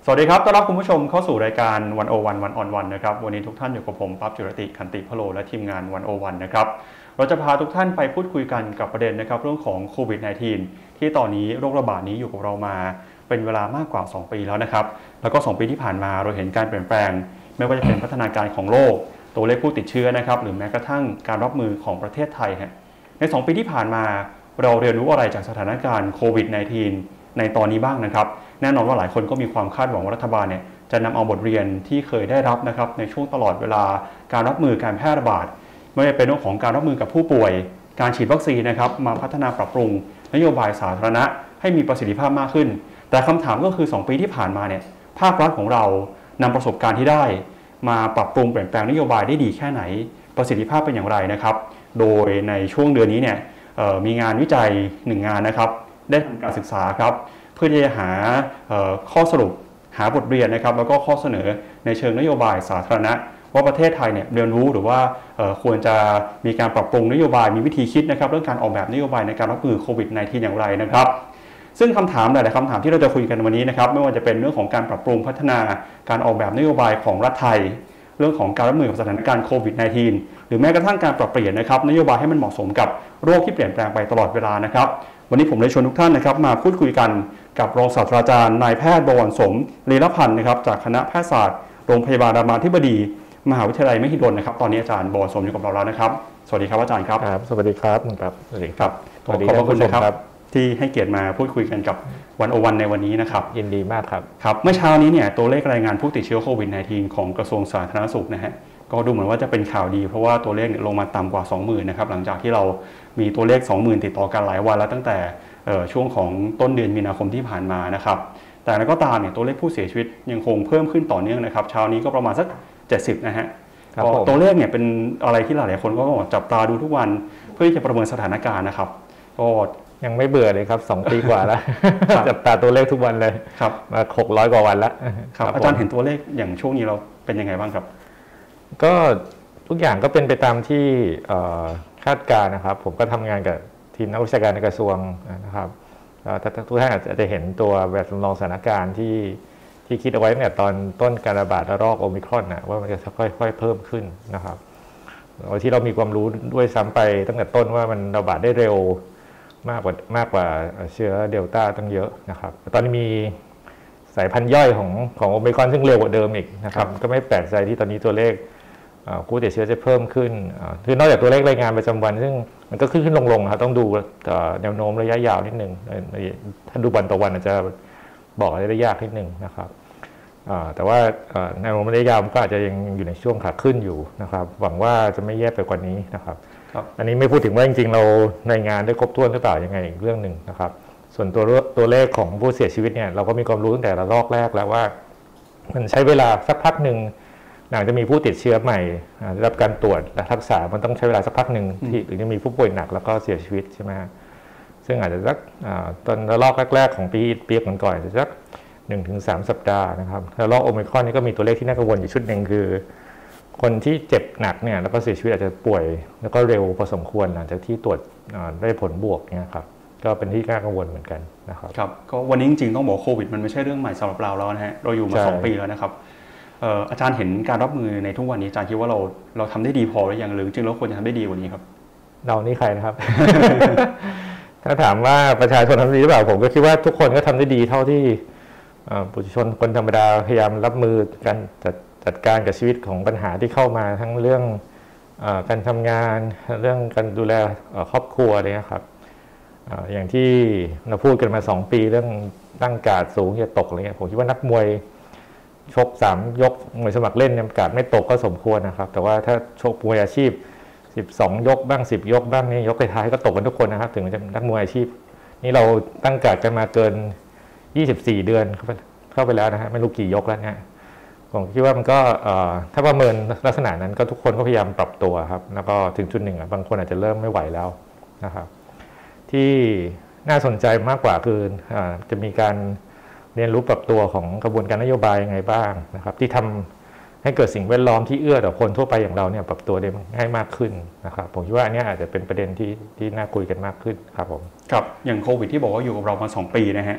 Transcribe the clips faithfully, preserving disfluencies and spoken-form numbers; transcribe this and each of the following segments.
สวัสดีครับต้อนรับคุณผู้ชมเข้าสู่รายการวันโอวันวันออนวันนะครับวันนี้ทุกท่านอยู่กับผมปั๊บจุรติขันติพโลและทีมงานวันโอวันนะครับเราจะพาทุกท่านไปพูดคุยกันกับประเด็นนะครับเรื่องของโควิด สิบเก้า ที่ตอนนี้โรคระบาดนี้อยู่กับเรามาเป็นเวลามากกว่าสองปีแล้วนะครับแล้วก็สองปีที่ผ่านมาเราเห็นการเปลี่ยนแปลงไม่ว่าจะเป็นพัฒนาการของโลกตัวเลขผู้ติดเชื้อนะครับหรือแม้กระทั่งการรับมือของประเทศไทยในสองปีที่ผ่านมาเราเรียนรู้อะไรจากสถานการณ์โควิด สิบเก้า ในตอนนี้บ้างนะครับแน่นอนว่าหลายคนก็มีความคาดหวังว่ารัฐบาลเนี่ยจะนำเอาบทเรียนที่เคยได้รับนะครับในช่วงตลอดเวลาการรับมือการแพร่ระบาดไม่ว่าจะเป็นเรื่องของการรับมือกับผู้ป่วยการฉีดวัคซีนนะครับมาพัฒนาปรับปรุงนโยบายสาธารณะให้มีประสิทธิภาพมากขึ้นแต่คำถามก็คือสองปีที่ผ่านมาเนี่ยภาครัฐของเรานำประสบการณ์ที่ได้มาปรับปรุงเปลี่ยนแปลงนโยบายได้ดีแค่ไหนประสิทธิภาพเป็นอย่างไรนะครับโดยในช่วงเดือนนี้เนี่ยมีงานวิจัยหนึ่งงานนะครับได้ทำการศึกษาครับเพื่อที่จะหาข้อสรุปหาบทเรียนนะครับแล้วก็ข้อเสนอในเชิงนโยบายสาธารณะว่าประเทศไทยเนี่ยเรียนรู้หรือว่าควรจะมีการปรับปรุงนโยบายมีวิธีคิดนะครับเรื่องการออกแบบนโยบายในการรับมือโควิด สิบเก้า อย่างไรนะครับซึ่งคำถามหลายๆคำถามที่เราจะคุยกันวันนี้นะครับไม่ว่าจะเป็นเรื่องของการปรับปรุงพัฒนาการออกแบบนโยบายของรัฐไทยเรื่องของการรับมือกับสถานการณ์โควิด สิบเก้า หรือแม้กระทั่งการปรับเปลี่ยนนะครับนโยบายให้มันเหมาะสมกับโรคที่เปลี่ยนแปลงไปตลอดเวลานะครับวันนี้ผมเลยชวนทุกท่านนะครับมาพูดคุยกันกับรองศาสตราจารย์นายแพทย์บวรสมลีลพันธ์นะครับจากคณะแพทยศาสตร์โรงพยาบาลรามาธิบดีมหาวิทยาลัยมหิดลนะครับตอนนี้อาจารย์บวรสมอยู่กับเราแล้วนะครับสวัสดีครับอาจารย์ครับครับสวัสดีครับคุณครับสวัสดีครับขอบพระคุณนะครับที่ให้เกียรติมาพูดคุยกันกับวันโอวันในวันนี้นะครับยินดีมากครับครับเมื่อเช้านี้เนี่ยตัวเลขรายงานผู้ติดเชื้อโควิด สิบเก้า ของกระทรวงสาธารณสุขนะฮะก็ดูเหมือนว่าจะเป็นข่าวดีเพราะว่าตัวเลขลงมาต่ำกว่า สองหมื่น นะครับหลังจากที่เรามีตัวเลข สองหมื่น ติดต่อกันหลายวันแล้วตั้งแต่ช่วงของต้นเดือนมีนาคมที่ผ่านมานะครับแต่แล้วก็ตามเนี่ยตัวเลขผู้เสียชีวิตยังคงเพิ่มขึ้นต่อเนื่องนะครับเช้านี้ก็ประมาณสักเจ็ดสิบนะฮะตัวเลขเนี่ยเป็นอะไรที่หลายๆคนก็จับตาดูทุกวันเพื่อที่จะประเมินสถานการณ์นะครับก็ยังไม่เบื่อเลยครับสองปีกว่าแล้วจับตาตัวเลขทุกวันเลยครับมาหกร้อยกว่าวันแล้วครับอาจารย์เห็นตัวเลขอย่างช่วงนี้เราเป็นยังไงบ้างครับก็ทุกอย่างก็เป็นไปตามที่คาดการณ์นะครับผมก็ทำงานกับทีมนักวิชาการในกระทรวงนะครับทุกท่านอาจจะเห็นตัวแบบจำลองสถานการณ์ที่ที่คิดเอาไว้ตั้งแต่ตอนต้นการระบาดระลอกโอมิครอนนะว่ามันจะค่อยๆเพิ่มขึ้นนะครับที่เรามีความรู้ด้วยซ้ำไปตั้งแต่ต้นว่ามันระบาดได้เร็วมากกว่ามากกว่าเชื้อเดลต้าตั้งเยอะนะครับตอนนี้มีสายพันธุ์ย่อยของของโอมิครอนซึ่งเร็วกว่าเดิมอีกนะครับก็ไม่แปลกใจที่ตอนนี้ตัวเลขผู้ติดเชื้อจะเพิ่มขึ้นคือนอกจากตัวเลขรายงานประจำวันซึ่งมันก็ขึ้นขึ้นลงลงครับต้องดูแนวโน้มระยะยาวนิดนึงถ้าดูวันต่อวันอาจจะบอกอะไรได้ยากนิดนึงนะครับแต่ว่าแนวโน้มระยะยาวก็อาจจะยังอยู่ในช่วงขาขึ้นอยู่นะครับหวังว่าจะไม่แย่ไปกว่านี้นะครับอันนี้ไม่พูดถึงว่าจริงๆเรารายงานได้ครบถ้วนหรือเปล่ายังไงอีกเรื่องหนึ่งนะครับส่วนตัวตัวเลขของผู้เสียชีวิตเนี่ยเราก็มีความรู้ตั้งแต่ระลอกแรกแล้วว่ามันใช้เวลาสักพักหนึ่งหลังจะมีผู้ติดเชื้อใหม่ได้รับการตรวจและรักษามันต้องใช้เวลาสักพักหนึ่งที่ถึงจะมีผู้ป่วยหนักแล้วก็เสียชีวิตใช่ไหมซึ่งอาจจะสักตอนระลอกแรกๆของปีปีก่อนๆจะสักหนึ่งถึงสามสัปดาห์นะครับระลอกโอมิครอนนี่ก็มีตัวเลขที่น่ากังวลอยู่ชุดหนึ่งคือคนที่เจ็บหนักเนี่ยแล้วก็เสียชีวิตอาจจะป่วยแล้วก็เร็วพอสมควรหลังจากที่ตรวจได้ผลบวกเนี่ยครับก็เป็นที่น่ากังวลเหมือนกันนะครับครับก็วันนี้จริงๆต้องบอกโควิดมันไม่ใช่เรื่องใหม่สำหรับเราแล้วนะฮะเราอยู่มาสองปีแล้วนะครับอาจารย์เห็นการรับมือในทุกวันนี้อาจารย์คิดว่าเราเราทำได้ดีพอหรือยังหรือจริงๆเราควรจะทำได้ดีกว่านี้ครับเรานี่ใครนะครับ ถ้าถามว่าประชาชนทำได้ดีหรือเปล่าผมก็คิดว่าทุกคนก็ทำได้ดีเท่าที่ประชาชนคนธรรมดาพยายามรับมือการจัดจัดการกับชีวิตของปัญหาที่เข้ามาทั้งเรื่องการทำงานเรื่องการดูแลครอบครัวอะไรนะครับอย่างที่เราพูดกันมาสองปีเรื่องตั้งการ์ดสูงอย่าตกอะไรเงี้ยผมคิดว่านักมวยชกสามยกมวยสมัครเล่นเนี่ยการ์ดไม่ตกก็สมควรนะครับแต่ว่าถ้าชกมวยอาชีพสิบสองยกบ้างสิบยกบ้างนี่ยกท้ายๆก็ตกกันทุกคนนะครับถึงจะนักมวยอาชีพนี่เราตั้งการ์ดกันมาเกินยี่สิบสี่เดือนเข้าไปเข้าไปแล้วนะฮะไม่รู้กี่ยกแล้วเนี่ยผมคิดว่ามันก็ถ้าประเมินลักษณะนั้นก็ทุกคนก็พยายามปรับตัวครับแล้วก็ถึงจุดหนึ่งบางคนอาจจะเริ่มไม่ไหวแล้วนะครับที่น่าสนใจมากกว่าคือจะมีการเรียนรู้ปรับตัวของกระบวนการนโยบายยังไงบ้างนะครับที่ทำให้เกิดสิ่งแวดล้อมที่เอื้อต่อคนทั่วไปอย่างเราเนี่ยปรับตัวได้ง่ายมากขึ้นนะครับผมคิดว่าอันนี้อาจจะเป็นประเด็นที่ที่น่าคุยกันมากขึ้นครับผมครับอย่างโควิดที่บอกว่าอยู่กับเรามาสองปีนะฮะ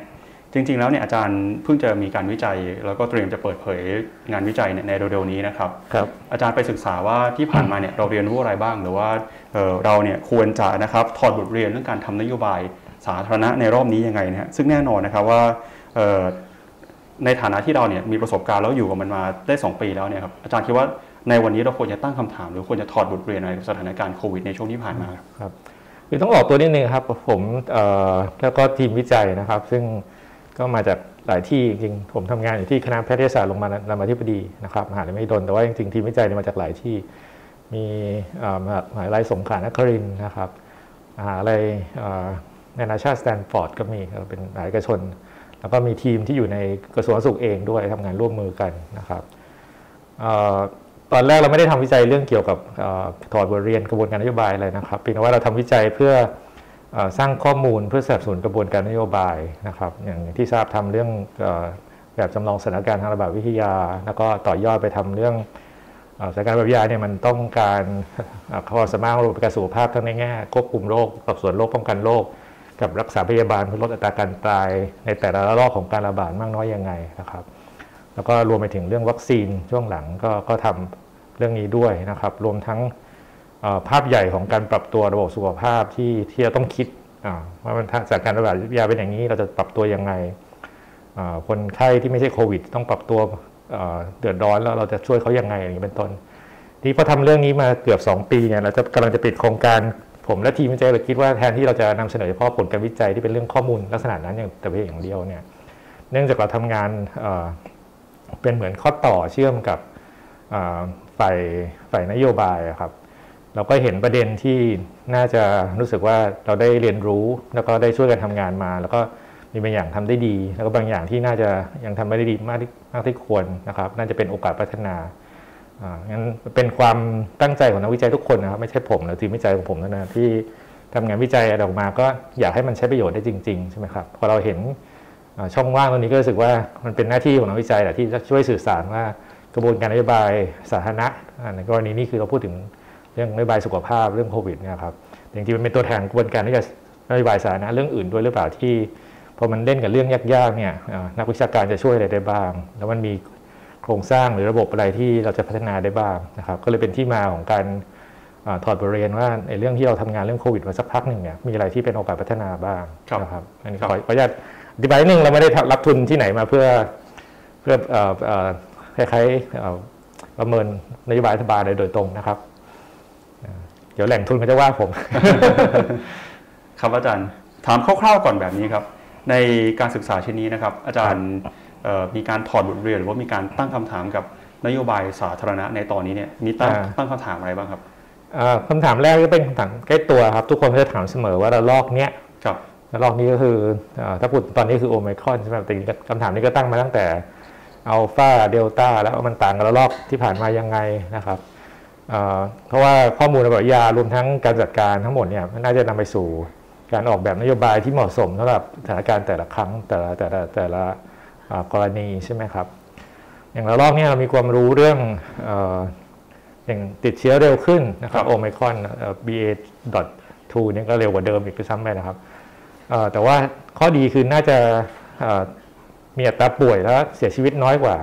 จริงๆแล้วเนี่ยอาจารย์เพิ่งจะมีการวิจัยแล้วก็เตรียมจะเปิดเผยงานวิจัยในเร็วๆนี้นะครับครับอาจารย์ไปศึกษาว่าที่ผ่านมาเนี่ยเราเรียนรู้อะไรบ้างหรือว่าเเราเนี่ยควรจะนะครับถอดบทเรียนเรื่องการทำนโยบายสาธารณะในรอบนี้ยังไงนะฮะซึ่งแน่นอนนะครับว่าในฐานะที่เราเนี่ยมีประสบการณ์แล้วอยู่กับมันมาได้สองปีแล้วเนี่ยครับอาจารย์คิดว่าในวันนี้เราควรจะตั้งคำถามหรือควรจะถอดบทเรียนอะไรกับสถานการณ์โควิดในช่วงที่ผ่านมาครับคือต้องออกตัวนิดนึงครับผมแล้วก็ทีมวิจัยนะครับซึ่งก็มาจากหลายที่จริงๆผมทำงานอยู่ที่คณะแพทยศาสตร์โรงพยาบาลรามาธิบดีนะครับมหาวิทยาลัยมหิดลแต่ว่าจริงๆทีมวิจัยมาจากหลายที่มีมหาวิทยาลัยสงขลานครินทร์นะครับมหาวิทยาลัยนานาชาติสแตนฟอร์ดก็มีเป็นหลายเอกชนแล้วก็มีทีมที่อยู่ในกระทรวงสาธารณสุขเองด้วยทำงานร่วมมือกันนะครับตอนแรกเราไม่ได้ทำวิจัยเรื่องเกี่ยวกับถอดบทเรียนกระบวนการนโยบายอะไรนะครับเพียงแต่ว่าเราทำวิจัยเพื่อสร้างข้อมูลเพื่อสนับสนุนกระบวนการนโยบายนะครับอย่างที่ทราบทำเรื่องแบบจำลองสถานการณ์ทางระบาดวิทยาแล้วก็ต่อยอดไปทำเรื่องสถานการณ์ระบาดวิทยาเนี่ยมันต้องการความสามารถของระบบการสุขภาพทั้งในแง่ควบคุมโรคสอบสวนโรคป้องกันโรคกับรักษาพยาบาลเพื่อลดอัตราการตายในแต่ละระลอกของการระบาดมากน้อยยังไงนะครับแล้วก็รวมไปถึงเรื่องวัคซีนช่วงหลังก็ก็ทำเรื่องนี้ด้วยนะครับรวมทั้งภาพใหญ่ของการปรับตัวระบบสุขภาพที่ที่เราต้องคิดว่ามันสถานการณ์ระบาดวิทยาเป็นอย่างนี้เราจะปรับตัวยังไงคนไข้ที่ไม่ใช่โควิดต้องปรับตัวเดือดร้อนแล้วเราจะช่วยเขายังไงอย่างนี้เป็นต้นที่พอทำเรื่องนี้มาเกือบสองปีเนี่ยเราจะกำลังจะปิดโครงการผมและทีมวิจัยเราคิดว่าแทนที่เราจะนำเสนอเฉพาะผลการวิจัยที่เป็นเรื่องข้อมูลลักษณะนั้นอย่างแต่เพียงอย่างเดียวเนี่ยเนื่องจากเราทำงานเป็นเหมือนข้อต่อเชื่อมกับฝ่ายฝ่ายนโยบายครับเราก็เห็นประเด็นที่น่าจะรู้สึกว่าเราได้เรียนรู้แล้วก็ได้ช่วยกันทำงานมาแล้วก็มีบางอย่างทำได้ดีแล้วก็บางอย่างที่น่าจะยังทำไม่ได้ดีมากที่มากที่ควรนะครับน่าจะเป็นโอกาสพัฒนาอ่างั้นเป็นความตั้งใจของนักวิจัยทุกคนนะครับไม่ใช่ผมหรือทีมวิจัยของผมนะที่ทำงานวิจัยออกมาก็อยากให้มันใช้ประโยชน์ได้จริงๆใช่ไหมครับพอเราเห็นช่องว่างตรงนี้ก็รู้สึกว่ามันเป็นหน้าที่ของนักวิจัยแหละที่จะช่วยสื่อสารว่ากระบวนการนโยบายสาธารณะในกรณีนี้คือเราพูดถึงเรื่องนโยบายสุขภาพเรื่องโควิดเนี่ยครับจริงๆมันเป็นตัวแทนกระบวนการที่จะนโยบายสาธารณะเรื่องอื่นด้วยหรือเปล่าที่พอมันเล่นกับเรื่องยากๆเนี่ยนักวิชาการจะช่วยอะไรได้บ้างแล้วมันมีโครงสร้างหรือระบบอะไรที่เราจะพัฒนาได้บ้างนะครับก็เลยเป็นที่มาของการถอดบทเรียนว่าในเรื่องที่เราทำงานเรื่องโควิดมาสักพักหนึ่งเนี่ยมีอะไรที่เป็นโอกาสพัฒนาบ้างนะครับอันนี้ขออนุญาตอธิบายนิดนึงเราไม่ได้รับทุนที่ไหนมาเพื่อเพื่อคล้ายๆประเมินนโยบายรัฐบาลโดยตรงนะครับเดี๋ยวแหล่งทุนเขาจะว่าผมครับอาจารย์ถามคร่าวๆก่อนแบบนี้ครับในการศึกษาชิ้นนี้นะครับอาจารย์มีการถอดบทเรียนหรือว่ามีการตั้งคำถามกับนโยบายสาธารณะในตอนนี้เนี่ยมีตั้งตั้งคำถามอะไรบ้างครับคำถามแรกก็เป็นคำถามใกล้ตัวครับทุกคนก็จะถามเสมอว่าระลอกเนี้ยระลอกนี้ก็คือถ้าพูดตอนนี้คือโอไมครอนใช่ไหมแต่คำถามนี้ก็ตั้งมาตั้งแต่อัลฟาเดลต้าแล้วมันต่างกับระลอกที่ผ่านมายังไงนะครับเพราะว่าข้อมูลระบาดยารวมทั้งการจัดการทั้งหมดเนี่ยน่าจะนำไปสู่การออกแบบนโยบายที่เหมาะสมสำหรับสถานการณ์แต่ละครั้งแต่ละแต่ละแต่ละกรณีใช่ไหมครับอย่างระลอกนี้เรามีความรู้เรื่องอย่างติดเชื้อเร็วขึ้นนะครับโอไมครอน บี เอ ทู เนี่ยก็เร็วกว่าเดิมอีกไปซ้ำไปนะครับแต่ว่าข้อดีคือน่าจะมีอัตราป่วยและเสียชีวิตน้อยกว่า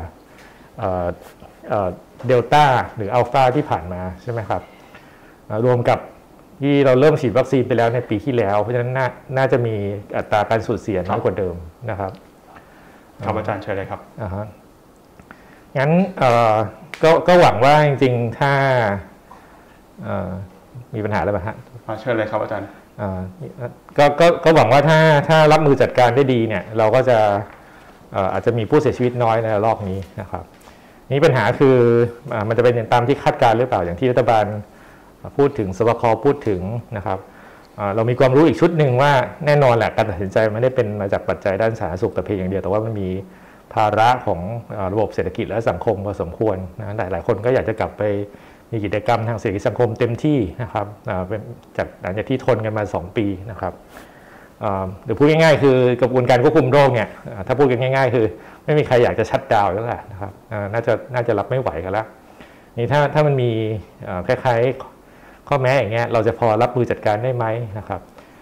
เดลต้าหรืออัลฟาที่ผ่านมาใช่ไหมครับรวมกับที่เราเริ่มฉีดวัคซีนไปแล้วในปีที่แล้วเพราะฉะนั้นน่าจะมีอัตราการสูญเสียน้อยกว่าเดิมนะครับครับอาจารย์เชิญเลยครับอ่าฮะงั้นก็ก็หวังว่าจริงๆถ้ามีปัญหาอะไรบ้างฮะเชิญเลยครับอาจารย์ก็ก็ก็หวังว่าถ้าถ้ารับมือจัดการได้ดีเนี่ยเราก็จะอาจจะมีผู้เสียชีวิตน้อยในรอบนี้นะครับนี่ปัญหาคือมันจะเป็นตามที่คาดการณ์หรือเปล่าอย่างที่รัฐบาลพูดถึงสบคพูดถึงนะครับเรามีความรู้อีกชุดหนึ่งว่าแน่นอนแหละการตัดสินใจไม่ได้เป็นมาจากปัจจัยด้านสาธารณสุขแต่เพียงอย่างเดียวแต่ว่ามันมีภาระของระบบเศรษฐกิจและสังคมพอสมควรนะหลายหลายคนก็อยากจะกลับไปมีกิจกรรมทางเศรษฐกิจสังคมเต็มที่นะครับเป็นจากหลังจากที่ทนกันมาสองปีนะครับหรือพูดง่ายๆคือกระบวนการควบคุมโรคเนี่ยถ้าพูดกันง่ายๆคือไม่มีใครอยากจะชัตดาวน์แล้วแหละนะครับน่าจะน่าจะรับไม่ไหวกันแล้วนี่ถ้าถ้ามันมีคล้ายๆข้อแม้อย่างเงี้ยเราจะพอรับมือจัดการได้ไหมนะครับพอ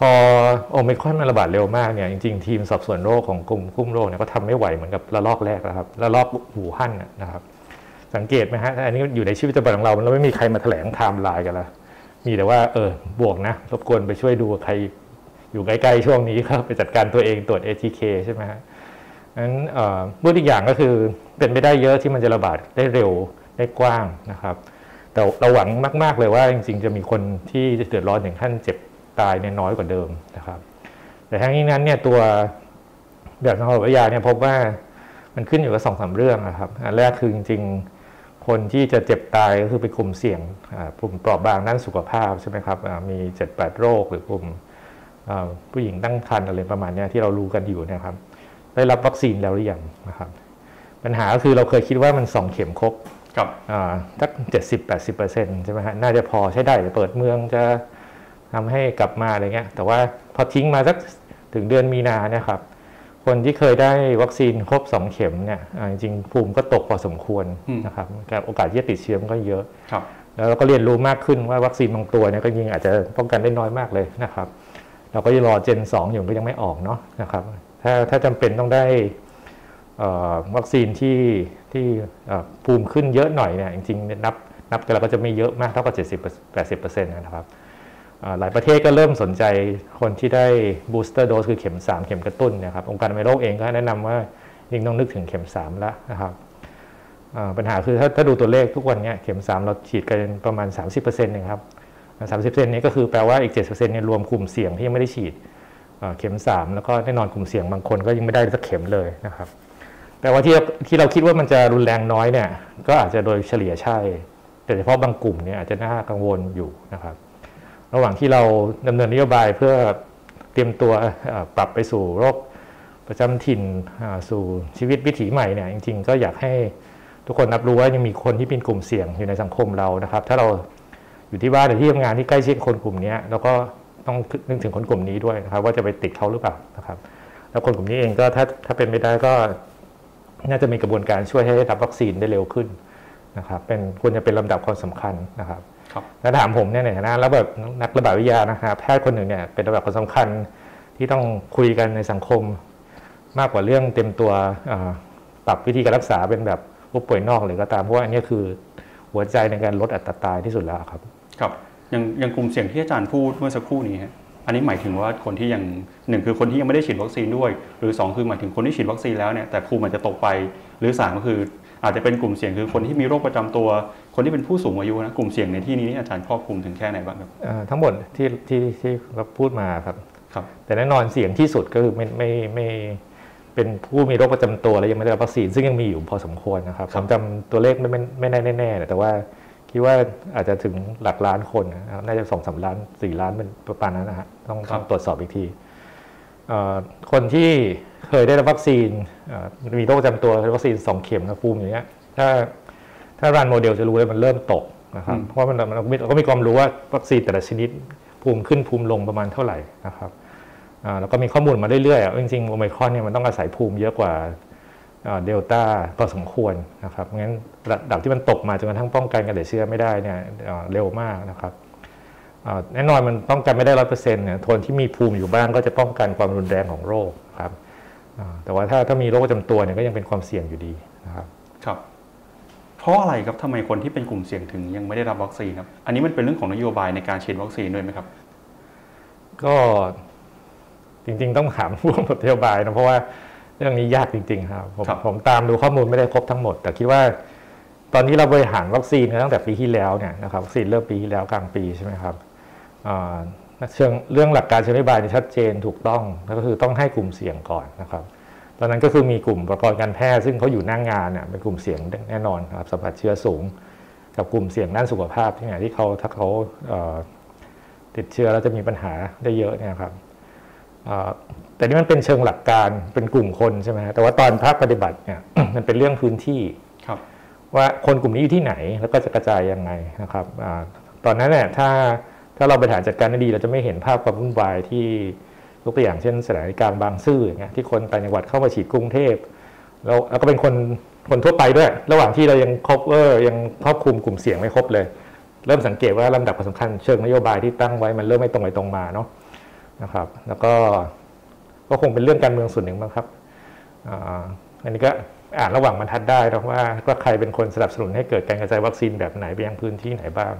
อโอไมครอนมันระบาดเร็วมากเนี่ยจริงๆทีมสอบสวนโรคของกลุ่มคุ้มโรคเนี่ยก็ทำไม่ไหวเหมือนกับระลอกแรกแล้วครับระลอกหูฮั่นนะครับสังเกตไหมฮะอันนี้อยู่ในชีวิตประจำวันของเราเราไม่มีใครมาแถลงไทม์ไลน์กันละมีแต่ว่าเออบวกนะรบกวนไปช่วยดูใครอยู่ใกล้ๆช่วงนี้ครับไปจัดการตัวเองตรวจ เอ ที เค ใช่ไหมฮะนั้นพูดอีกอย่างก็คือเป็นไปได้เยอะที่มันจะระบาดได้เร็วได้กว้างนะครับแต่เราหวังมากๆเลยว่าจริงๆจะมีคนที่จะเดือดร้อนถึงขั้นเจ็บตายน้อยกว่าเดิมนะครับแต่ทั้งนี้นั้นเนี่ยตัวแบบทางวิทยาเนี่ยพบว่ามันขึ้นอยู่กับสองสามเรื่องนะครับอันแรกคือจริงๆคนที่จะเจ็บตายก็คือเป็นกลุ่มเสี่ยงกลุ่มเปราะบางด้านสุขภาพใช่ไหมครับมี เจ็ดแปด โรคหรือกลุ่มผู้หญิงตั้งครรภ์อะไรประมาณนี้ที่เรารู้กันอยู่นะครับได้รับวัคซีนแล้วหรือยังนะครับปัญหาก็คือเราเคยคิดว่ามันสองเข็มครบครับสัก เจ็ดสิบถึงแปดสิบเปอร์เซ็นต์ ใช่ไหมฮะน่าจะพอใช้ได้เปิดเมืองจะทำให้กลับมาอะไรเงี้ยแต่ว่าพอทิ้งมาสักถึงเดือนมีนาเนี่ยครับคนที่เคยได้วัคซีนครบสองเข็มเนี่ยจริงๆภูมิก็ตกพอสมควรนะครับโอกาสที่จะติดเชื้อมันก็เยอะแล้วเราก็เรียนรู้มากขึ้นว่าวัคซีนบางตัวเนี่ยก็ยิงอาจจะป้องกันได้น้อยมากเลยนะครับเราก็รอเจนสองอยู่ก็ยังไม่ออกเนาะนะครับถ้าถ้าจำเป็นต้องได้วัคซีนที่ที่ภูมิขึ้นเยอะหน่อยเนี่ยจริงๆนับนับกันแล้วก็จะไม่เยอะมากเท่ากับ เจ็ดสิบถึงแปดสิบเปอร์เซ็นต์ นะครับหลายประเทศก็เริ่มสนใจคนที่ได้บูสเตอร์โดสคือเข็มสามเข็มกระตุ้นนะครับองค์การอนามัยโลกเองก็แนะนำว่ายิ่งต้องนึกถึงเข็มสามแล้วนะครับปัญหาคือถ้าถ้าดูตัวเลขทุกวันนี้เข็มสามเราฉีดกันประมาณ สามสิบเปอร์เซ็นต์ นะครับ สามสิบเปอร์เซ็นต์ นี้ก็คือแปลว่าอีก เจ็ดสิบเปอร์เซ็นต์ เนี่ยรวมกลุ่มเสี่ยงที่ยังไม่ได้ฉีดเข็มสามแล้วก็แน่นอนกลุ่มเสี่ยงบางคนก็ยังไม่ได้สักเข็มเลยนะครับแปลว่าที่ที่เราคิดว่ามันจะรุนแรงน้อยเนี่ยก็อาจจะโดยเฉลี่ยใช่แต่เฉพาะบางกลุ่มเนี่ยอาจจะน่ากังวลอยู่นะครับระหว่างที่เราดำเนินนโยบายเพื่อเตรียมตัวปรับไปสู่โรคประจำถิ่นสู่ชีวิตวิถีใหม่เนี่ยจริงๆก็อยากให้ทุกคนรับรู้ว่ายังมีคนที่เป็นกลุ่มเสี่ยงอยู่ในสังคมเรานะครับถ้าเราอยู่ที่บ้านหรือที่ทำงานที่ใกล้ชิดคนกลุ่มนี้แล้วก็ต้องนึกถึงคนกลุ่มนี้ด้วยนะครับว่าจะไปติดเขาหรือเปล่านะครับแล้วคนกลุ่มนี้เองก็ถ้าถ้าเป็นไม่ได้ก็น่าจะมีกระบวนการช่วยให้ได้รับวัคซีนได้เร็วขึ้นนะครับเป็นควรจะเป็นลำดับความสำคัญนะครับแล้วถามผมเนี่ยนะแล้วแบบนักระบาดวิทยานะครับแพทย์คนหนึ่งเนี่ยเป็นลำดับความสำคัญที่ต้องคุยกันในสังคมมากกว่าเรื่องเต็มตัวปรับวิธีการรักษาเป็นแบบผู้ป่วยนอกหรือก็ตามเพราะว่าอันนี้คือหัวใจในการลดอัตราตายที่สุดแล้วครับครับอย่างอย่างกลุ่มเสี่ยงที่อาจารย์พูดเมื่อสักครู่นี้อันนี้หมายถึงว่าคนที่ยังหนึ่งคือคนที่ยังไม่ได้ฉีดวัคซีนด้วยหรือสองคือหมายถึงคนที่ฉีดวัคซีนแล้วเนี่ยแต่ภูมิอาจจะตกไปหรือสามก็คืออาจจะเป็นกลุ่มเสี่ยงคือคนที่มีโรคประจำตัวคนที่เป็นผู้สูงอายุนะกลุ่มเสี่ยงในที่นี้อาจารย์ครอบคลุมถึงแค่ไหนบ้างครับทั้งหมดที่ที่ที่เราพูดมาครับครับแต่แน่นอนเสี่ยงที่สุดก็คือไม่ไม่ไม่เป็นผู้มีโรคประจำตัวและยังไม่ได้รับวัคซีนซึ่งยังมีอยู่พอสมควรนะครับผมจำตัวเลขไม่ไม่แน่แน่แต่ว่าคิดว่าอาจจะถึงหลักล้านคนน่าจะสองสามล้านสี่ล้านเป็นประมาณนั้นนะฮะต้องต้องตรวจสอบอีกทีคนที่เคยได้รับวัคซีนมีโรคประจำตัววัคซีนสองเข็มนะภูมิอย่างเงี้ยถ้าถ้ารันโมเดลจะรู้เลยมันเริ่มตกนะครับเพราะมันเราก็มีความรู้ว่าวัคซีนแต่ละชนิดภูมิขึ้นภูมิลงประมาณเท่าไหร่นะครับแล้วก็มีข้อมูลมาเรื่อยๆจริงๆโอไมครอนเนี่ยมันต้องอาศัยภูมิเยอะกว่าเดลต้าพอสมควรนะครับงั้นระดับที่มันตกมาจนกระทั่งป้องกันการติดเชื้อไม่ได้เนี่ยเร็วมากนะครับแน่นอนมันป้องกันไม่ได้ร้อยเปอร์เซ็นต์เนี่ยคนที่มีภูมิอยู่บ้างก็จะป้องกันความรุนแรงของโรคครับแต่ว่าถ้าถ้ามีโรคประจำตัวเนี่ยก็ยังเป็นความเสี่ยงอยู่ดีนะครับครับเพราะอะไรครับทำไมคนที่เป็นกลุ่มเสี่ยงถึงยังไม่ได้รับวัคซีนครับอันนี้มันเป็นเรื่องของนโยบายในการฉีดวัคซีนด้วยไหมครับก็จริงๆต้องถามผู้กำกับนโยบายนะเพราะว่าเรื่องนี้ยากจริงๆครับผมผมตามดูข้อมูลไม่ได้ครบทั้งหมดแต่คิดว่าตอนที่เราบริหารวัคซีนตั้งแต่ปีที่แล้วเนี่ยนะครับวัคซีนเริ่มปีที่แล้วกลางปีใช่ไหมครับเชิงเรื่องหลักการเชิงนโยบายชัดเจนถูกต้องก็คือต้องให้กลุ่มเสี่ยงก่อนนะครับตอนนั้นก็คือมีกลุ่มอุปกรณ์การแพทย์ซึ่งเขาอยู่หน้างานเนี่ยเป็นกลุ่มเสี่ยงแน่นอนครับสัมผัสเชื้อสูงกับกลุ่มเสี่ยงด้านสุขภาพที่ไหนที่เขาถ้าเขาติดเชื้อแล้วจะมีปัญหาได้เยอะเนี่ยครับแต่นี่มันเป็นเชิงหลักการเป็นกลุ่มคนใช่ไหมแต่ว่าตอนภาคปฏิบัติเนี่ย มันเป็นเรื่องพื้นที่ว่าคนกลุ่มนี้อยู่ที่ไหนแล้วก็จะกระจายยังไงนะครับตอนนั้นเนี่ยถ้าถ้าเราบริหารจัดการได้ดีเราจะไม่เห็นภาพความวุ่นวายที่ยกตัวอย่างเช่นสถานการณ์บางซื่ออย่างเงี้ยที่คนต่างจังหวัดเข้ามาฉีดกรุงเทพแล้วแล้วก็เป็นคนคนทั่วไปด้วยระหว่างที่เรายังครอบเออยังครอบคลุมกลุ่มเสี่ยงไม่ครบเลยเริ่มสังเกตว่าลำดับความสำคัญเชิงนโยบายที่ตั้งไว้มันเริ่มไม่ตรงไปตรงมาเนาะนะครับแล้วก็ก็คงเป็นเรื่องการเมืองส่วนหนึ่งบ้างครับอันนี้ก็อ่านระหว่างบรรทัดได้นะว่าว่าใครเป็นคนสนับสนุนให้เกิดการกระจายวัคซีนแบบไหนไปยังพื้นที่ไหนบ้าง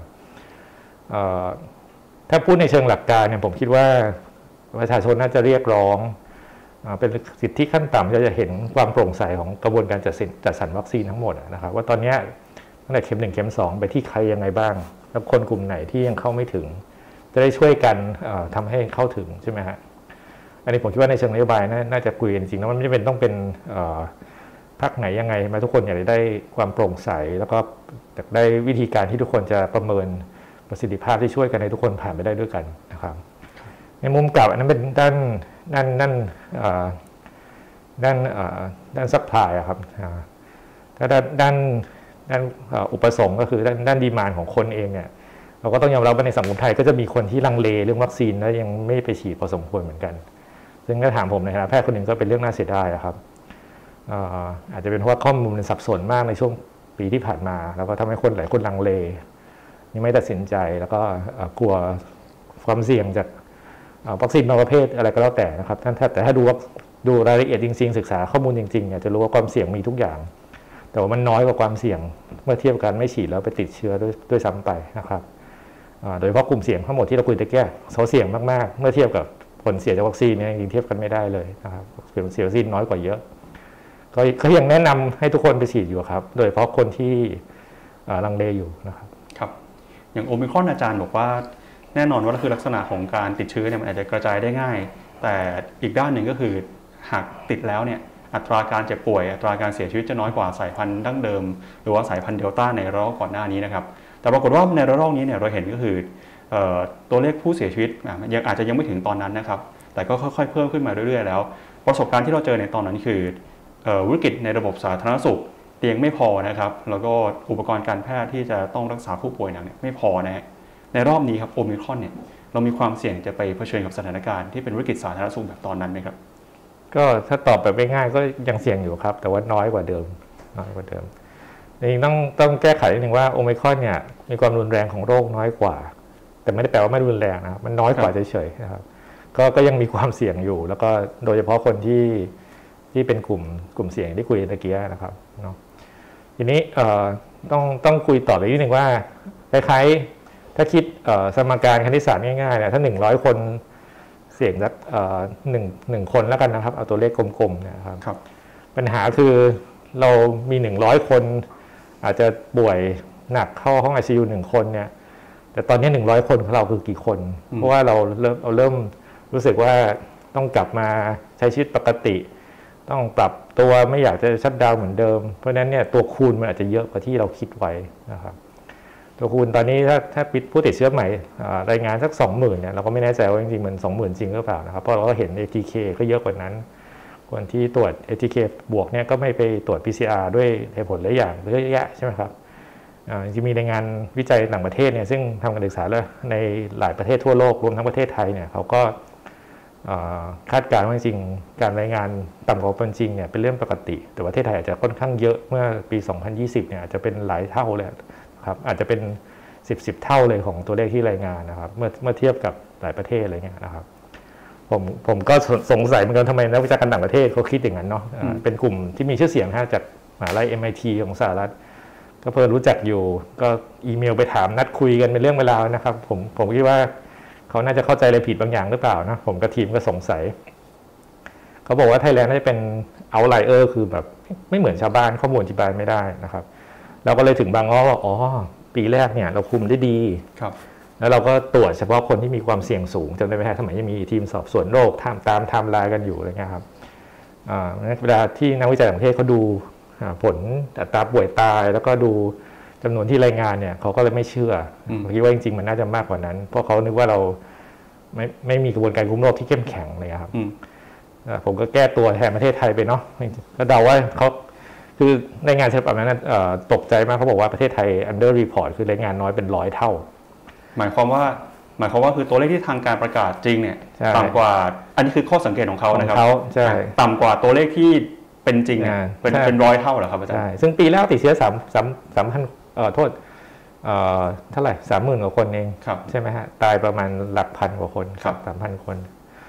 ถ้าพูดในเชิงหลักการเนี่ยผมคิดว่าประชาชนน่าจะเรียกร้องเป็นสิทธิขั้นต่ำจะเห็นความโปร่งใสของกระบวนการจัดจัดสรรวัคซีนทั้งหมดนะครับว่าตอนนี้ตั้งแต่เข็มหนึ่งเข็มสองไปที่ใครยังไงบ้างแล้วคนกลุ่มไหนที่ยังเข้าไม่ถึงจะได้ช่วยกันทำให้เข้าถึงใช่ไหมฮะอันนี้ผมคิดว่าในเชิงนโยบายน่าจะคุยจริงๆแล้วมันไม่จำเป็นต้องเป็นพรรคไหนยังไงมาทุกคนอยากได้ความโปร่งใสแล้วก็อยากได้วิธีการที่ทุกคนจะประเมินประสิทธิภาพที่ช่วยกันในทุกคนผ่านไปได้ด้วยกันนะครับในมุมกลับอันนั้นเป็นด้านด้านด้านด้านด้านซัพพลายครับถ้าด้านด้านด้านอุปสงค์ก็คือด้านด้านดีมานด์ของคนเองเนี่ยเราก็ต้องยอมรับว่าในสังคมไทยก็จะมีคนที่ลังเลเรื่องวัคซีนและยังไม่ไปฉีดพอสมควรเหมือนกันซึ่งถ้าถามผมนะครับแพทย์คนหนึ่งก็เป็นเรื่องน่าเสียดายครับอาจจะเป็นเพราะว่าข้อมูลมันสับสนมากในช่วงปีที่ผ่านมาแล้วก็ทำให้คนหลายคนลังเลยังไม่ตัดสินใจแล้วก็กลัวความเสี่ยงจากวัคซีนบางประเภทอะไรก็แล้วแต่นะครับท่านแต่ถ้าดูว่าดูรายละเอียดจริงๆศึกษาข้อมูลจริงๆเนี่ยจะรู้ว่าความเสี่ยงมีทุกอย่างแต่ว่ามันน้อยกว่าความเสี่ยงเมื่อเทียบกันไม่ฉีดแล้วไปติดเชื้อด้วยด้วยซ้ำไปนะครับโดยเฉพาะกลุ่มเสี่ยงทั้งหมดที่เราคุยตะแก้เขาเสี่ยงมากๆเมื่อเทียบกับผลเสียจากวัคซีนเนี่ยจริงๆเทียบกันไม่ได้เลยนะครับผลเสียวัคซีนน้อยกว่าเยอะก็ยังแนะนำให้ทุกคนไปฉีดอยู่ครับโดยเฉพาะคนที่ลังเลอยู่นะครับครับอย่างโอมิครอนอาจารย์บอกว่าแน่นอนว่าคือลักษณะของการติดเชื้อเนี่ยมันอาจจะกระจายได้ง่ายแต่อีกด้านหนึ่งก็คือหากติดแล้วเนี่ยอัตราการเจ็บป่วยอัตราการเสียชีวิตจะน้อยกว่าสายพันธุ์ดั้งเดิมหรือว่าสายพันธุ์เดลต้าในระลอกก่อนหน้านี้นะครับแต่ปรากฏว่าในระลอกนี้เนี่ยเราเห็นก็คือตัวเลขผู้เสียชีวิตยังอาจจะยังไม่ถึงตอนนั้นนะครับแต่ก็ค่อยๆเพิ่มขึ้นมาเรื่อยๆแล้วประสบการณ์ที่เราเจอในตอนนั้นคือวิกฤตในระบบสาธารณสุขเตียงไม่พอนะครับแล้วก็อุปกรณ์การแพทย์ที่จะต้องรักษาผู้ป่วยหนักเนี่ยไม่พอนะฮะในรอบนี้ครับโอมิครอนเนี่ยเรามีความเสี่ยงจะไปเผชิญกับสถานการณ์ที่เป็นวิกฤตสาธารณสุขแบบตอนนั้นไหมครับก็ถ้าตอบแบบง่ายๆก็ยังเสี่ยงอยู่ครับแต่ว่าน้อยกว่าเดิมน้อยกว่าเดิมจริงๆต้องต้องแก้ไขนิดนึงว่าโอมิครอนเนี่ยมีความรุนแรงของโรคน้อยกว่าแต่ไม่ได้แปลว่าไม่รุนแรงนะครับมันน้อยกว่าเฉยๆนะครับก็ก็ยังมีความเสี่ยงอยู่แล้วก็โดยเฉพาะคนที่ที่เป็นกลุ่มกลุ่มเสี่ยงที่คุยตะเกียนะครับเนาะทีนี้ต้องต้องคุยต่อเลยนิดนึงว่าคล้ายๆถ้าคิดสมการคณิตศาสตร์ง่ายๆเนี่ยถ้าหนึ่งร้อยคนเสี่ยงสักหนึ่งหนึ่งคนแล้วกันนะครับเอาตัวเลขกลมๆนะครับปัญหาคือเรามีหนึ่งร้อยคนอาจจะป่วยหนักเข้าห้อง ไอ ซี ยู หนึ่งคนเนี่ยแต่ตอนนี้หนึ่งร้อยคนของเราคือกี่คนเพราะว่าเราเริ่มเราเริ่มรู้สึกว่าต้องกลับมาใช้ชีวิตปกติต้องปรับตัวไม่อยากจะชัตดาวน์เหมือนเดิมเพราะฉะนั้นเนี่ยตัวคูณมันอาจจะเยอะกว่าที่เราคิดไว้นะครับตัวคูณตอนนี้ถ้าถ้าปิดผู้ติดเชื้อใหม่รายงานสัก สองหมื่น เนี่ยเราก็ไม่แน่ใจว่าจริงๆมัน สองหมื่น จริงหรือเปล่านะครับเพราะเราก็เห็น เอ ที เค ก็เยอะกว่านั้นคนที่ตรวจ เอ ที เค บวกเนี่ยก็ไม่ไปตรวจ พี ซี อาร์ ด้วยเหตุผลหลายอย่างเยอะแยะใช่ไหมครับจริงๆมีรายงานวิจัยต่างประเทศเนี่ยซึ่งทำการศึกษาแล้วในหลายประเทศทั่วโลกรวมทั้งประเทศไทยเนี่ยเขาก็คาดการณ์ว่าจริงการรายงานต่ำกว่าเป็นจริงเนี่ยเป็นเรื่องปกติแต่ประเทศไทยอาจจะค่อนข้างเยอะเมื่อปีสองพันยี่สิบเนี่ยอาจจะเป็นหลายเท่าเลยครับอาจจะเป็นสิบ สิบเท่าเลยของตัวเลขที่รายงานนะครับเมื่อเมื่อเทียบกับหลายประเทศอะไรเงี้ยนะครับผมผมก็สงสัยเหมือนกันทำไมนักวิชาการต่างประเทศเขาคิดอย่างนั้นเนาะเป็นกลุ่มที่มีชื่อเสียงฮะจากมหาวิทยาลัย เอ็ม ไอ ที ของสหรัฐก็เพิ่งรู้จักอยู่ก็อีเมลไปถามนัดคุยกันเป็นเรื่องเวลานะครับผมผมคิดว่าเขาน่าจะเข้าใจอะไรผิดบางอย่างหรือเปล่านะผมกับทีมก็สงสัยเขาบอกว่าไทยแลนด์น่าจะเป็นเอาท์ไลเออร์คือแบบไม่เหมือนชาวบ้านข้อมูลอธิบายไม่ได้นะครับเราก็เลยถึงบางอ้อว่าอ๋อปีแรกเนี่ยเราคุมได้ดีครับแล้วเราก็ตรวจเฉพาะคนที่มีความเสี่ยงสูงจำได้ไหมครับสมัยยังมีทีมสอบสวนโรคตามตามไทม์ไลน์กันอยู่อะไรเงี้ยครับเวลาที่นักวิจัยต่างประเทศเขาดูผลอัตราป่วยตายแล้วก็ดูจำนวนที่รายงานเนี่ยเขาก็เลยไม่เชื่อคิดว่าจริงๆมันน่าจะมากกว่านั้นเพราะเขานึกว่าเราไม่ไม่มีกระบวนการคุมโรคที่เข้มแข็งเลยครับผมก็แก้ตัวแทนประเทศไทยไปเนาะก็เดาว่าเขาคือรายงานฉบับนั้นตกใจมากเขาบอกว่าประเทศไทย under report คือรายงานน้อยเป็นร้อยเท่าหมายความว่าหมายความว่าคือตัวเลขที่ทางการประกาศจริงเนี่ยต่ำกว่าอันนี้คือข้อสังเกตของเขานะครับต่ำกว่าตัวเลขที่เป็นจริงเนี่ยเป็นเป็นร้อยเท่าเหรอครับอาจารย์ใช่ซึ่งปีแรกติดเชื้อสามสามสามพันเอ่อโทษเอ่อเท่าไหร่สามหมื่นกว่าคนเองใช่ไหมฮะตายประมาณหลักพันกว่าคนสามพันคน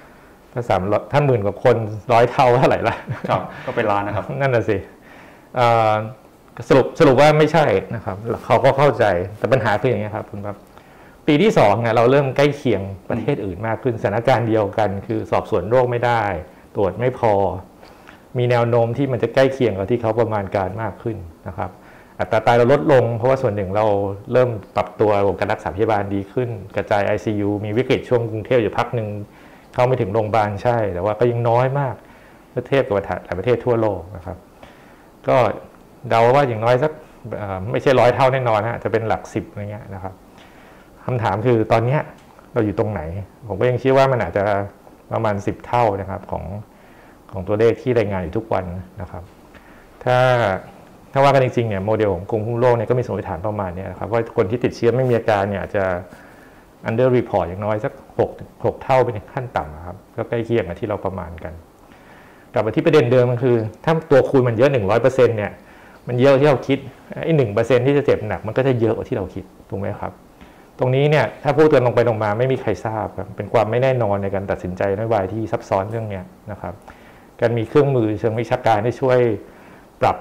ถ้าสามถ้าหมื่นกว่าคนร้อยเท่าเท่าไหร่ละครับก็เป็นล้านนะครับนั่นน่ะสิสรุปสรุปว่าไม่ใช่นะครับเขาก็เข้าใจแต่ปัญหาคืออย่างนี้ครับคุณครับปีที่สองเนี่ยเราเริ่มใกล้เคียงประเทศอื่นมากขึ้นสถานการณ์เดียวกันคือสอบสวนโรคไม่ได้ตรวจไม่พอมีแนวโน้มที่มันจะใกล้เคียงกับที่เขาประมาณการมากขึ้นนะครับอัตราตายเราลดลงเพราะว่าส่วนหนึ่งเราเริ่มปรับตัวระบบการรักษาพยาบาลดีขึ้นกระจาย ไอ ซี ยู มีวิกฤตช่วงกรุงเทพอยู่พักหนึ่งเข้าไม่ถึงโรงพยาบาลใช่แต่ว่าก็ยังน้อยมากเมื่อเทียบกับหลายประเทศทั่วโลกนะครับก็เดาว่าอย่างน้อยสักไม่ใช่ร้อยเท่าแน่นอนฮะจะเป็นหลักสิบอะไรเงี้ยนะครับคำถามคือตอนนี้เราอยู่ตรงไหนผมก็ยังเชื่อว่ามันอาจจะประมาณสิบเท่านะครับของของตัวเลขที่รายงานอยู่ทุกวันนะครับถ้าถ้าว่ากันจริงๆเนี่ยโมเดลของกรมควบคุมโรคเนี่ยก็มีสมมติฐานประมาณนี้นะครับว่าคนที่ติดเชื้อไม่มีอาการเนี่ยจะ under report อย่างน้อยสักหก หกเท่าเป็นขั้นต่ำครับก็ใกล้เคียงกับที่เราประมาณกันกลับมาที่ประเด็นเดิมมันคือถ้าตัวคูณมันเยอะ หนึ่งร้อยเปอร์เซ็นต์ เนี่ยมันเยอะที่เราคิดไอ้ หนึ่งเปอร์เซ็นต์ ที่จะเจ็บหนักมันก็จะเยอะกว่าที่เราคิดถูกไหมครับตรงนี้เนี่ยถ้าพูดกันลงไปลงมาไม่มีใครทราบครับเป็นความไม่แน่นอนในการตัดสินใจนโยบายที่ซับซ้อนเรื่องนี้นะครับการมีเครื่องมือเชิงวิชาการที่ช่วยปรับ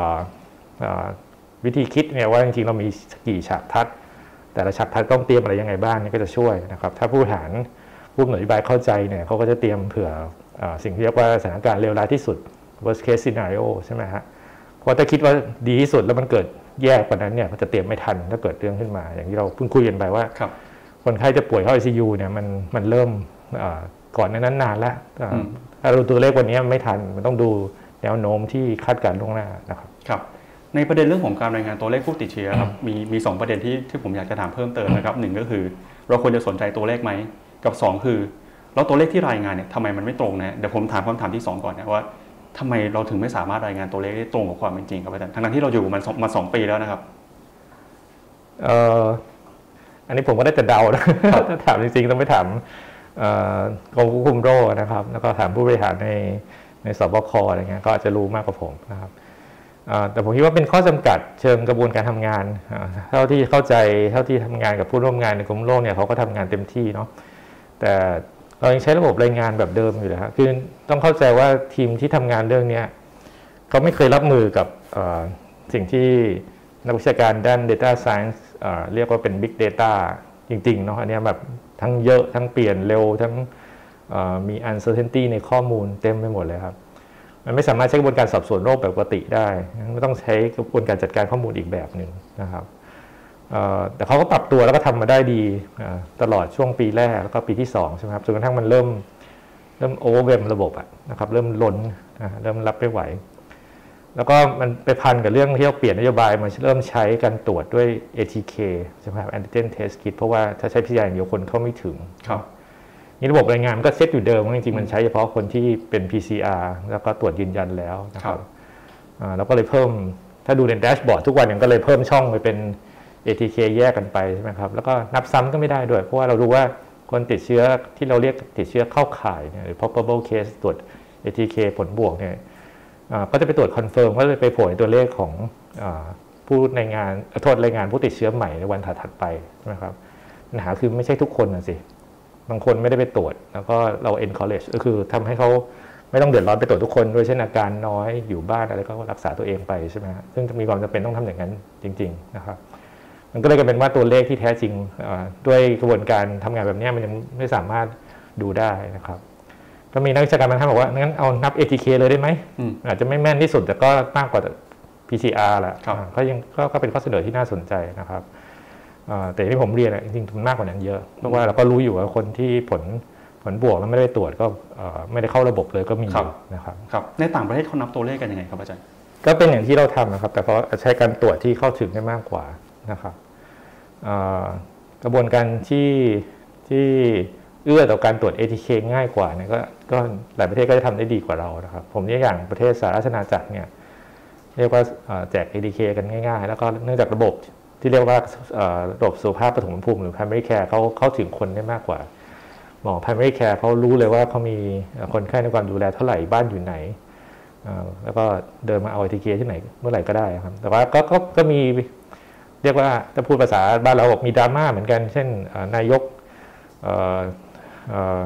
วิธีคิดเนี่ยว่าจริงๆเรามีกี่ฉากทัศน์แต่ละฉากทัศน์ต้องเตรียมอะไรยังไงบ้างนี่ก็จะช่วยนะครับถ้าผู้บริหารผู้หน่วยนโยบายเข้าใจเนี่ยเขาก็จะเตรียมเผื่อสิ่งที่เรียกว่าสถานการณ์เลวร้ายที่สุด worst case scenario ใช่ไหมฮะเพราะถ้าคิดว่าดีที่สุดแล้วมันเกิดแย่กว่านั้นเนี่ยมันจะเตรียมไม่ทันถ้าเกิดเรื่องขึ้นมาอย่างที่เราเพิ่งคุยกันไปว่าคนไข้จะป่วยเข้า ไอ ซี ยู เนี่ยมันมันเริ่มก่อนนั้นนานแล้วถ้าเราตัวเลขวันนี้ไม่ทันมันต้องดูแนวโน้มที่คาดการณ์ล่วงหน้านะครับครับในประเด็นเรื่องของการรายงานตัวเลขผู้ติดเชื้อครับมีมีสองประเด็นที่ที่ผมอยากจะถามเพิ่มเติมนะครับหนึ่งก็คือเราควรจะสนใจตัวเลขไหมกับสองคือแล้วตัวเลขที่รายงานเนี่ยทำไมมันไม่ตรงนะเดี๋ยวผมถามคำถามที่สองก่อนนะว่าทำไมเราถึงไม่สามารถรายงานตัวเลขได้ตรงกับความเป็นจริงครับอาจารย์ทั้งที่เราอยู่มันมาสองปีแล้วนะครับเอ่ออันนี้ผมก็ได้แต่เดานะถ้าถามจริงๆต้องไปถามกรมควบคุมโรคนะครับแล้วก็ถามผู้บริหารในในสบคอะไรเงี้ยก็อาจจะรู้มากกว่าผมนะครับแต่ผมคิดว่าเป็นข้อจำกัดเชิงกระบวนการทำงานเท่าที่เข้าใจเท่าที่ทำงานกับผู้ร่วมงานในกรมโรคเนี่ยเขาก็ทำงานเต็มที่เนาะแต่เรายังใช้ระบบรายงานแบบเดิมอยู่เลยครับคือต้องเข้าใจว่าทีมที่ทำงานเรื่องนี้เขาไม่เคยรับมือกับสิ่งที่นักวิชาการด้าน Data Science เรียกว่าเป็น Big Data จริงๆเนาะอันนี้แบบทั้งเยอะทั้งเปลี่ยนเร็วทั้งมี uncertainty ในข้อมูลเต็มไปหมดเลยครับมันไม่สามารถใช้กระบวนการสอบสวนโรคแบบปกติได้ไม่ต้องใช้กระบวนการจัดการข้อมูลอีกแบบหนึ่งนะครับแต่เขาก็ปรับตัวแล้วก็ทำมาได้ดีตลอดช่วงปีแรกแล้วก็ปีที่สองใช่ไหมครับจนกระทั่งมันเริ่มเริ่มโอเวอร์เวมระบบนะครับเริ่มล้นเริ่มรับไม่ไหวแล้วก็มันไปพันกับเรื่องที่เราเปลี่ยนนโยบายมาเริ่มใช้การตรวจด้วย เอ ที เค ใช่ไหมครับ Antigen Test Kit เพราะว่าถ้าใช้ พี ซี อาร์ อย่างเดียวคนเข้าไม่ถึงครับนี่ระบบรายงานมันก็เซตอยู่เดิมจริงๆมันใช้เฉพาะคนที่เป็น พี ซี อาร์ แล้วก็ตรวจยืนยันแล้วนะครับแล้วก็เลยเพิ่มถ้าดูในแดชบอร์ดทุกวันยังก็เลยเพิ่มช่องไปเป็น เอ ที เค แยกกันไปใช่ไหมครับแล้วก็นับซ้ำก็ไม่ได้ด้วยเพราะว่าเรารู้ว่าคนติดเชื้อที่เราเรียกติดเชื้อเข้าข่ายเนี่ยหรือ probable case ตรวจ เอ ที เค ผลบวกเนี่ยก็จะไปตรวจคอนเฟิร์มก็จะไปโผล่ตัวเลขของผู้ในงานโทษรายงานผู้ติดเชื้อใหม่ในวันถัดไปใช่ไหมครับปัญหาคือไม่ใช่ทุกคนนะสิบางคนไม่ได้ไปตรวจแล้วก็เรา encourage ก็คือทำให้เขาไม่ต้องเดือดร้อนไปตรวจทุกคนด้วยเช่นอาการน้อยอยู่บ้านอะไรก็รักษาตัวเองไปใช่ไหมครับซึ่งมีความจำเป็นต้องทำอย่างนั้นจริงๆนะครับมันก็เลยกลายเป็นว่าตัวเลขที่แท้จริงด้วยกระบวนการทำงานแบบนี้มันยังไม่สามารถดูได้นะครับก็มีนักวิชาการบางท่านบอกว่างั้นเอานับ เอ ที เค เลยได้ไหมอาจจะไม่แม่นที่สุดแต่ก็มากกว่า พี ซี อาร์ แหละก็ยังก็เป็นข้อเสนอที่น่าสนใจนะครับแต่ที่ผมเรียนจริงๆมันมากกว่านั้นเยอะเพราะว่าเราก็รู้อยู่ว่าคนที่ผลผลบวกแล้วไม่ได้ตรวจก็ไม่ได้เข้าระบบเลยก็มีนะครับครับในต่างประเทศเขานับตัวเลขกันยังไงครับอาจารย์ก็เป็นอย่างที่เราทำนะครับแต่เพราะใช้การตรวจที่เข้าถึงได้มากกว่านะครับกระบวนการที่ที่เอื้อต่อการตรวจ เอ ที เค ง่ายกว่าเนี่ยก็ก็หลายประเทศก็จะทำได้ดีกว่าเรานะครับผมยกอย่างประเทศสหราชอาณาจักรเนี่ยเรียกว่าแจก เอ ที เค กันง่ายๆแล้วก็เนื่องจากระบบที่เรียกว่าระบบสุขภาพปฐมภูมิหรือ primary care เขาเข้าถึงคนได้มากกว่าหมอ primary care เขารู้เลยว่าเขามีคนไข้ในความดูแลเท่าไหร่บ้านอยู่ไหนแล้วก็เดินมาเอา เอ ที เค ที่ไหนเมื่อไหร่ก็ได้ครับแต่ว่าก็ก็ก็มีเรียกว่าถ้าพูดภาษาบ้านเราบอกมีดราม่าเหมือนกันเช่นนายก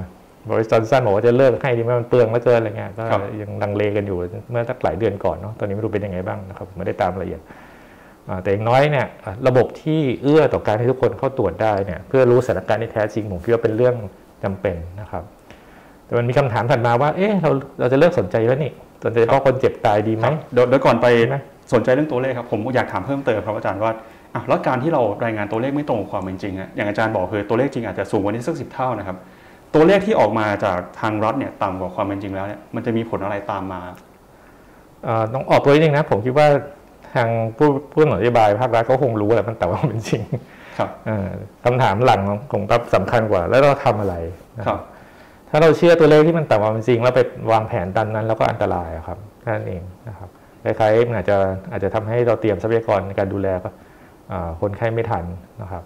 บริษัทจอนสันบอกว่าจะเลิกให้ดีไหมมันเปลืองแล้วเกินอะไรเงี้ยก็ยังลังเลกันอยู่เมื่อสักหลายเดือนก่อนเนาะตอนนี้ไม่รู้เป็นยังไงบ้างนะครับไม่ได้ตามละเอียดแต่อย่างน้อยเนี่ยระบบที่เอื้อต่อการให้ทุกคนเข้าตรวจได้เนี่ยเพื่อรู้สถานการณ์ที่แท้จริงผมคิดว่าเป็นเรื่องจำเป็นนะครับแต่มันมีคำถามถัดมาว่าเอ๊ะเราเราจะเลิกสนใจแล้วนี่สนใจเฉพาะคนเจ็บตายดีไหมโดยก่อนไปสนใจเรื่องตัวเลขครับผมอยากถามเพิ่มเติมครับอาจารย์ว่าแล้วการที่เรารายงานตัวเลขไม่ตรงกับความเป็นจริงอะอย่างอาจารย์บอกคือตัวเลขจริงอาจจะสูงกว่านี้สักสิบเท่านะครับตัวเลขที่ออกมาจากทางรัฐเนี่ยต่ำกว่าความเป็นจริงแล้วเนี่ยมันจะมีผลอะไรตามมาต้องออกตัวนิดนึงนะผมคิดว่าทางผู้ผู้กำหนดนโยบายภาครัฐเขาคงรู้แหละมันแต่ว่าเป็นจริงครับคำถามหลังของปั๊บสำคัญกว่าแล้วเราทำอะไรครับถ้าเราเชื่อตัวเลขที่มันต่ำกว่าเป็นจริงแล้วไปวางแผนตามนั้นแล้วก็อันตรายครับนั่นเองนะครับคล้ายๆมันอาจจะอาจจะทำให้เราเตรียมทรัพยากรในการดูแลคนไข้ไม่ทันนะครับ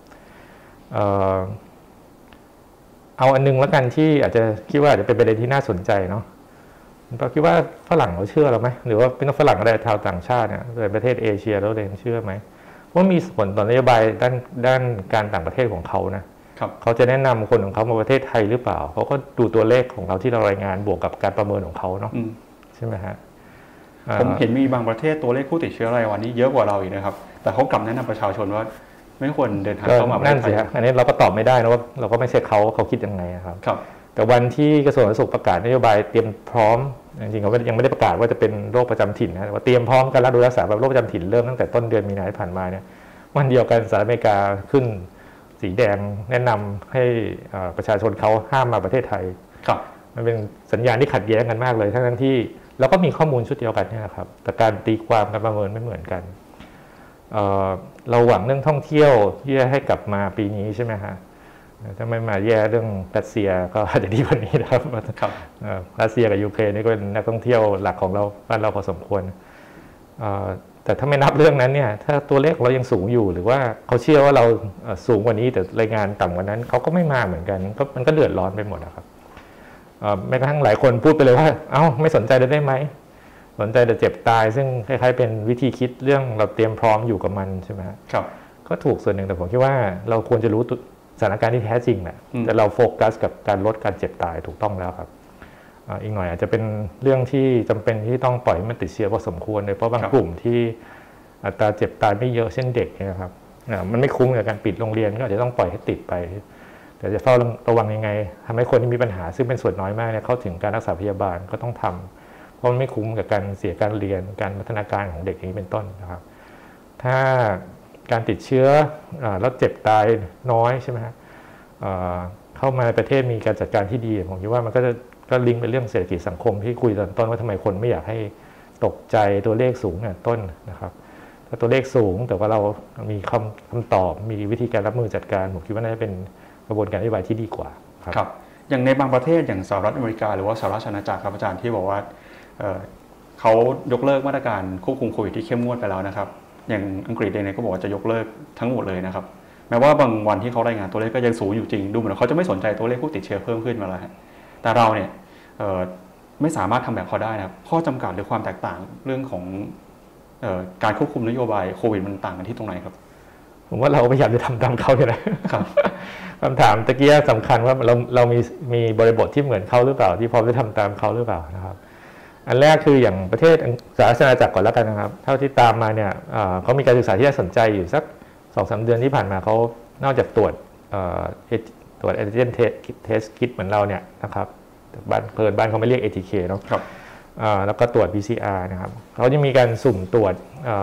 เอาอันนึงแล้วกันที่อาจจะคิดว่าอาจจะเป็นประเด็นที่น่าสนใจเนาะเราคิดว่าฝรั่งเขาเชื่อเราไหมหรือว่าเป็นฝรั่งอะไรชาวต่างชาติเนี่ยในประเทศเอเชียเราเองเชื่อไหมว่ามีผลต่อนโยบายด้านด้านการต่างประเทศของเขานะเขาจะแนะนำคนของเขามาประเทศไทยหรือเปล่าเขาก็ดูตัวเลขของเราที่เรารายงานบวกกับการประเมินของเขาเนาะใช่ไหมฮะผมเห็นมีบางประเทศตัวเลขผู้ติดเชื้อรายวันนี้เยอะกว่าเราอีกนะครับแต่เขากลับแนะนำประชาชนว่าไม่ควรเดินทางเข้ามาประเทศไทยอันนี้เราก็ตอบไม่ได้นะว่าเราก็ไม่ใช่เขาเขาคิดยังไงครับแต่วันที่กระทรวงสาธารณสุขประกาศนโยบายเตรียมพร้อมจริงๆเขายังไม่ได้ประกาศว่าจะเป็นโรคประจำถิ่นนะแต่ว่าเตรียมพร้อมการรับดูรักษาแบบโรคประจำถิ่นเริ่มตั้งแต่ต้นเดือนมีนาที่ผ่านมาเนี่ยวันเดียวกันสหรัฐอเมริกาขึ้นสีแดงแนะนำให้ประชาชนเขาห้ามมาประเทศไทยมันเป็นสัญญาณที่ขัดแย้งกันมากเลยทั้งที่เราก็มีข้อมูลชุดเดียวกันนี่แหละครับแต่การตีความการประเมินไม่เหมือนกันเราหวังเรื่องท่องเที่ยวที่จะให้กลับมาปีนี้ใช่ไหมฮะถ้าไม่มาแย่เรื่องรัสเซียก็อาจจะดีกว่านี้นะครับรัสเซียกับยูเครนนี่ก็เป็นนักท่องเที่ยวหลักของเราบ้านเราพอสมควรแต่ถ้าไม่นับเรื่องนั้นเนี่ยถ้าตัวเลขเรายังสูงอยู่หรือว่าเขาเชื่อว่าเราสูงกว่านี้แต่รายงานต่ำกว่านั้นเขาก็ไม่มาเหมือนกันก็มันก็เดือดร้อนไปหมดนะครับแม้กระทั่งหลายคนพูดไปเลยว่าเอ้าไม่สนใจได้ไหมสนใจแต่เจ็บตายซึ่งคล้ายๆเป็นวิธีคิดเรื่องเราเตรียมพร้อมอยู่กับมันใช่ไหมครับก็ถูกส่วนหนึ่งแต่ผมคิดว่าเราควรจะรู้สถานการณ์ที่แท้จริงแหละแต่เราโฟกัสกับการลดการเจ็บตายถูกต้องแล้วครับอีกหน่อยอาจจะเป็นเรื่องที่จำเป็นที่ต้องปล่อยให้มันติดเชื้อพอสมควรเลยเพราะบางกลุ่มที่อัตราเจ็บตายไม่เยอะเช่นเด็กนะครับมันไม่คุ้มกับการปิดโรงเรียนก็อาจจะต้องปล่อยให้ติดไปแต่จะเฝ้าระวังยังไงทำให้คนที่มีปัญหาซึ่งเป็นส่วนน้อยมากเนี่ยเข้าถึงการรักษาพยาบาลก็ต้องทำเพราะมันไม่คุ้มกับการเสียการเรียนการพัฒนาการของเด็กอย่างนี้เป็นต้นนะครับถ้าการติดเชื้อแล้วเจ็บตายน้อยใช่ไหมครับเข้ามาในประเทศมีการจัดการที่ดีผมคิดว่ามันก็จะก็ลิงก์ไปเรื่องเศรษฐกิจสังคมที่คุยตอนต้นว่าทำไมคนไม่อยากให้ตกใจตัวเลขสูงเนี่ยต้นนะครับถ้าตัวเลขสูงแต่ว่าเรามีคำคำตอบมีวิธีการรับมือจัดการผมคิดว่าน่าจะเป็นกระบวนการนโยบายที่ดีกว่าครับอย่างในบางประเทศอย่างสหรัฐอเมริกาหรือว่าสหราชอาณาจักรครับอาจารย์ที่บอกว่าเขายกเลิกมาตรการควบคุมโควิดที่เข้มงวดไปแล้วนะครับอย่างอังกฤษเองก็บอกว่าจะยกเลิกทั้งหมดเลยนะครับแม้ว่าบางวันที่เขารายงานตัวเลขก็ยังสูงอยู่จริงดูเหมือนเขาจะไม่สนใจตัวเลขผู้ติดเชื้อเพิ่มขึ้นมาแล้วแต่เราเนี่ยไม่สามารถทำแบบเขาได้นะครับข้อจำกัดหรือความแตกต่างเรื่องของการควบคุมนโยบายโควิดมันต่างกันที่ตรงไหนครับผมว่าเราพยายามจะทำตามเขาอยู่นะครับคำถามตะกี้สำคัญว่าเราเรามีมีบริบทที่เหมือนเขาหรือเปล่าที่พร้อมจะทำตามเขาหรือเปล่านะครับอันแรกคืออย่างประเทศสหราชอาณาจักรก่อนแล้วกันนะครับเท่าที่ตามมาเนี่ยเขามีการศึกษาที่น่าสนใจอยู่สักสองสามเดือนที่ผ่านมาเขานอกจากตรวจตรวจแอนติเจนเทสคิดเหมือนเราเนี่ยนะครับบ้านเพิ่นบ้านเขาไม่เรียก เอ ที เค เนาะแล้วก็ตรวจ พี ซี อาร์ นะครับเขาจะมีการสุ่มตรวจ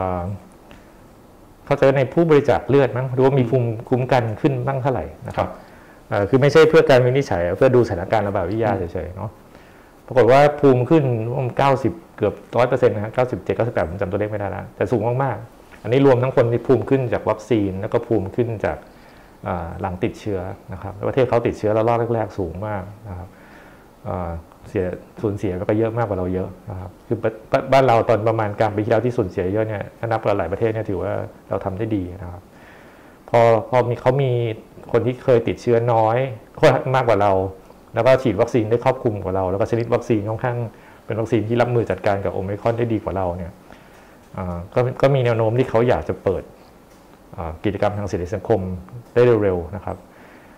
เขาจะในผู้บริจาคเลือดมั้งดูว่ามีภูมิคุ้มกันขึ้นบ้างเท่าไหร่นะครับคือไม่ใช่เพื่อการวินิจฉัยเพื่อดูสถานการณ์ระบาดวิทยาเฉยๆเนาะปรากฏว่าภูมิขึ้นเก้าสิบเกือบร้อยเปอร์เซ็นต์นะครับเก้าสิบเจ็ด เก้าสิบแปดผมจำตัวเลขไม่ได้แล้วแต่สูงมากๆอันนี้รวมทั้งคนที่ภูมิขึ้นจากวัคซีนแล้วก็ภูมิขึ้นจากหลังติดเชื้อนะครับประเทศเขาติดเชื้อแล้วรอบแรกๆสูงมากนะครับเสียสูญเสียก็ไปเยอะมากกว่าเราเยอะนะครับคือบ้านเราตอนประมาณกลางปีที่แล้วที่สูญเสียเยอะเนี่ยถ้านับกับหลายประเทศเนี่ยถือว่าเราทำได้ดีนะครับพอพอมีเขามีคนที่เคยติดเชื้อน้อยมากกว่าเราแล้วก็ฉีดวัคซีนได้ครอบคลุมกว่าเราแล้วก็ชนิดวัคซีนค่อนข้างเป็นวัคซีนที่รับมือจัดการกับโอไมครอนได้ดีกว่าเราเนี่ยก็ก็มีแนวโน้มที่เขาอยากจะเปิดกิจกรรมทางเศรษฐกิจสังคมได้เร็วๆนะครับ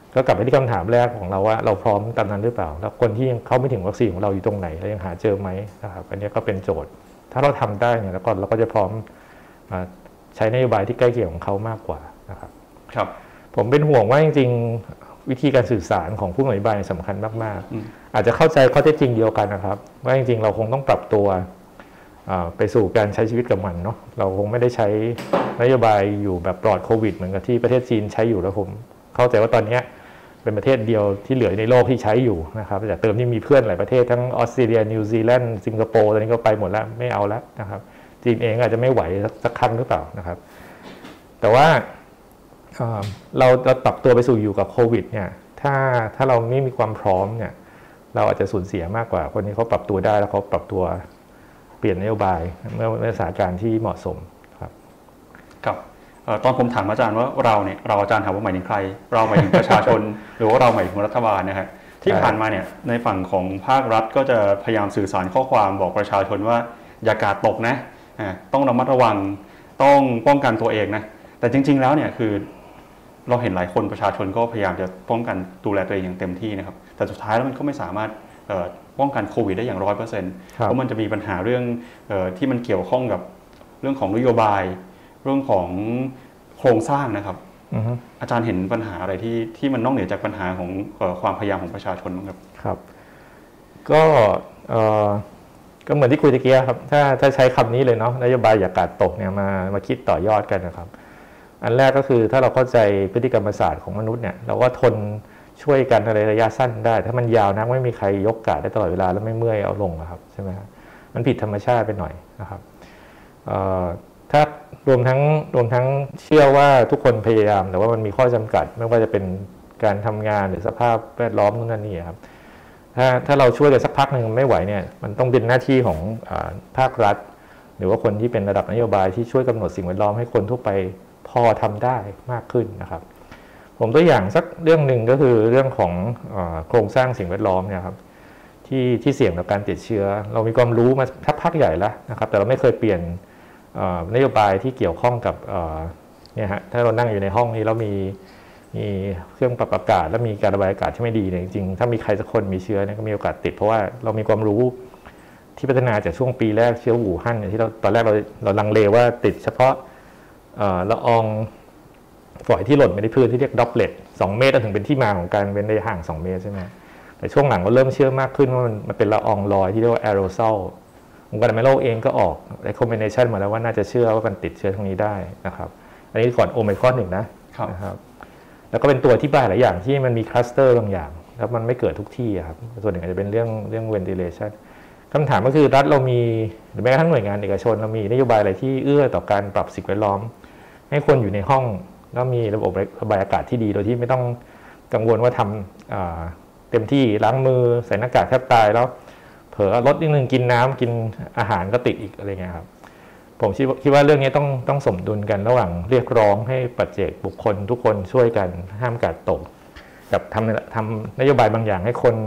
ก็กลับไปที่คำถามแรกของเราว่าเราพร้อมตามนั้นหรือเปล่าแล้วคนที่ยังเข้าไม่ถึงวัคซีนของเราอยู่ตรงไหนแล้วยังหาเจอไหมนะครับอันนี้ก็เป็นโจทย์ถ้าเราทำได้เนี่ยแล้วก็เราก็จะพร้อมใช้นโยบายที่ใกล้เคียงของเขามากกว่านะครับครับผมเป็นห่วงว่าจริงๆวิธีการสื่อสารของผู้อธิบายสำคัญมากๆอาจจะเข้าใจข้อเท็จจริงเดียวกันนะครับว่าจริงๆเราคงต้องปรับตัวไปสู่การใช้ชีวิตกับมันเนาะเราคงไม่ได้ใช้นโยบายอยู่แบบปลอดโควิดเหมือนกับที่ประเทศจีนใช้อยู่แล้วผมเข้าใจว่าตอนนี้เป็นประเทศเดียวที่เหลือในโลกที่ใช้อยู่นะครับแต่เติมที่มีเพื่อนหลายประเทศทั้งออสเตรเลียนิวซีแลนด์สิงคโปร์ตอนนี้ก็ไปหมดแล้วไม่เอาแล้วนะครับจีนเองอาจจะไม่ไหวสักครั้งหรือเปล่านะครับแต่ว่าเราเราปรับตัวไปสู่อยู่กับโควิดเนี่ยถ้าถ้าเราไม่มีความพร้อมเนี่ยเราอาจจะสูญเสียมากกว่าคนที่เขาปรับตัวได้แล้วเขาปรับตัวเปลี่ยนนโยบายเมื่อสถานการณ์ที่เหมาะสมครับครับตอนผมถามอาจารย์ว่าเราเนี่ยเราอาจารย์ถามว่าหมายถึงใครเราหมายถึงประชาชน หรือว่าเราหมายถึงรัฐบาลนะฮะที่ผ่านมาเนี่ยในฝั่งของภาครัฐก็จะพยายามสื่อสารข้อความบอกประชาชนว่าอย่ากาดตกนะต้องระมัดระวังต้องป้องกันตัวเองนะแต่จริงๆแล้วเนี่ยคือเราเห็นหลายคนประชาชนก็พยายามจะป้องกันดูแลตัวเองอย่างเต็มที่นะครับแต่สุดท้ายแล้วมันก็ไม่สามารถป้องกันโควิดได้อย่างร้อยเปอร์เซ็นต์เพราะมันจะมีปัญหาเรื่องที่มันเกี่ยวข้องกับเรื่องของนโยบายเรื่องของโครงสร้างนะครับ uh-huh. อาจารย์เห็นปัญหาอะไรที่ที่มันนอกเหนือจากปัญหาของความพยายามของประชาชนบ้างครับครับก็ก็เหมือนที่คุยตะเกียครับถ้าถ้าใช้คำนี้เลยเนาะนโยบายอย่ากาดตกเนี่ยมามาคิดต่อยอดกันนะครับอันแรกก็คือถ้าเราเข้าใจพฤติกรรมศาสตร์ของมนุษย์เนี่ยเราก็ทนช่วยกันในระยะสั้นได้ถ้ามันยาวนักไม่มีใครยกกาดได้ตลอดเวลาแล้วไม่เมื่อยเอาลงนะครับใช่ไหมครับมันผิดธรรมชาติไปหน่อยนะครับถ้ารวมทั้งรวมทั้งเชื่อว่าทุกคนพยายามแต่ว่ามันมีข้อจำกัดไม่ว่าจะเป็นการทำงานหรือสภาพแวดล้อมนู่นนั่นนี่ครับถ้าถ้าเราช่วยกันสักพักหนึ่งไม่ไหวเนี่ยมันต้องเป็นหน้าที่ของภาครัฐหรือว่าคนที่เป็นระดับนโยบายที่ช่วยกำหนดสิ่งแวดล้อมให้คนทั่วไปพอทำได้มากขึ้นนะครับผมตัวอย่างสักเรื่องหนึ่งก็คือเรื่องของโครงสร้างสิ่งแวดล้อมเนี่ยครับที่ที่เสี่ยงต่อการติดเชื้อเรามีความรู้มาทักพักใหญ่แล้วนะครับแต่เราไม่เคยเปลี่ยนนโยบายที่เกี่ยวข้องกับเนี่ยฮะถ้าเรานั่งอยู่ในห้องนี้แล้วมีมีเครื่องปรับอากาศและมีการระบายอากาศที่ไม่ดีเนี่ยจริงๆถ้ามีใครสักคนมีเชื้อเนี่ยก็มีโอกาสติดเพราะว่าเรามีความรู้ที่พัฒนาจากช่วงปีแรกเชื้ออู่ฮั่นเนี่ยที่เราตอนแรกเราเราลังเลว่าติดเฉพาะละอองฝอยที่หล่นไปในพื้นที่เรียกดรอปเลตสองเมตรถึงเป็นที่มาของการเว้นระยะห่างสองเมตรใช่ไหมแต่ช่วงหลังก็เริ่มเชื่อมากขึ้นว่ามันมันเป็นละอองลอยที่เรียกว่าแอโรโซลองค์การอนามัยโลกเองก็ออก recommendation มาแล้วว่าน่าจะเชื่อว่ามันติดเชื้อทั้งนี้ได้นะครับอันนี้ก่อนโอไมครอนหนึ่งนะนะครับแล้วก็เป็นตัวที่บายหลายอย่างที่มันมีคลัสเตอร์บางอย่างแล้วมันไม่เกิดทุกที่ครับส่วนหนึ่งอาจจะเป็นเรื่องเรื่อง ventilation คำถามก็คือรัฐเรามีหรือแม้กระทั่งหน่วยงานเอกชนเรามีนโยบายอะไรที่เอื้อต่อการปรับสิ่งแวดล้อมให้คนอยู่ในห้องแล้วมีระบบระบายอากาศที่ดีโดยที่ไม่ต้องกังวลว่าทำเต็มที่ล้างมือใส่หน้ากากแทบตายแล้วเผลอลดนิดนึงกินน้ำกินอาหารก็ติดอีกอะไรเงี้ยครับผมคิดว่าเรื่องนี้ต้องต้องสมดุลกันระหว่างเรียกร้องให้ปัจเจกบุคคลทุกคนช่วยกันห้ามกาดตกกับทำทำนโยบายบางอย่างให้คน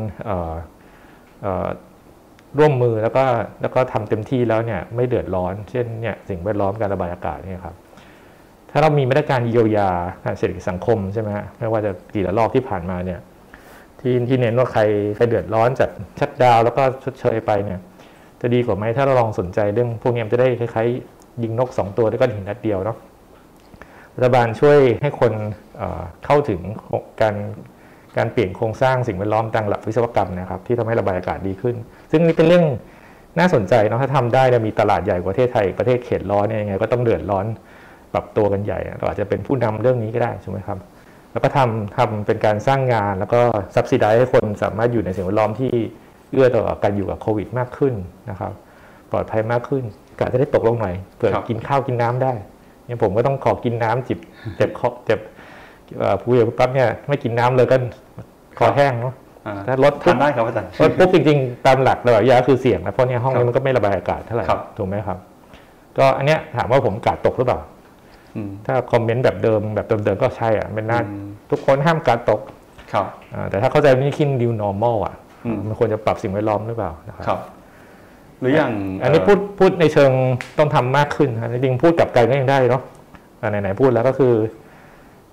ร่วมมือแล้วก็แล้วก็ทำเต็มที่แล้วเนี่ยไม่เดือดร้อนเช่นเนี่ยสิ่งแวดล้อมการระบายอากาศเนี่ยครับถ้าเรามีมาตรการเยียวยาทางเศรษฐกิจสังคมใช่ไหมฮะไม่ว่าจะกี่ระลอกที่ผ่านมาเนี่ยที่ที่เน้นว่าใครใครเดือดร้อนจากชัตดาวน์แล้วก็ชดเชยไปเนี่ยจะดีกว่าไหมถ้าเราลองสนใจเรื่องพวกนี้จะได้คล้ายๆยิงนกสองตัวด้วยก้อนหินนัดเดียวเนาะรัฐบาลช่วยให้คนเข้าถึงการการเปลี่ยนโครงสร้างสิ่งแวดล้อมตามหลักวิศวกรรมนะครับที่ทำให้ระบายอากาศดีขึ้นซึ่งนี่เป็นเรื่องน่าสนใจเนาะถ้าทำได้เนี่ยมีตลาดใหญ่กว่าประเทศไทยประเทศเขตร้อนเนี่ยยังไงก็ต้องเดือดร้อนปรับตัวกันใหญ่เราอาจจะเป็นผู้นำเรื่องนี้ก็ได้ใช่ไหมครับแล้วก็ทำทำเป็นการสร้างงานแล้วก็ซับซิไดซ์ให้คนสามารถอยู่ในสิ่งแวดล้อมที่เอื้อต่อการอยู่กับโควิดมากขึ้นนะครับปลอดภัยมากขึ้นกาจะได้ตกลงหน่อยเผื่อกินข้าวกินน้ำได้เนี่ยผมก็ต้องขอกินน้ำจิบเจ็บคอเจ็บผู้ใหญ่ปั๊บเนี่ยไม่กินน้ำเลยก็คอแห้งเนาะถ้าลดทานได้ครับอาจารย์ลดปุ๊บจริงๆตามหลักระบายยาคือเสี่ยงนะเพราะเนี่ยห้องนี้มันก็ไม่ระบายอากาศเท่าไหร่ถูกไหมครับก็อันเนี้ยถามว่าผมกาดตกหรือเปล่าถ้าคอมเมนต์แบบเดิมแบบเดิมๆก็ใช่อ่ะเป็นน่าทุกคนห้ามกาดตกแต่ถ้าเข้าใจนี่คิด new normal อ่ะมันควรจะปรับสิ่งแวดล้อมหรือเปล่านะครับหรืออย่างอันนี้พูดพูดในเชิงต้องทำมากขึ้นจริงๆพูดกับไกลก็ยังได้เนาะไหนๆพูดแล้วก็คือถ้า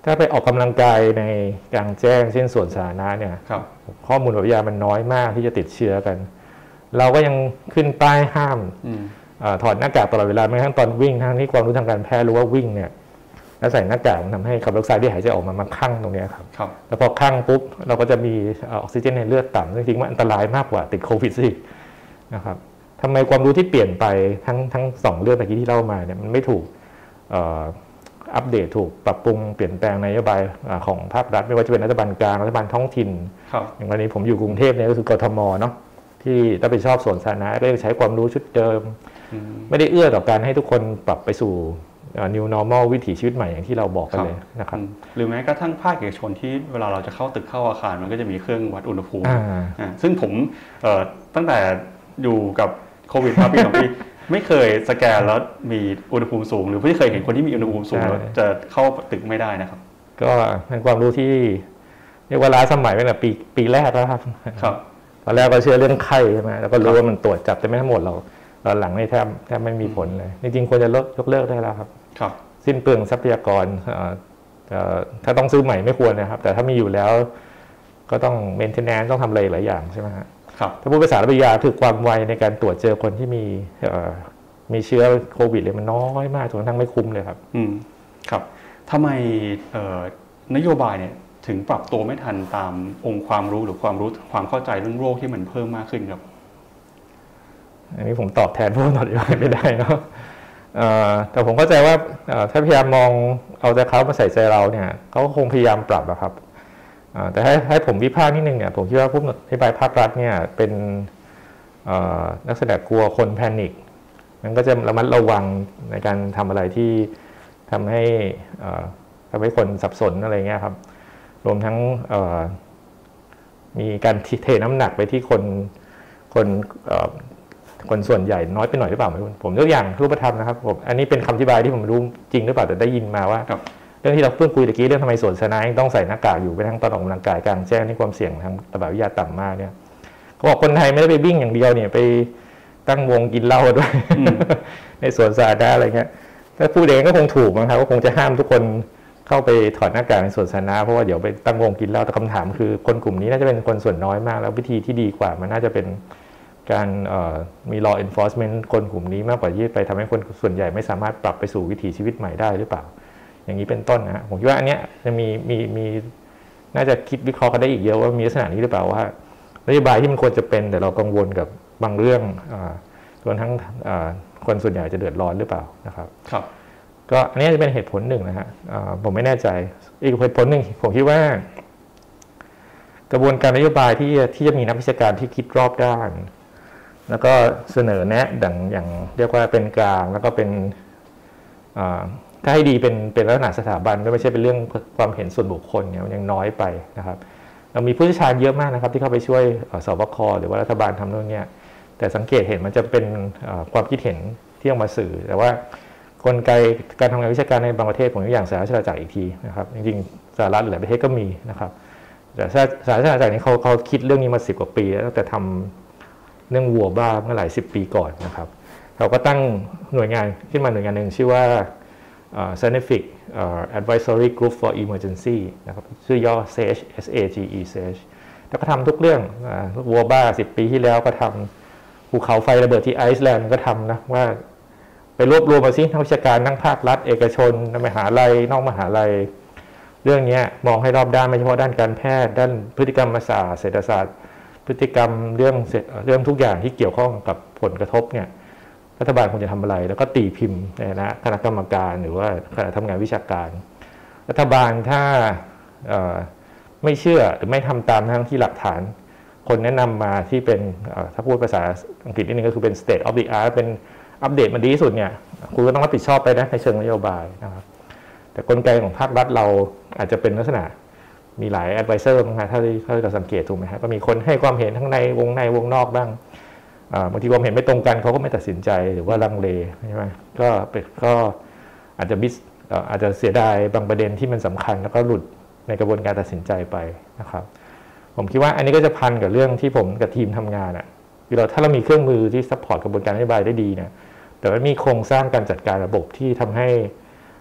ถ้าไปออกกำลังกายในกลางแจ้งเช่นสวนสาธารณะเนี่ยข้อมูลวิทยามันน้อยมากที่จะติดเชื้อกันเราก็ยังขึ้นป้ายห้ามถอดหน้ากากตลอดเวลาแม้กระทั่งตอนวิ่งทั้งที่ความรู้ทางการแพทย์รู้ว่าวิ่งเนี่ยแล้วใส่หน้ากากมันทำให้คาร์บอนไดออกไซด์ที่หายใจออกมามันคั่งตรงนี้ครับแล้วพอคั่งปุ๊บเราก็จะมีออกซิเจนในเลือดต่ำจริงๆมันอันตรายมากกว่าติดโควิดสินะครับทำไมความรู้ที่เปลี่ยนไปทั้งทั้งสองเรื่องเมื่อกี้ที่เล่ามาเนี่ยมันไม่ถูกอัปเดตถูกปรับปรุงเปลี่ยนแปลงนโยบายของภาครัฐไม่ว่าจะเป็นรัฐบาลกลางรัฐบาลท้องถิ่นอย่างวันนี้ผมอยู่กรุงเทพเนี่ยก็คือกทมเนาะที่รับผิดชอบสวนสาธารณะก็ใช้ความรู้ชุดเดิมไม่ได้เอื้อต่อการให้ทุกคนปรับไปสู่ new normal วิถีชีวิตใหม่อย่างที่เราบอกกันเลยนะครับหรือแม้กระทั่งภาคเอกชนที่เวลาเราจะเข้าตึกเข้าอาคารมันก็จะมีเครื่องวัดอุณหภูมิซึ่งผมตั้งแต่อยู่กับโควิดมาปีสองปีไม่เคยสแกนแล้วมีอุณหภูมิสูงหรือไม่เคยเห็นคนที่มีอุณหภูมิสูงแล้วจะเข้าตึกไม่ได้นะครับก็เป็นความรู้ที่เรียกว่าล้าสมัยตั้งแต่ปีปีแรกแล้วครับครับตอนแรกก็เชื่อเรื่องไข้ใช่ไหมแล้วก็รู้ว่ามันตรวจจับแต่ไม่ทั้งหมดเราตอนหลังนี่แทบแทบไม่มีผลเลยจริงๆควรจะลดยกเลิกได้แล้วครับครับสิ้นเปลืองทรัพยากรถ้าต้องซื้อใหม่ไม่ควรนะครับแต่ถ้ามีอยู่แล้วก็ต้องเมนเทนแนนซ์ต้องทำอะไรหลายอย่างใช่ไหมครับถ้าพูดภาษาวิทยาคือความไวในการตรวจเจอคนที่มีมีเชื้อโควิดเลยมันน้อยมากจนกระทั่งไม่คุ้มเลยครับอืมครับทำไมนโยบายเนี่ยถึงปรับตัวไม่ทันตามองค์ความรู้หรือความรู้ความเข้าใจเรื่องโรคที่มันเพิ่มมากขึ้นครับอันนี้ผมตอบแทนผู้นโยบายไม่ได้เนาะแต่ผมเข้าใจว่าถ้าพยายามมองเอาใจเขามาใส่ใจเราเนี่ยเขาคงพยายามปรับนะครับแต่ให้ให้ผมวิพากษ์นิดนึงเนี่ยผมคิดว่าผู้นโยบายภาครัฐเนี่ยเป็นลักษณะกลัวคนแพนิคมันก็จะระมัดระวังในการทำอะไรที่ทำให้ทำให้คนสับสนอะไรเงี้ยครับรวมทั้งมีการเทน้ำหนักไปที่คนคนคนส่วนใหญ่น้อยไปหน่อยหรือเปล่าผมยกอย่างรูปธรรมนะครับผมอันนี้เป็นคำอธิบายที่ผมรู้จริงหรือเปล่าแต่ได้ยินมาว่าเรื่องที่เราเพิ่งคุยตะกี้เรื่องทำไมสวนสาธารณะต้องใส่หน้ากากอยู่ไปทั้งตอนออกกำลังกายกลางแจ้งที่ความเสี่ยงทางระบาดวิทยาต่ำมากเนี่ยเขาบอกคนไทยไม่ได้ไปวิ่งอย่างเดียวเนี่ยไปตั้งวงกินเหล้าด้วยในสวนสาธารณะอะไรเงี้ยถ้าพูดเองก็คงถูกนะครับก็คงจะห้ามทุกคนเข้าไปถอดหน้ากากในสวนสาธารณะเพราะว่าเดี๋ยวไปตั้งวงกินเหล้าแต่คำถามคือคนกลุ่มนี้น่าจะเป็นคนส่วนน้อยมากแล้ววิธีที่ดีกว่ามันน่าจะเป็นการมี law enforcement คนกลุ่มนี้มากกว่าที่ไปทำให้คนส่วนใหญ่ไม่สามารถปรับไปสู่วิถีชีวิตใหม่ได้หรือเปล่าอย่างนี้เป็นต้นนะผมคิดว่าอันเนี้ยจะมีมีมีน่าจะคิดวิเคราะห์กันได้อีกเยอะว่ามีลักษณะนี้หรือเปล่าว่านโยบายที่มันควรจะเป็นแต่เรากังวลกับบางเรื่องรวมทั้งคนส่วนใหญ่จะเดือดร้อนหรือเปล่านะครับครับก็อันนี้จะเป็นเหตุผลหนึ่งนะฮะผมไม่แน่ใจอีกเหตุผลหนึ่งผมคิดว่ากระบวนการนโยบายที่ที่จะมีนักวิชาการที่คิดรอบด้านแล้วก็เสนอแนะดังอย่างเรียกว่าเป็นกลางแล้วก็เป็นถ้าให้ดีเป็นเป็นลักษณะสถาบันไม่ใช่เป็นเรื่องความเห็นส่วนบุคคลเนี่ยมันยังน้อยไปนะครับเรามีผู้เชี่ยวชาญเยอะมากนะครับที่เข้าไปช่วยสบคหรือว่ารัฐบาลทำเรื่องนี้แต่สังเกตเห็นมันจะเป็นความคิดเห็นที่ออกมาสื่อแต่ว่ากลไกการทำงานวิชาการในบางประเทศผมยกอย่างสหราชอาณาจักรอีกทีนะครับจริงๆสหรัฐหลายประเทศก็มีนะครับแต่สหราชอาณาจักรนี้เขาเขาคิดเรื่องนี้มาสิบกว่าปีแล้วตั้งแต่ทำเรื่องวัวบ้าเมื่อหลายสิบปีก่อนนะครับเราก็ตั้งหน่วยงานขึ้นมาหน่วยงานหนึ่งชื่อว่า Scientific Advisory Group for Emergency นะครับชื่อย่อ เซจ เอส เอ จี อี เซจ แล้วก็ทำทุกเรื่องวัวบ้าสิบปีที่แล้วก็ทำภูเขาไฟระเบิดที่ไอซ์แลนด์ก็ทำนะว่าไปรวบรวมมาซินักวิชาการทั้งภาครัฐเอกชนมหาลัยนอกมหาลัยเรื่องนี้มองให้รอบด้านไม่เฉพาะด้านการแพทย์ด้านพฤติกรรมศาสตร์เศรษฐศาสตร์พฤติกรรมเรื่องเรื่องทุกอย่างที่เกี่ยวข้องกับผลกระทบเนี่ยรัฐบาลควรจะทำอะไรแล้วก็ตีพิมพ์ในฐานะคณะกรรมการหรือว่าคณะทำงานวิชาการรัฐบาลถ้าไม่เชื่อหรือไม่ทำตามทั้งที่หลักฐานคนแนะนำมาที่เป็นถ้าพูดภาษาอังกฤษนิดนึงก็คือเป็น state of the art เป็นอัปเดตมันดีที่สุดเนี่ยคุณก็ต้องรับผิดชอบไปนะในเชิงนโยบายนะครับแต่กลไกของภาครัฐเราอาจจะเป็นลักษณะมีหลาย advisor นะถ้าถ้าเราสังเกตถูกไหมครับก็มีคนให้ความเห็นทั้งในวงในวงนอกบ้างบางทีความเห็นไม่ตรงกันเขาก็ไม่ตัดสินใจหรือว่าลังเลใช่ไหมก็เป็นก็อาจจะมิสอาจจะเสียดายบางประเด็นที่มันสำคัญแล้วก็หลุดในกระบวนการตัดสินใจไปนะครับผมคิดว่าอันนี้ก็จะพันกับเรื่องที่ผมกับทีมทำงานอ่ะคือเราถ้าเรามีเครื่องมือที่ซัพพอร์ตกระบวนการนโยบายได้ดีเนี่ยแต่ว่ามีโครงสร้างการจัดการระบบที่ทำให้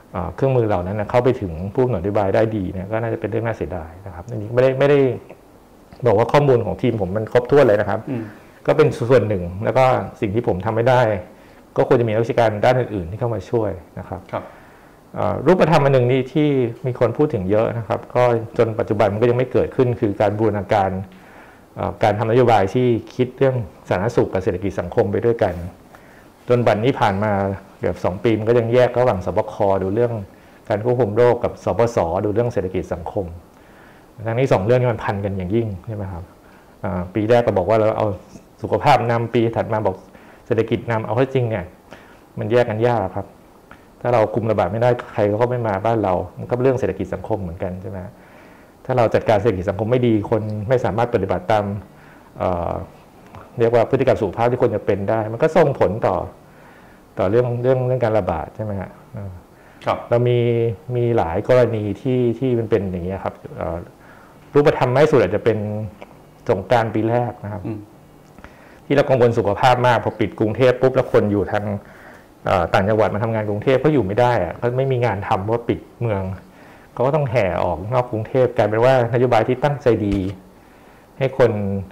เครื่องมือเหล่านั้นเข้าไปถึงผู้กำหนดนโยบายได้ดีเนี่ยก็น่าจะเป็นเรื่องน่าเสียดายนะครับอันนี้ไม่ได้ไม่ได้บอกว่าข้อมูลของทีมผมมันครบถ้วนเลยนะครับก็เป็นส่วนหนึ่งแล้วก็สิ่งที่ผมทำไม่ได้ก็ควรจะมีนักวิชาการด้านอื่นๆที่เข้ามาช่วยนะครับรูปธรรมอันหนึ่งนี่ที่มีคนพูดถึงเยอะนะครับก็จนปัจจุบันมันก็ยังไม่เกิดขึ้นคือการบูรณาการการทำนโยบายที่คิดเรื่องสาธารณสุขกับเศรษฐกิจสังคมไปด้วยกันจนบัดนี้ผ่านมาเกือบสองปีมันก็ยังแยกระหว่างสบคดูเรื่องการควบคุมโรคกับสปสดูเรื่องเศรษฐกิจสังคมทั้งนี้สองเรื่องนี้มันพันกันอย่างยิ่งใช่ไหมครับปีแรกก็บอกว่าเราเอาสุขภาพนำปีถัดมาบอกเศรษฐกิจนำเอาเข้าจริงเนี่ยมันแยกกันยากครับถ้าเราคุมระบาดไม่ได้ใครก็ไม่มาบ้านเรามันก็เรื่องเศรษฐกิจสังคมเหมือนกันใช่ไหมถ้าเราจัดการเศรษฐกิจสังคมไม่ดีคนไม่สามารถปฏิบัติตามเอ่อเรียกว่าพฤติกรรมสุขภาพที่ควรจะเป็นได้มันก็ส่งผลต่อต่อเรื่องเรื่องเรื่องการระบาดใช่ไหมครับเรามีมีหลายกรณีที่ที่มันเป็นอย่างนี้ครับรูปธรรมไม่สุดอาจจะเป็นสงกรานต์ปีแรกนะครับที่เรากังวลสุขภาพมากพอปิดกรุงเทพปุ๊บแล้วคนอยู่ทางต่างจังหวัดมาทำงานกรุงเทพเขาอยู่ไม่ได้อะเขาไม่มีงานทำเพราะปิดเมืองเขาก็ต้องแห่ออกนอกกรุงเทพกลายเป็นว่านโยบายที่ตั้งใจดีให้คน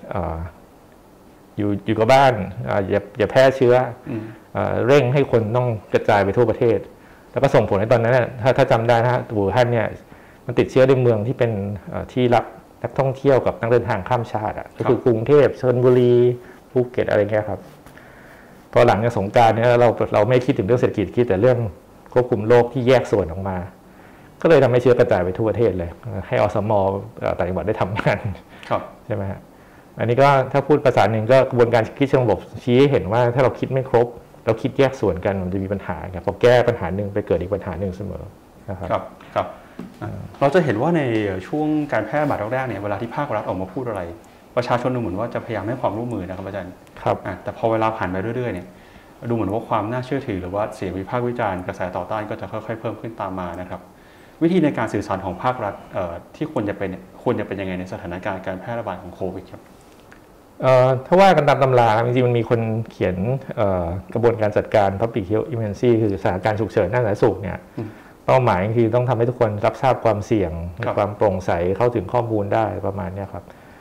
อยู่อยู่กับบ้านอย่าอย่าแพร่เชื้อเร่งให้คนต้องกระจายไปทั่วประเทศแล้วก็ส่งผลให้ตอนนั้นถ้าถ้าจำได้นะอู่ฮั่นเนี่ยมันติดเชื้อในเมืองที่เป็นที่รับนักท่องเที่ยวกับนักเดินทางข้ามชาติอ่ะก็คือกรุงเทพชลบุรีภูเก็ตอะไรเงี้ยครับพอหลังจากสงกรานต์เนี่ยเราเราไม่คิดถึงเรื่องเศรษฐกิจคิดแต่เรื่องควบคุมโรคที่แยกส่วนออกมาก็เลยทำให้เชื้อกระจายไปทั่วประเทศเลยให้อสมต่างจังหวัดได้ทำงานใช่ไหมฮะอันนี้ก็ถ้าพูดภาษาหนึ่งก็กระบวนการคิดเชิงระบบชี้ให้เห็นว่าถ้าเราคิดไม่ครบเราคิดแยกส่วนกันมันจะมีปัญหาครับพอแก้ปัญหาหนึ่งไปเกิดอีกปัญหาหนึ่งเสมอนะครับครับครับเราจะเห็นว่าในช่วงการแพร่ระบาดแรกๆเนี่ยเวลาที่ภาครัฐออกมาพูดอะไรประชาชนดูเหมือนว่าจะพยายามให้ความร่วมมือนะครับอาจารย์ครับแต่พอเวลาผ่านไปเรื่อยๆเนี่ยดูเหมือนว่าความน่าเชื่อถือหรือว่าเสียงวิพากษ์วิจารณ์กระแสต่อต้านก็จะค่อยๆเพิ่มขึ้นตามมานะครับวิธีในการสื่อสารของภาครัฐที่ควรจะเป็นควรจะเป็นยังไงในสถานการณ์การแพร่ระบาดของโควิดครับถ้าว่ากันตามตำราจริงๆมันมีคนเขียนกระบวนการจัดการ Public Health Emergency คือสถานการณ์ฉุกเฉินด้านสาธารณสุขเนี่ยเป้าหมายคือต้องทำให้ทุกคนรับทราบความเสี่ยงมีความโปร่งใสเข้าถึงข้อมูลได้ประมาณนี้ครับ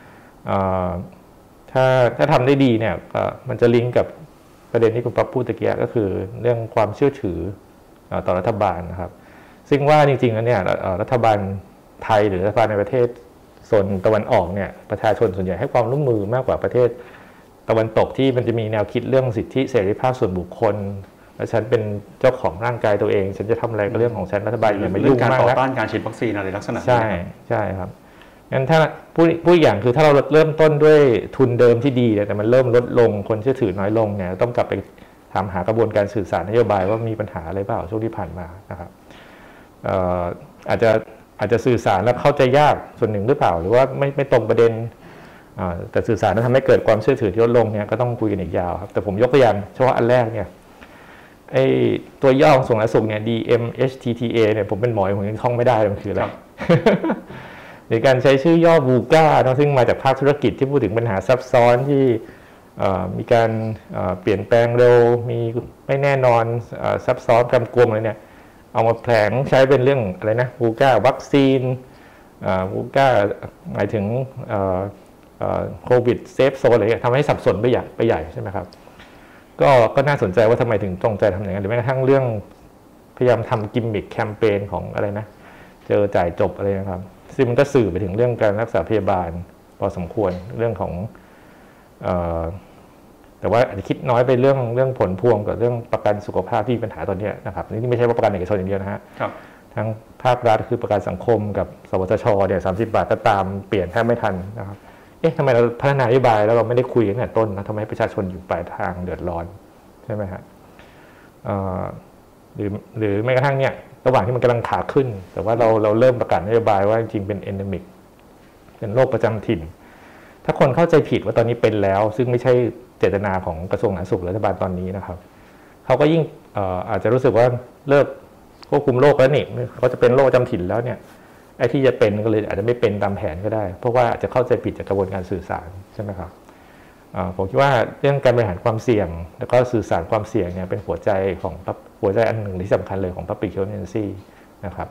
ถ้าถ้าทำได้ดีเนี่ยมันจะลิงก์กับประเด็นที่คุณป๊อปพูดตะเกียก็คือเรื่องความเชื่อถือต่อรัฐบาลนะครับซึ่งว่าจริงๆแล้วเนี่ยรัฐบาลไทยหรือรัฐบาลในประเทศโซนตะวันออกเนี่ยประชาชนส่วนใหญ่ให้ความร่วมมือมากกว่าประเทศตะวันตกที่มันจะมีแนวคิดเรื่องสิทธิเสรีภาพส่วนบุคคลและฉันเป็นเจ้าของร่างกายตัวเองฉันจะทำอะไรก็เรื่องของฉันรัฐบาลอย่ามายุ่งมากนะการต่อต้านการฉีดวัคซีนอะไรลักษณะใช่ใช่ครับงั้นถ้าผู้ผู้อย่างคือถ้าเราเริ่มต้นด้วยทุนเดิมที่ดีแต่มันเริ่มลดลงคนเชื่อถือน้อยลงเนี่ยต้องกลับไปถามหากระบวนการสื่อสารนโยบายว่ามีปัญหาอะไรเปล่าช่วงที่ผ่านมานะครับอาจจะอาจจะสื่อสารแล้วเข้าใจยากส่วนหนึ่งหรือเปล่าหรือว่าไม่ไม่ตรงประเด็นแต่สื่อสารแล้วทำให้เกิดความเชื่อถือที่ลดลงเนี่ยก็ต้องคุยกันอีกยาวครับแต่ผมยกตัวอย่างเฉพาะอันแรกเนี่ยไอตัวย่อของกระทรวงสาธารณสุขเนี่ย ดี เอ็ม เอช ที ที เอ เนี่ยผมเป็นหมอผมยังท่องไม่ได้มันคืออะไรหรือการใช้ชื่อย่อบูก้าซึ่งมาจากภาคธุรกิจที่พูดถึงปัญหาซับซ้อนที่มีการเปลี่ยนแปลงเร็วมีไม่แน่นอนซับซ้อนกำกวมอะไรเนี่ยเอามาแผลงใช้เป็นเรื่องอะไรนะบูก้าวัคซีนบูก้าหมายถึงโควิดเซฟโซนอะไรทำให้สับสนไปใหญ่ไปใหญ่ใช่ไหมครับก็ก็น่าสนใจว่าทำไมถึงตรงใจทำอย่างนั้นหรือแม้กระทั่งเรื่องพยายามทำกิมมิคแคมเปญของอะไรนะเจอจ่ายจบอะไรนะครับซึ่งมันก็สื่อไปถึงเรื่องการรักษาพยาบาลพอสมควรเรื่องของแต่ว่าอาจจะคิดน้อยไปเรื่องเรื่องผลพวงกับเรื่องประกันสุขภาพที่มีปัญหาตอนนี้นะครับนี่ไม่ใช่ว่าประกันเอกชนอย่างเดียวนะฮะทั้งภาครัฐคือประกันสังคมกับสวทชเนี่ยสามสิบบาทก็ตามเปลี่ยนแทบไม่ทันนะครับเอ๊ะทำไมเราพัฒนานโยบายแล้วเราไม่ได้คุยตั้งแต่ต้นนะทำไมประชาชนอยู่ปลายทางเดือดร้อนใช่ไหมฮะหรือหรือแม้กระทั่งเนี่ยระหว่างที่มันกำลังขาขึ้นแต่ว่าเราเราเริ่มประกาศนโยบายว่าจริงๆเป็น endemic เป็นโรคประจำถิ่นถ้าคนเข้าใจผิดว่าตอนนี้เป็นแล้วซึ่งไม่ใช่เจตนาของกระทรวงสาธารณสุขรัฐบาลตอนนี้นะครับเขาก็ยิ่ง อ, อาจจะรู้สึกว่าเลิกควบคุมโรคแล้วนี่เขาจะเป็นโรคประจำถิ่นแล้วเนี่ยไอ้ที่จะเป็นก็เลยอาจจะไม่เป็นตามแผนก็ได้เพราะว่าอาจจะเข้าใจผิดจากกระบวนการสื่อสารใช่ไหมครับผมคิดว่าเรื่องการบริหารความเสี่ยงแล้วก็สื่อสารความเสี่ยงเนี่ยเป็นหัวใจของหัวใจอันหนึ่งที่สำคัญเลยของ Public Health Emergency นะครับ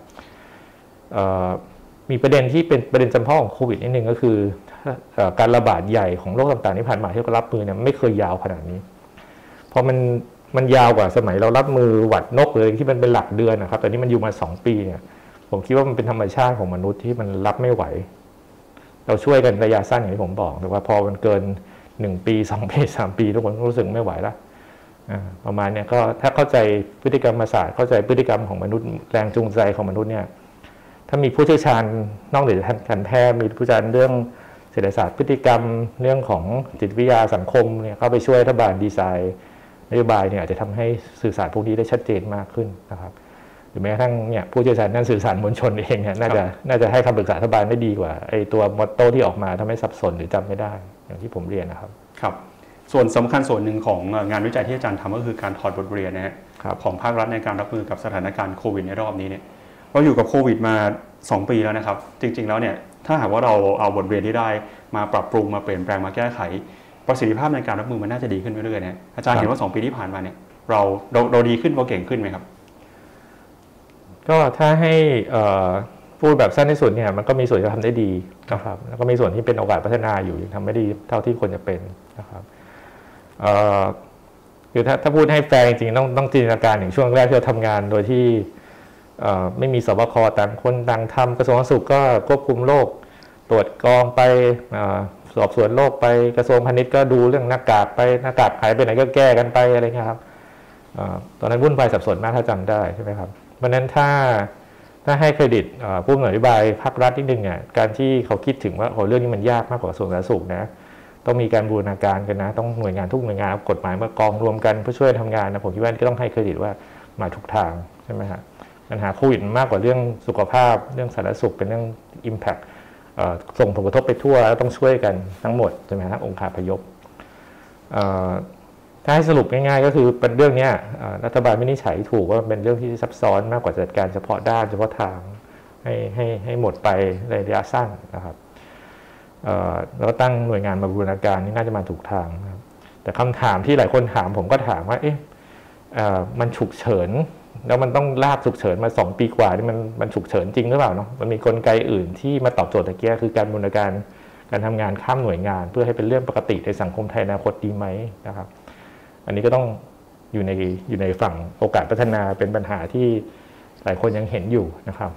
มีประเด็นที่เป็นประเด็นจำเพาะของโควิดนิดนึงก็คือการระบาดใหญ่ของโรคต่างๆที่ผ่านมาที่เรารับมือเนี่ยไม่เคยยาวขนาดนี้เพราะมันมันยาวกว่าสมัยเรารับมือหวัดนกเลยที่มันเป็นหลักเดือนนะครับแต่นี่มันอยู่มาสองปีเนี่ยผมคิดว่ามันเป็นธรรมชาติของมนุษย์ที่มันรับไม่ไหวเราช่วยกันระยะสั้นอย่างที่ผมบอกแต่ว่าพอมันเกินหนึ่งปีสองปีสามปีทุกคนรู้สึกไม่ไหวแล้วประมาณนี้ก็ถ้าเข้าใจพฤติกรรมศาสตร์เข้าใจพฤติกรรมของมนุษย์แรงจูงใจของมนุษย์เนี่ยถ้ามีผู้เชี่ยวชาญนอกเหนือจากการแพทย์มีผู้เชี่ยวชาญเรื่องเศรษฐศาสตร์พฤติกรรมเรื่องของจิตวิทยาสังคมเนี่ยเข้าไปช่วยรัฐบาลดีไซน์นโยบายเนี่ยอาจจะทำให้สื่อสารพวกนี้ได้ชัดเจนมากขึ้นนะครับหรือแม้กระทั่งเนี่ยผู้เชี่ยวชาญด้านสื่อสารมวลชนเองเนี่ยน่าจะน่าจะให้คำปรึกษารัฐบาลได้ดีกว่าไอ้ตัวมอตโต้ที่ออกมาทำให้สับสนหรือจำไม่ได้อย่างที่ผมเรียนนะครับครับส่วนสำคัญส่วนหนึ่งของงานวิจัยที่อาจารย์ทำก็คือการถอดบทเรียนนะฮะของภาครัฐในการรับมือกับสถานการณ์โควิดในรอบนี้เนี่ยเราอยู่กับโควิดมาสองปีแล้วนะครับจริงๆแล้วเนี่ยถ้าหากว่าเราเอาบทเรียนที่ได้มาปรับปรุงมาเปลี่ยนแปลงมาแก้ไขประสิทธิภาพในการรับมือมันน่าจะดีขึ้นเรื่อยๆนะอาจารย์เห็นว่าสองปีที่ผ่านมาเนี่ยเราเราเราดีขึ้นเราเก่งขึ้นไหมครับก็ถ้าให้พูดแบบสั้นที่สุดเนี่ยมันก็มีส่วนที่ทำได้ดีนะครับแล้วก็มีส่วนที่เป็นโอกาสพัฒนาอยู่ยังทำไม่ดีเท่าที่ควรจะเป็นนะครับคือถ้าถ้าพูดให้แฟร์จริงๆต้องต้องจินตนาการอย่างช่วงแรกที่เราทำงานโดยที่ไม่มีสบคต่างคนต่างทำกระทรวงสาธารณสุขก็ควบคุมโรคตรวจกองไปสอบสวนโรคไปกระทรวงพาณิชย์ก็ดูเรื่องหน้ากากไปหน้ากากหายไปไหนก็แก้กันไปอะไรเงี้ยครับตอนนั้นวุ่นวายสับสนมากถ้าจำได้ใช่ไหมครับเพราะนั้นถ้าถ้าให้เครดิตผู้อำนวยนโยบายภาครัฐนิดนึงเนี่ยการที่เขาคิดถึงว่าโอ้เรื่องนี้มันยากมากกว่ากระทรวงสาธารณสุขนะต้องมีการบูรณาการกันนะต้องหน่วยงานทุกหน่วยงานกฎหมายมากองรวมกันเพื่อช่วยทำงานนะผมคิดว่าก็ต้องให้เครดิตว่ามาทุกทางใช่ไหมครับปัญหาโควิดมากกว่าเรื่องสุขภาพเรื่องสาธารณสุขเป็นเรื่อง impact ส่งผลกระทบไปทั่วแล้วต้องช่วยกันทั้งหมดใช่ไหมครับองค์คาพยพถ้าให้สรุปง่ายๆก็คือเป็นเรื่องนี้รัฐบาลไม่ได้ใช้ถูกว่าเป็นเรื่องที่ซับซ้อนมากกว่าจัดการเฉพาะด้านเฉพาะทางให้ให้ให้หมดไปในระยะสั้นนะครับแล้วตั้งหน่วยงานมาบูรณาการนี่น่าจะมาถูกทางนะครับแต่คำถามที่หลายคนถามผมก็ถามว่าเอ๊ะมันฉุกเฉินแล้วมันต้องลากฉุกเฉินมาสองปีกว่านี่มันมันฉุกเฉินจริงหรือเปล่าเนาะมันมีกลไกอื่นที่มาตอบโจทย์ตะเกียคือการบูรณาการการทำงานข้ามหน่วยงานเพื่อให้เป็นเรื่องปกติในสังคมไทยอนาคตดีไหมนะครับอันนี้ก็ต้องอยู่ในอยู่ในฝั่งโอกาสพัฒนาเป็นปัญหาที่หลายคนยังเห็นอยู่นะครับ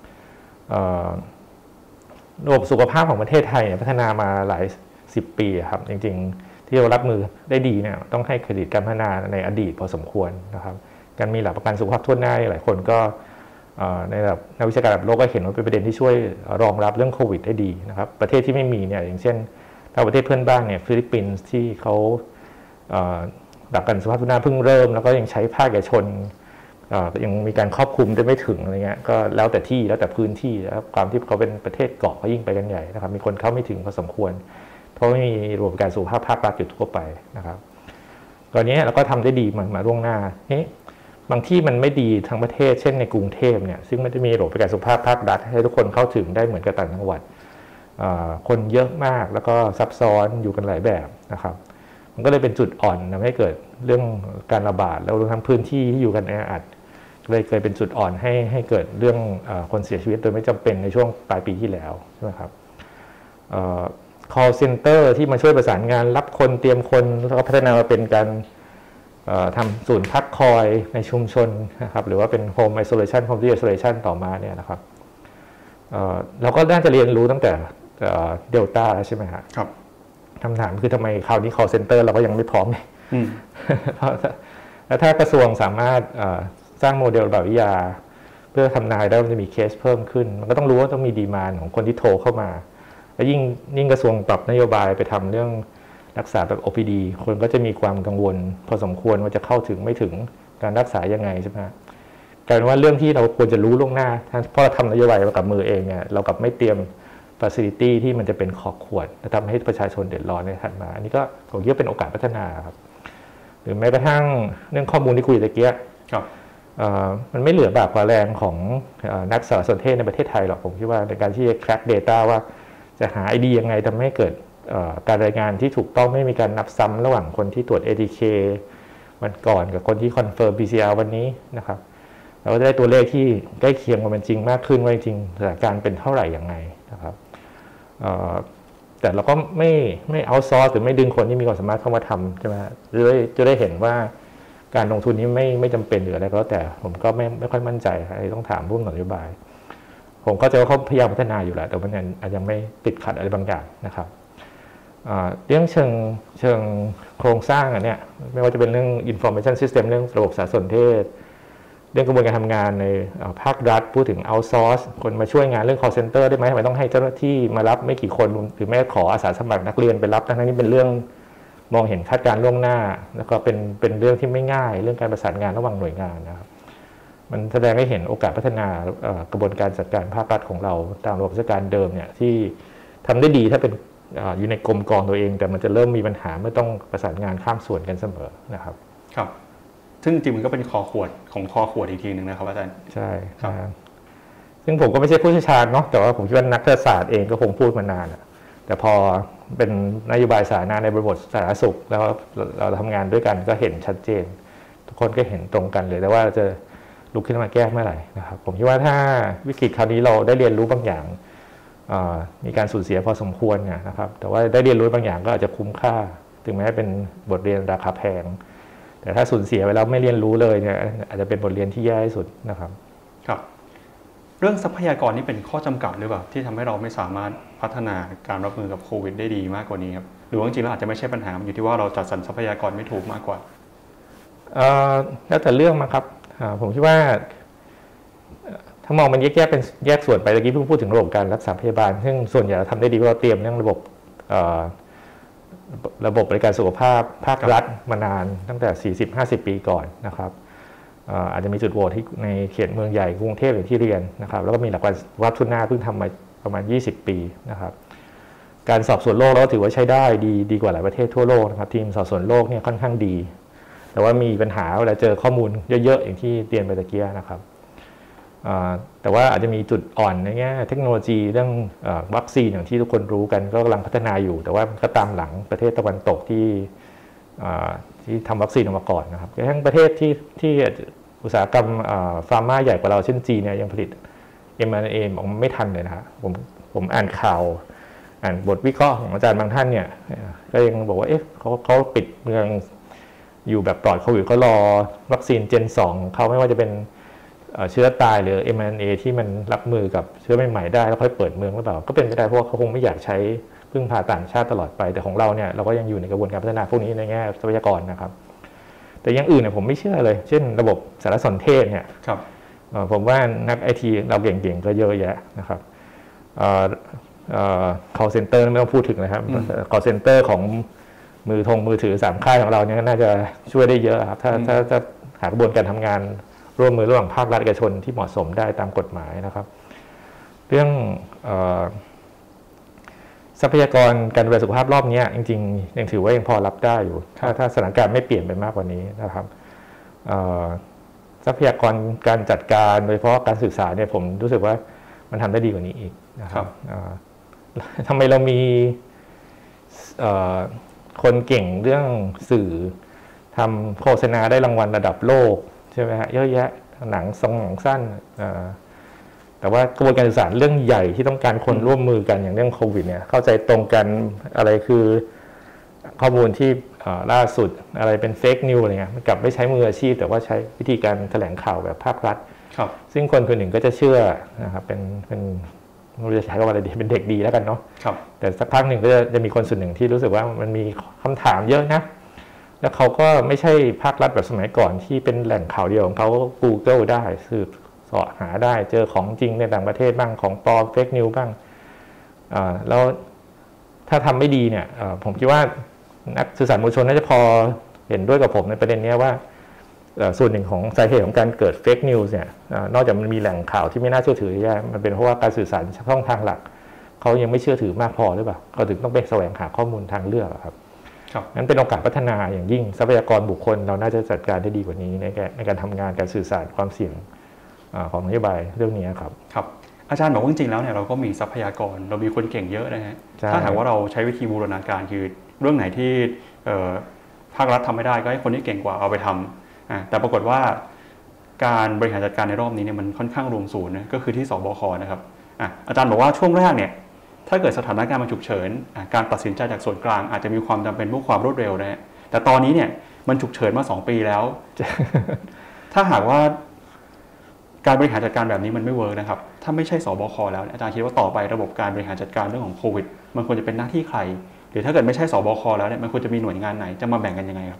ระบบสุขภาพของประเทศไทยเนี่ยพัฒนามาหลายสิบปีครับจริงๆที่เรารับมือได้ดีเนี่ยต้องให้เครดิตการพัฒนาในอดีตพอสมควรนะครับการมีหลักประกันสุขภาพทั่วหน้าหลายคนก็ในระดับนักวิชาการระดับโลกก็เห็นว่าเป็นประเด็นที่ช่วยรองรับเรื่องโควิดได้ดีนะครับประเทศที่ไม่มีเนี่ยอย่างเช่นถ้าประเทศเพื่อนบ้านเนี่ยฟิลิปปินส์ที่เขาหลักประกันสุขภาพทั่วหน้าเพิ่งเริ่มแล้วก็ยังใช้ภาคเอกชนยังมีการครอบคลุมได้ไม่ถึงอะไรเงี้ยก็แล้วแต่ที่แล้วแต่พื้นที่แล้วความที่เขาเป็นประเทศเกาะเขายิ่งไปกันใหญ่นะครับมีคนเข้าไม่ถึงพอสมควรเพราะไม่มีระบบการสุขภาพภาครัฐอยู่ทั่วไปนะครับตอนนี้เราก็ทำได้ดีมามาล่วงหน้านี่บางที่มันไม่ดีทั้งประเทศเช่นในกรุงเทพเนี่ยซึ่งไม่ได้มีระบบการสุขภาพภาครัฐให้ทุกคนเข้าถึงได้เหมือนกับต่างจังหวัดคนเยอะมากแล้วก็ซับซ้อนอยู่กันหลายแบบนะครับมันก็เลยเป็นจุดอ่อนทำให้เกิดเรื่องการระบาดแล้วรวมทั้งพื้นที่ที่อยู่กันแออัดเลยเคยเป็นจุดอ่อนให้ให้เกิดเรื่องคนเสียชีวิตโดยไม่จำเป็นในช่วงปลายปีที่แล้วใช่ไหมครับ call center ที่มาช่วยประสานงานรับคนเตรียมคนแล้วก็พัฒนามาเป็นการทำศูนย์พักคอยในชุมชนนะครับหรือว่าเป็น home isolation home isolation ต่อมาเนี่ยนะครับเราก็น่าจะเรียนรู้ตั้งแต่เดลต้าใช่ไหมครับครับคำถามคือทำไมคราวนี้ call center เราก็ยังไม่พร้อมแล้วถ้ากระทรวงสามารถสร้างโมเดลระบาดวิทยาเพื่อทำนายได้ว่าจะมีเคสเพิ่มขึ้นมันก็ต้องรู้ว่าต้องมีดีมานด์ของคนที่โทรเข้ามาแล้วยิ่งยิ่งกระทรวงปรับนโยบายไปทำเรื่องรักษาแบบ โอ พี ดี คนก็จะมีความกังวลพอสมควรว่าจะเข้าถึงไม่ถึงการรักษายังไงใช่ไหมกลายเป็นว่าเรื่องที่เราควรจะรู้ล่วงหน้าเพราะเราทำนโยบายกับมือเองเนี่ยเรากับไม่เตรียม facility ที่มันจะเป็นขอบขวดและทำให้ประชาชนเดือดร้อนในถัดมาอันนี้ก็ผมคิดว่าเป็นโอกาสพัฒนาครับหรือแม้กระทั่งเรื่องข้อมูลที่คุยตะเกียครับมันไม่เหลือบากกว่าแรงของนักสารสนเทศในประเทศไทยหรอกผมคิดว่าในการที่จะ crack data ว่าจะหาไอเดียยังไงทำให้เกิดการรายงานที่ถูกต้องไม่มีการนับซ้ำระหว่างคนที่ตรวจ เอ ที เค วันก่อนกับคนที่คอนเฟิร์ม พี ซี อาร์ วันนี้นะครับเราก็จะได้ตัวเลขที่ใกล้เคียงความเป็นจริงมากขึ้นว่าจริงสถานการณ์เป็นเท่าไหร่อย่างไรนะครับแต่เราก็ไม่ไม่เอาซอร์สหรือไม่ดึงคนที่มีความสามารถเข้ามาทำใช่ไหมจะได้จะได้เห็นว่าการลงทุนนี้ไม่ไม่จำเป็นหรืออะไรก็แล้วแต่ผมก็ไม่ไม่ค่อยมั่นใจต้องถามผู้กำหนดนโยบายผมก็จะว่าเขาพยายามพัฒนาอยู่แหละแต่มันอาจจะไม่ติดขัดอะไรบางอย่างนะครับเรื่องเชิงเชิงโครงสร้างอันเนี้ยไม่ว่าจะเป็นเรื่อง information system เรื่องระบบสารสนเทศเรื่องกระบวนการทำงานในภาครัฐพูดถึง outsource คนมาช่วยงานเรื่อง call center ได้ไหมทำไมต้องให้เจ้าหน้าที่มารับไม่กี่คนหรือแม้ขออาสาสมัครนักเรียนไปรับทั้งนี้เป็นเรื่องมองเห็นคาดการล่วงหน้าแล้วก็เป็นเป็นเรื่องที่ไม่ง่ายเรื่องการประสานงานระหว่างหน่วยงานนะครับมันแสดงให้เห็นโอกาสพัฒนากระบวนการจัดการภาครัฐของเราตามระบบราชการเดิมเนี่ยที่ทำได้ดีถ้าเป็นอยู่ในกรมกองตัวเองแต่มันจะเริ่มมีปัญหาเมื่อต้องประสานงานข้ามส่วนกันเสมอนะครับครับซึ่งจริงมันก็เป็นคอขวดของคอขวดอีกทีหนึ่งนะครับอาจารย์ใช่ครับซึ่งผมก็ไม่ใช่ผู้เชี่ยวชาญเนาะแต่ว่าผมคิดว่านักศาสตร์เองก็คงพูดมานานแต่พอเป็นนโยบายสาธารณะในบริบทสาธารณสุขแล้วเราทำงานด้วยกันก็เห็นชัดเจนทุกคนก็เห็นตรงกันเลยแต่ว่าจะลุกขึ้นมาแก้เมื่อไหร่นะครับผมคิดว่าถ้าวิกฤตคราวนี้เราได้เรียนรู้บางอย่างมีการสูญเสียพอสมควรนะครับแต่ว่าได้เรียนรู้บางอย่างก็อาจจะคุ้มค่าถึงแม้เป็นบทเรียนราคาแพงแต่ถ้าสูญเสียไปแล้วไม่เรียนรู้เลยเนี่ยอาจจะเป็นบทเรียนที่แย่ที่สุดนะครับครับเรื่องทรัพยากรนี่เป็นข้อจำกัดหรือเปล่าที่ทำให้เราไม่สามารถพัฒนาการรับมือกับโควิดได้ดีมากกว่านี้ครับหรือว่าจริงๆแล้วอาจจะไม่ใช่ปัญหาอยู่ที่ว่าเราจัดสรรทรัพยากรไม่ถูกมากกว่าแล้วแต่เรื่องมาครับผมคิดว่าถ้ามองมันแยกๆเป็นแยกส่วนไปเมื่อกี้เพิ่งพูดถึงระบบการรักษาพยาบาลซึ่งส่วนใหญ่เราทำได้ดีเพราะเราเตรียมเรื่องระบบระบบบริการสุขภาพภาครัฐมานานตั้งแต่ สี่สิบถึงห้าสิบ ปีก่อนนะครับอาจจะมีจุดโหว่ที่ในเขตเมืองใหญ่กรุงเทพอย่างที่เรียนนะครับแล้วก็มีหลักการวัดทุนหน้าเพิ่งทำมาประมาณยี่สิบปีนะครับการสอบสวนโรคเราถือว่าใช้ได้ดีดีกว่าหลายประเทศทั่วโลกนะครับทีมสอบสวนโรคเนี่ยค่อนข้างดีแต่ว่ามีปัญหาเวลาเจอข้อมูลเยอะๆอย่างที่เรียนไปตะเกียนะครับแต่ว่าอาจจะมีจุดอ่อนในแง่เทคโนโลยีเรื่องวัคซีนอย่างที่ทุกคนรู้กันก็กำลังพัฒนาอยู่แต่ว่าก็ตามหลังประเทศตะวันตกที่ที่ทำวัคซีนออกมาก่อนนะครับทั้งประเทศที่ที่อุตสาหกรรมฟาร์มาใหญ่กว่าเราเช่นจีนเนี่ยยังผลิต เอ็ม อาร์ เอ็น เอ ออกมาไม่ทันเลยนะครับผมผมอ่านข่าวอ่านบทวิเคราะห์ของอาจารย์บางท่านเนี่ยก็ยังบอกว่าเอ๊ะเขาเขาปิดเมืองอยู่แบบปลอดโควิดเขารอวัคซีนเจนสองเขาไม่ว่าจะเป็นเชื้อตายหรือ เอ็ม อาร์ เอ็น เอ ที่มันรับมือกับเชื้อใหม่ๆได้แล้วค่อยเปิดเมืองหรือเปล่าก็เป็นไปได้เพราะว่าเขาคงไม่อยากใช้พึ่งพาต่างชาติตลอดไปแต่ของเราเนี่ยเราก็ยังอยู่ในกระบวนการพัฒนาพวกนี้ในแง่ทรัพยากรนะครับแต่อย่างอื่นเนี่ยผมไม่เชื่อเลยเช่นระบบสารสนเทศเนี่ยผมว่านักไอทีเราเก่งๆก็เยอะแยะนะครับ call center ไม่ต้องพูดถึงนะครับ call center ของมือทงมือถือสามค่ายของเราเนี่ยน่าจะช่วยได้เยอะครับถ้าถ้าจะหากระบวนการทำงานร่วมมือระหว่างภาครัฐเอกชนที่เหมาะสมได้ตามกฎหมายนะครับเรื่องทรัพยากรการดูแลสุขภาพรอบนี้จริงๆยังถือว่ายังพอรับได้อยู่ถ้าถ้าสถานการณ์ไม่เปลี่ยนไปมากกว่านี้นะครับทรัพยากรการจัดการโดยเฉพาะการศึกษาเนี่ยผมรู้สึกว่ามันทำได้ดีกว่านี้อีกนะครับทำไมเรามีคนเก่งเรื่องสื่อทำโฆษณาได้รางวัลระดับโลกใช่ไหมฮะเยอะแยะหนังทรงหนังสั้นแต่ว่ากระบวนการสื่อสารเรื่องใหญ่ที่ต้องการคนร่วมมือกันอย่างเรื่องโควิดเนี่ยเข้าใจตรงกันอะไรคือข้อมูลที่ล่าสุดอะไรเป็นเฟกนิวอะไรเงี้ยมันกลับไม่ใช้มืออาชีพแต่ว่าใช้วิธีการแถลงข่าวแบบภาครัฐซึ่งคนคนหนึ่งก็จะเชื่อนะครับเป็นเป็นไม่รู้จะใช้คำว่าอะไรดีเป็นเด็กดีแล้วกันเนาะแต่สักพักหนึ่งก็จะจะมีคนส่วนหนึ่งที่รู้สึกว่ามันมีคำถามเยอะนะแล้วเขาก็ไม่ใช่ภาครัฐแบบสมัยก่อนที่เป็นแหล่งข่าวเดียวของเขา Google ได้สืบสอบหาได้เจอของจริงในต่างประเทศบ้างของปลอมเฟกนิวบ้างแล้วถ้าทำไม่ดีเนี่ยผมคิดว่านักสื่อสารมวลชนน่าจะพอเห็นด้วยกับผมในประเด็นนี้ว่าส่วนหนึ่งของสาเหตุของการเกิดเฟกนิวส์เนี่ยนอกจากมันมีแหล่งข่าวที่ไม่น่าเชื่อถือแย่มันเป็นเพราะว่าการสื่อสารช่องทางหลักเขายังไม่เชื่อถือมากพอหรือเปล่าเขาถึงต้องไปแสวงหาข้อมูลทางเลือกครับนั้นเป็นโอกาสพัฒนาอย่างยิ่งทรัพยากรบุคคลเราน่าจะจัดการได้ดีกว่านี้ในการในการทำงานการสื่อสารความเสี่ยงของนโยบายเรื่องนี้ครับครับออาจารย์บอกว่าจริงๆแล้วเนี่ยเราก็มีทรัพยากรเรามีคนเก่งเยอะนะฮะถ้าหากว่าเราใช้วิธีบูรณาการคือเรื่องไหนที่ภาครัฐทำไม่ได้ก็ให้คนที่เก่งกว่าเอาไปทำแต่ปรากฏว่าการบริหารจัดการในรอบนี้เนี่ยมันค่อนข้างรวมศูนย์นะก็คือที่สบคนะครับอาจารย์บอกว่าช่วงแรกเนี่ยถ้าเกิดสถานการณ์มันฉุกเฉินการตัดสินใจจากส่วนกลางอาจจะมีความจำเป็นเพื่อความรวดเร็วนะฮะแต่ตอนนี้เนี่ยมันฉุกเฉินมาสองปีแล้ว ถ้าหากว่าการบริหารจัดการแบบนี้มันไม่เวิร์กนะครับถ้าไม่ใช่สบคแล้วอาจารย์คิดว่าต่อไประบบการบริหารจัดการเรื่องของโควิดมันควรจะเป็นหน้าที่ใครหรือถ้าเกิดไม่ใช่สบคแล้วเนี่ยมันควรจะมีหน่วยงานไหนจะมาแบ่งกันยังไงครับ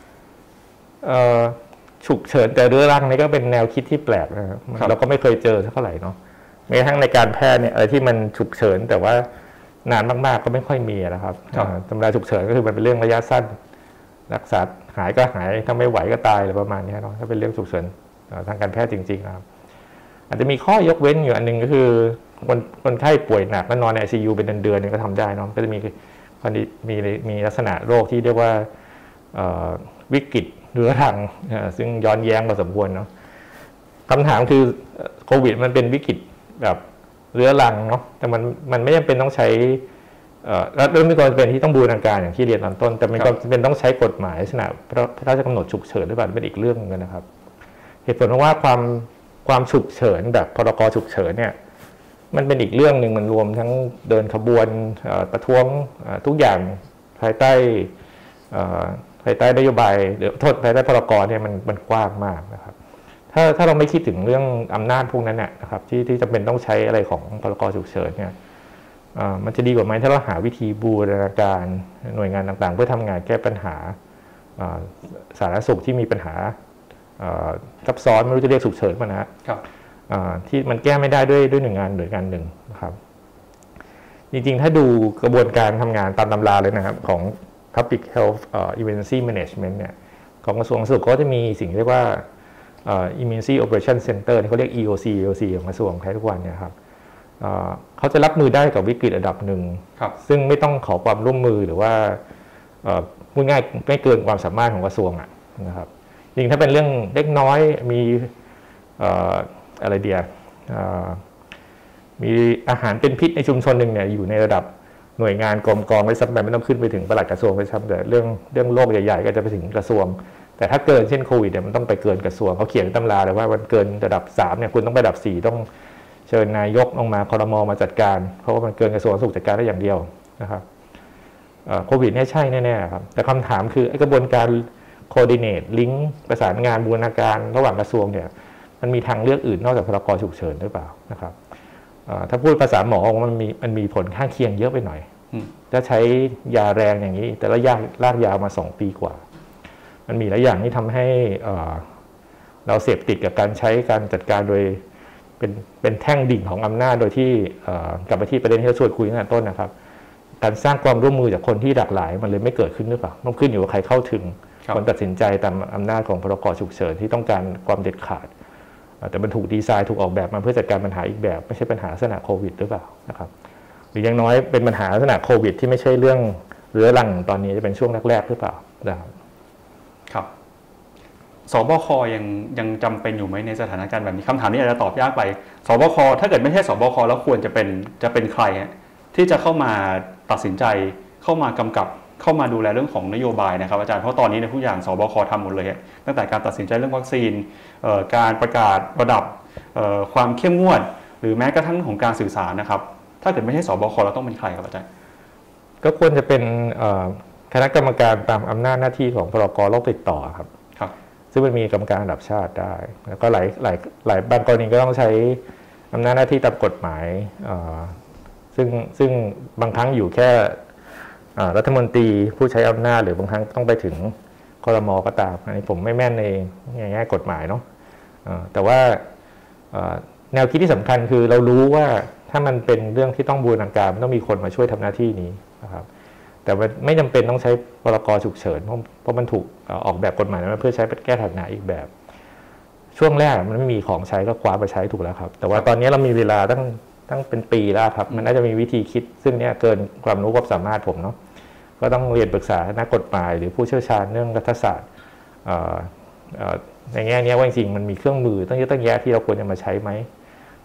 ฉุกเฉินแต่เรื้อรังนี่ก็เป็นแนวคิดที่แปลกนะครับเราก็ไม่เคยเจอเท่าไหร่เนาะแม้กระทั่งในการแพทย์เนี่ยอะไรที่มันฉุกเฉินแต่ว่านานมากๆก็ไม่ค่อยมีนะครับธรรมดาฉุกเฉินก็คือมันเป็นเรื่องระยะสั้นรักษาหายก็หายถ้าไม่ไหวก็ตายอะไรประมาณนี้เนาะถ้าเป็นเรื่องฉุกเฉินทางการแพทย์จริงๆครับอาจจะมีข้อยกเว้นอยู่อันนึงก็คือคนคนไข้ป่วยหนักแล้วนอนใน ไอ ซี ยู เป็นเดือนๆนี่ก็ทำได้เนาะก็จะมีมีมีลักษณะโรคที่เรียกว่าวิกฤตเรื้อรังซึ่งย้อนแย้งพอสมควรเนาะคำถามคือโควิดมันเป็นวิกฤตแบบเรื้อรังเนาะแต่มันมันไม่จำเป็นต้องใช้แล้วเรื่องมีความจำเป็นที่ต้องบูรณาการอย่างที่เรียนตอนต้นแต่มันก็จำเป็นต้องใช้กฎหมายลักษณะพระราชกำหนดฉุกเฉินหรือเปล่าเป็นอีกเรื่องนึงนะครับเหตุผลเพราะว่าความความฉุกเฉินแบบพรกฉุกเฉินเนี่ยมันเป็นอีกเรื่องหนึ่งมันรวมทั้งเดินขบวนประท้วงทุกอย่างภายใต้ภายใต้นโยบายหรือโทษภายใต้พรกเนี่ยมันมันกว้างมากนะครับถ้าถ้าเราไม่คิดถึงเรื่องอำนาจพวกนั้นเนี่ยนะครับที่ที่จำเป็นต้องใช้อะไรของพรกฉุกเฉินเนี่ยมันจะดีกว่าไหมถ้าเราหาวิธีบูรณาการหน่วยงานต่างๆเพื่อทำงานแก้ปัญหาสาธารณสุขที่มีปัญหาซับซ้อนไม่รู้จะเรียกฉุกเฉินป่ะนะที่มันแก้ไม่ได้ด้วยด้วยหน่วยงานหน่วยงานหนึ่งนะครับจริงๆถ้าดูกระบวนการทำงานตามตำราเลยนะครับของ Public Health Emergency Management เนี่ยของกระทรวงสาธารณสุขก็จะมีสิ่งเรียกว่า Emergency Operation Center ที่เขาเรียก อี โอ ซี อี โอ ซี ของกระทรวงใช้ทุกวันเนี่ยครับเขาจะรับมือได้กับวิกฤตระดับหนึ่งซึ่งไม่ต้องขอความร่วมมือหรือว่าพูดง่ายไม่เกินความสามารถของกระทรวงนะครับจริงถ้าเป็นเรื่องเล็กน้อยมีอะไรเดียมีอาหารเป็นพิษในชุมชนหนึ่งเนี่ยอยู่ในระดับหน่วยงานกรมกองไม่ซ้ำแต่ไม่ต้องขึ้นไปถึงปลัดกระทรวงไปซ้ำแต่เรื่องเรื่องโรคใหญ่ๆก็จะไปถึงกระทรวงแต่ถ้าเกินเช่นโควิดเนี่ยมันต้องไปเกินกระทรวงเขาเขียนในตำราเลยว่ามันเกินระดับสามเนี่ยคุณต้องไประดับสี่ต้องเชิญนายกลงมาครม.มาจัดการเพราะว่ามันเกินกระทรวงสุขจัดการได้อย่างเดียวนะครับโควิดเนี่ยใช่แน่ๆครับแต่คำถามคือไอ้กระบวนการcoordinate ลิงก์ประสานงานบูรณาการระหว่างกระทรวงเนี่ยมันมีทางเลือกอื่นนอกจากพรกฉุกเฉินหรือเปล่านะครับถ้าพูดภาษาหมอมันมีมันมีผลข้างเคียงเยอะไปหน่อยจะใช้ยาแรงอย่างนี้แต่ละยาลากยาวมาสองปีกว่ามันมีหลายอย่างที่ทำให้เราเสพติดกับการใช้การจัดการโดยเป็นเป็นแท่งดิ่งของอำนาจโดยที่กลับไปที่ประเด็นที่เราชวนคุยตั้งแต่ต้นนะครับการสร้างความร่วมมือจากคนที่หลากหลายมันเลยไม่เกิดขึ้นหรือเปล่าต้องขึ้นอยู่กับใครเข้าถึงคนตัดสินใจตามอำนาจของพรกฉุกเฉินที่ต้องการความเด็ดขาดแต่มันถูกดีไซน์ถูกออกแบบมาเพื่อจัดการปัญหาอีกแบบไม่ใช่ปัญหาลักษณะโควิดหรือเปล่านะครับหรืออย่างน้อยเป็นปัญหาลักษณะโควิดที่ไม่ใช่เรื่องเรื้อรังตอนนี้จะเป็นช่วงแรกๆหรือเปล่านะครับครับสบคยังยังจำเป็นอยู่ไหมในสถานการณ์แบบนี้คำถามนี้อาจจะตอบยากไปสบคถ้าเกิดไม่ใช่สบคแล้วควรจะเป็นจะเป็นใครที่จะเข้ามาตัดสินใจเข้ามากำกับเข้ามาดูแลเรื่องของนโยบายนะครับอาจารย์เพราะตอนนี้ในทุกอย่างสบคทำหมดเลยตั้งแต่การตัดสินใจเรื่องวัคซีนการประกาศระดับความเข้มงวดหรือแม้กระทั่งของการสื่อสารนะครับถ้าเกิดไม่ใช่สบคเราต้องเป็นใครครับอาจารย์ก็ควรจะเป็นคณะกรรมการตามอำนาจหน้าที่ของพรกโรคติดต่อครับครับซึ่งมันมีกรรมการระดับชาติได้แล้วก็หลายหลายหลายบางกรณีก็ต้องใช้อำนาจหน้าที่ตามกฎหมายซึ่งซึ่งบางครั้งอยู่แค่รัฐมนตรีผู้ใช้อำนาจหรือบางครั้งต้องไปถึงครม.ก็ตามอันนี้ผมไม่แม่นในแง่กฎหมายเนาะแต่ว่าแนวคิดที่สำคัญคือเรารู้ว่าถ้ามันเป็นเรื่องที่ต้องบูรณาการมันต้องมีคนมาช่วยทำหน้าที่นี้นะครับแต่ไม่จำเป็นต้องใช้พรกฉุกเฉินเพราะเพราะมันถูกออกแบบกฎหมายมาเพื่อใช้แก้ปัญหาอีกแบบช่วงแรกมันไม่มีของใช้ก็คว้าไปใช้ถูกแล้วครับแต่ว่าตอนนี้เรามีเวลาตั้งตั้งเป็นปีแล้วครับมันน่าจะมีวิธีคิดซึ่งเนี้ยเกินความรู้ความสามารถผมเนาะก็ต้องเรียนปรึกษานักกฎหมายหรือผู้เชี่ยวชาญเรื่องรัฐศาสตร์ในแง่นี้ว่าจริงๆมันมีเครื่องมือตั้งเยอะตั้งแยะที่เราควรจะมาใช้ไหม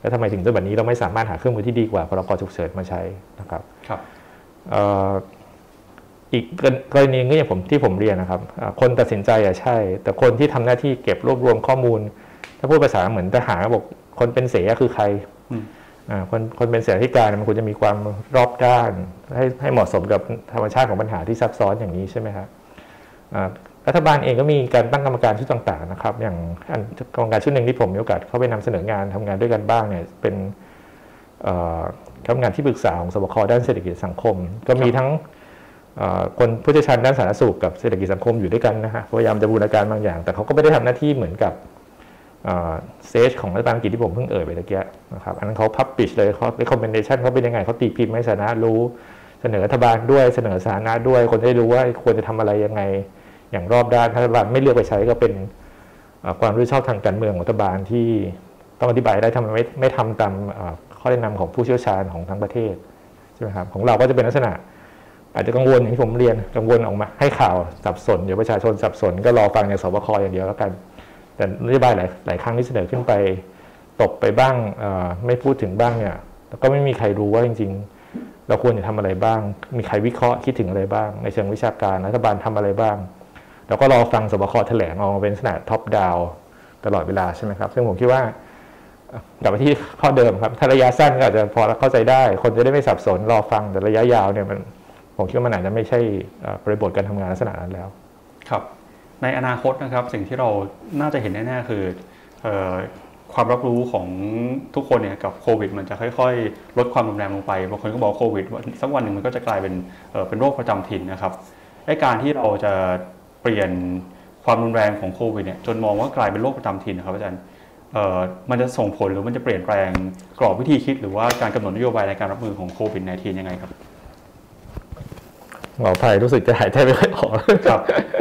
แล้วทำไมถึงจนแบบนี้เราไม่สามารถหาเครื่องมือที่ดีกว่าพรกฉุกเฉินมาใช้นะครับครับอีกกรณีนึงอย่างผมที่ผมเรียนนะครับคนตัดสินใจอะใช่แต่คนที่ทำหน้าที่เก็บรวบรวมข้อมูลถ้าพูดภาษาเหมือนทหารบอกคนเป็นเสคือใครคนคนเป็นเสนาธิการมันควรจะมีความรอบด้านให้ให้เหมาะสมกับธรรมชาติของปัญหาที่ซับซ้อนอย่างนี้ใช่ไหมครับรัฐบาลเองก็มีการตั้งกรรมการชุดต่างๆนะครับอย่างกรรมการชุดหนึ่งที่ผมมีโอกาสเข้าไปนำเสนองานทำงานด้วยกันบ้างเนี่ยเป็นกรรมการที่ปรึกษาของสบคด้านเศรษฐกิจสังคมก็มีทั้งคนผู้เชี่ยวชาญด้านสาธารณสุขกับเศรษฐกิจสังคมอยู่ด้วยกันนะฮะพยายามจะบูรณาการบางอย่างแต่เขาก็ไม่ได้ทำหน้าที่เหมือนกับเซจของรัฐบาลอังกฤษที่ผมเพิ่งเอ่ยไปตะเกียนะครับอันนั้นเขาพับปิชเลยเขาเรคคอมเมนเดชันเขาเป็นยังไงเขาตีพิมพ์ให้สาธารณะรู้เสนอรัฐบาลด้วยเสนอสาธารณะด้วยคนได้รู้ว่าควรจะทำอะไรยังไงอย่างรอบด้านรัฐบาลไม่เลือกไปใช้ก็เป็นความรับผิดชอบทางการเมืองของรัฐบาลที่ต้องอธิบายได้ทำไมไม่ไม่ทำตามข้อแนะนำของผู้เชี่ยวชาญของทั้งประเทศใช่ไหมครับของเราก็จะเป็นลักษณะอาจจะกังวลอย่างที่ผมเรียนกังวลออกมาให้ข่าวสับสนเดี๋ยวประชาชนสับสนก็รอฟังจากสบคอย่างเดียวแล้วกันแต่นโยบายหลายหลายครั้งที่เสนอขึ้นไปตกไปบ้างไม่พูดถึงบ้างเนี่ยก็ไม่มีใครรู้ว่าจริงๆเราควรจะทำอะไรบ้างมีใครวิเคราะห์คิดถึงอะไรบ้างในเชิงวิชาการรัฐบาลทำอะไรบ้างเราก็รอฟังสบคแถลงออกมาเป็นลักษณะท็อปดาวตลอดเวลาใช่ไหมครับซึ่งผมคิดว่ากลับมาที่ข้อเดิมครับถ้าระยะสั้นก็อาจจะพอเข้าใจได้คนจะได้ไม่สับสนรอฟังแต่ระยะยาวเนี่ยมันผมคิดว่ามันอาจจะไม่ใช่บริบทการทำงานลักษณะนั้นแล้วครับในอนาคตนะครับสิ่งที่เราน่าจะเห็นแน่ๆคือความรับรู้ของทุกคนเนี่ยกับโควิดมันจะค่อยๆลดความรุนแรงลงไปบางคนก็บอกโควิดสักวันหนึ่งมันก็จะกลายเป็นเป็นโรคประจำถิ่นนะครับไอ้การที่เราจะเปลี่ยนความรุนแรงของโควิดเนี่ยจนมองว่ากลายเป็นโรคประจำถิ่นนะครับอาจารย์มันจะส่งผลหรือมันจะเปลี่ยนแปลงกรอบวิธีคิดหรือว่าการกำหนดนโยบายในการรับมือของโควิด สิบเก้า ยังไงครับหมอภัยรู้สึกจะหายใจไม่ค่อยออกครับ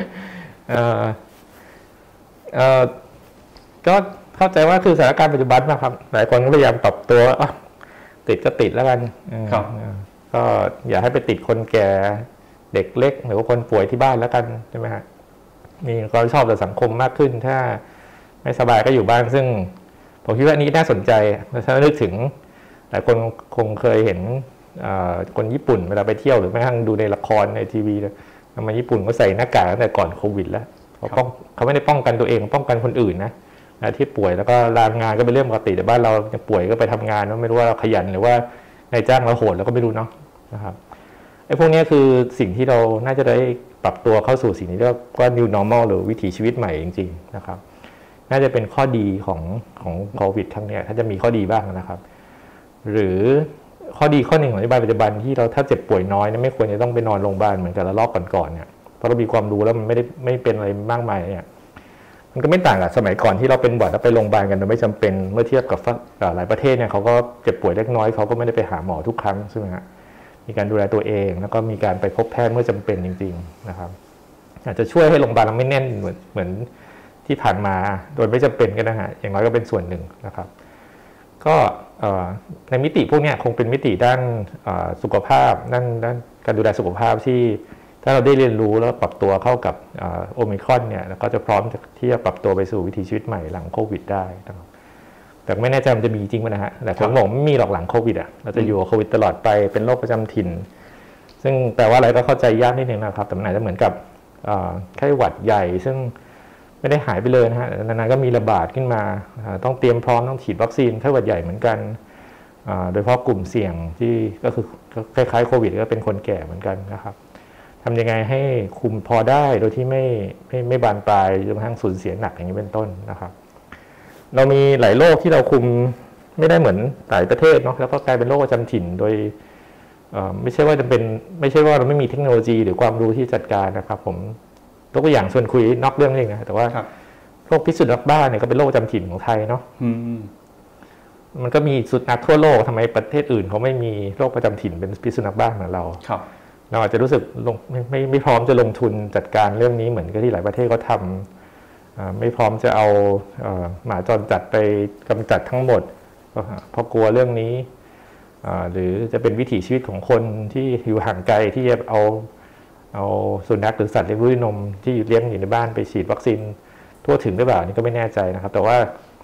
ก็เข้าใจว่าคือสถานการณ์ปัจจุบันนะครับหลายคนก็พยายามปรับตัวติดก็ติดแล้วกันก็อย่าให้ไปติดคนแก่เด็กเล็กหรือว่าคนป่วยที่บ้านแล้วกันใช่ไหมฮะมีความชอบต่อสังคมมากขึ้นถ้าไม่สบายก็อยู่บ้านซึ่งผมคิดว่านี้น่าสนใจถ้านึกถึงหลายคนคงเคยเห็นคนญี่ปุ่นเวลาไปเที่ยวหรือแม้กระทั่งดูในละครในทีวีทำไมญี่ปุ่นก็ใส่หน้ากากตั้งแต่ก่อนโควิดแล้วเขาเขาไม่ได้ป้องกันตัวเองป้องกันคนอื่นนะที่ป่วยแล้วก็ลางานก็เป็นเรื่องปกติแต่บ้านเราป่วยก็ไปทำงานไม่รู้ว่าเราขยันหรือว่านายจ้างเราโหดเราก็ไม่รู้เนาะนะครับไอ้พวกนี้คือสิ่งที่เราน่าจะได้ปรับตัวเข้าสู่สิ่งนี้เรียกว่า new normal หรือวิถีชีวิตใหม่จริงๆนะครับน่าจะเป็นข้อดีของของโควิดครั้งนี้ถ้าจะมีข้อดีบ้างนะครับหรือข้อดีข้อหนึ่งของนโยบายปัจจุบันที่เราถ้าเจ็บป่วยน้อยไม่ควรจะต้องไปนอนโรงพยาบาลเหมือนกับระลอกก่อนๆเนี่ยเพราะเรามีความรู้แล้วมันไม่ได้ไม่เป็นอะไรมากมายเนี่ยมันก็ไม่ต่างกับสมัยก่อนที่เราเป็นหวัดแล้วไปโรงพยาบาลกันโดยไม่จำเป็นเมื่อเทียบกับหลายประเทศเนี่ยเขาก็เจ็บป่วยเล็กน้อยเขาก็ไม่ได้ไปหาหมอทุกครั้งใช่ไหมฮะมีการดูแลตัวเองแล้วก็มีการไปพบแพทย์เมื่อจำเป็นจริงๆนะครับอาจจะช่วยให้โรงพยาบาลเราไม่แน่นเหมือนเหมือนที่ผ่านมาโดยไม่จำเป็นก็ได้ฮะอย่างน้อยก็เป็นส่วนหนึ่งนะครับก็ในมิติพวกนี้คงเป็นมิติด้านสุขภาพด้านด้านการดูแลสุขภาพที่ถ้าเราได้เรียนรู้แล้วปรับตัวเข้ากับโอมิครอนเนี่ยก็จะพร้อมที่จะปรับตัวไปสู่วิถีชีวิตใหม่หลังโควิดได้นะครับแต่ไม่แน่ใจมันจะมีจริงไหมนะฮะแต่ผมบอกไม่มีหรอกหลังโควิดอ่ะเราจะอยู่กับโควิดตลอดไปเป็นโรคประจำถิ่นซึ่งแต่ว่าอะไรก็เข้าใจยากนิดนึงนะครับแต่มันอาจจะเหมือนกับไข้หวัดใหญ่ซึ่งไม่ได้หายไปเลยนะฮะนานๆก็มีระบาดขึ้นมาต้องเตรียมพร้อมต้องฉีดวัคซีนไข้หวัดใหญ่เหมือนกันโดยเฉพาะกลุ่มเสี่ยงที่ก็คือคล้ายๆโควิดก็เป็นคนแก่เหมือนกันนะครับทำยังไงให้คุมพอได้โดยที่ไม่ไม่ไม่บานปลายจนกระทั่งสูญเสียหนักอย่างนี้เป็นต้นนะครับเรามีหลายโรคที่เราคุมไม่ได้เหมือนหลายประเทศเนาะแล้วก็กลายเป็นโรคประจำถิ่นโดยไม่ใช่ว่าจะเป็นไม่ใช่ว่าเราไม่มีเทคโนโลยีหรือความรู้ที่จัดการนะครับผมยกตัวอย่างส่วนคุยนอกเรื่องนี่นะแต่ว่าโรคพิษสุนัขบ้าเนี่ยก็เป็นโรคประจำถิ่นของไทยเนาะมันก็มีสุนัขทั่วโลกทำไมประเทศอื่นเขาไม่มีโรคประจำถิ่นเป็นพิษสุนัขบ้าเหมือนเราเราอาจจะรู้สึกลงไม่ไม่ไม่พร้อมจะลงทุนจัดการเรื่องนี้เหมือนกับที่หลายประเทศเขาทำไม่พร้อมจะเอาหมาจรจัดไปกำจัดทั้งหมดเพราะกลัวเรื่องนี้หรือจะเป็นวิถีชีวิตของคนที่อยู่ห่างไกลที่จะเอาเอาสุนัขหรือสัตว์เลี้ยงด้วยนมที่เลี้ยงอยู่ในบ้านไปฉีดวัคซีนทั่วถึงหรือเปล่านี่ก็ไม่แน่ใจนะครับแต่ว่า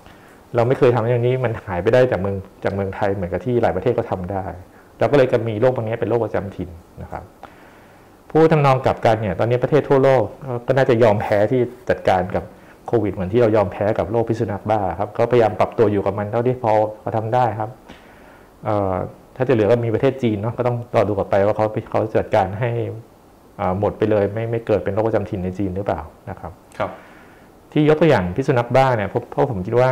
เราไม่เคยทำอย่างนี้มันหายไปได้จากเมืองจากเมืองไทยเหมือนกับที่หลายประเทศก็ทำได้เราก็เลยจะมีโรคพวกนี้เป็นโรคประจำถิ่นนะครับผู้ทำนองกลับกันเนี่ยตอนนี้ประเทศทั่วโลกก็น่าจะยอมแพ้ที่จัดการกับโควิดเหมือนที่เรายอมแพ้กับโรคพิษสุนัขบ้าครับก็พยายามปรับตัวอยู่กับมันเท่าที่พอเขาทำได้ครับถ้าจะเหลือก็มีประเทศจีนเนาะก็ต้องรอดูต่อไปว่าเขาเขาจัดการให้หมดไปเลยไม่ไม่เกิดเป็นโรคประจำถิ่นในจีนหรือเปล่านะครับครับที่ยกตัวอย่างพิษสุนัขบ้าเนี่ยเพราะผมคิดว่า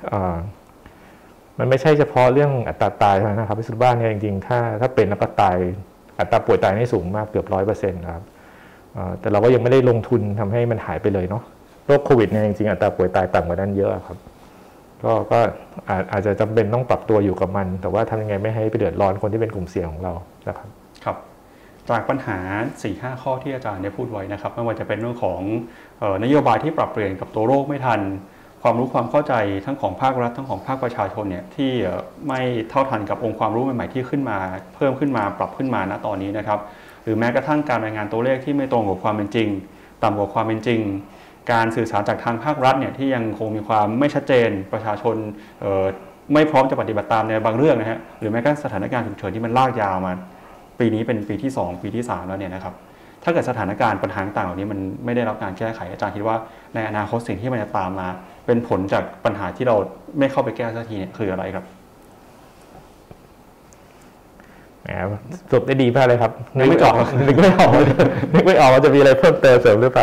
มันไม่ใช่เฉพาะเรื่องอัตราตายเท่านั้นนะครับพิษสุนัขบ้าเนี่ยจริงๆถ้าถ้าเป็นแล้วก็ตายอัตราป่วยตายนี่สูงมากเกือบร้อยเปอร์เซ็นต์ครับแต่เราก็ยังไม่ได้ลงทุนทำให้มันหายไปเลยเนาะโรคโควิดเนี่ยจริงๆอัตราป่วยตายต่ำกว่านั้นเยอะครับก็ก็อาจจะจำเป็นต้องปรับตัวอยู่กับมันแต่ว่าทำยังไงไม่ให้ไปเดือดร้อนคนที่เป็นกลุ่มเสี่ยงของเรานะครับครับจากปัญหา สี่ห้า ข้อที่อาจารย์ได้พูดไว้นะครับไม่ว่าจะเป็นเรื่องของนโยบายที่ปรับเปลี่ยนกับตัวโรคไม่ทันความรู้ความเข้าใจทั้งของภาครัฐทั้งของภาคประชาชนเนี่ยที่ไม่เท่าทันกับองค์ความรู้ใหม่ๆที่ขึ้นมาเพิ่มขึ้นมาปรับขึ้นมาณตอนนี้นะครับหรือแม้กระทั่งการรายงานตัวเลขที่ไม่ตรงกับความเป็นจริงต่ำกว่าความเป็นจริงการสื่อสารจากทางภาครัฐเนี่ยที่ยังคงมีความไม่ชัดเจนประชาชนไม่พร้อมจะปฏิบัติตามในบางเรื่องนะฮะหรือแม้กระทั่งสถานการณ์ฉุกเฉินที่มันลากยาวมาปีนี้เป็นปีที่สองปีที่สามแล้วเนี่ยนะครับถ้าเกิดสถานการณ์ปัญหาต่างเหล่านี้มันไม่ได้รับการแก้ไขอาจารย์คิดว่าในอนาคตสิ่งที่มันจะตามมาเป็นผลจากปัญหาที่เราไม่เข้าไปแก้สักทีเนี่ยคืออะไรครับแหมจบได้ดีมากเลยครับนึกไม่ออกนึกไม่ออกนึกไม่ออกว่าจะมีอะไรเพิ่มเติมเสริมหรือเปล่า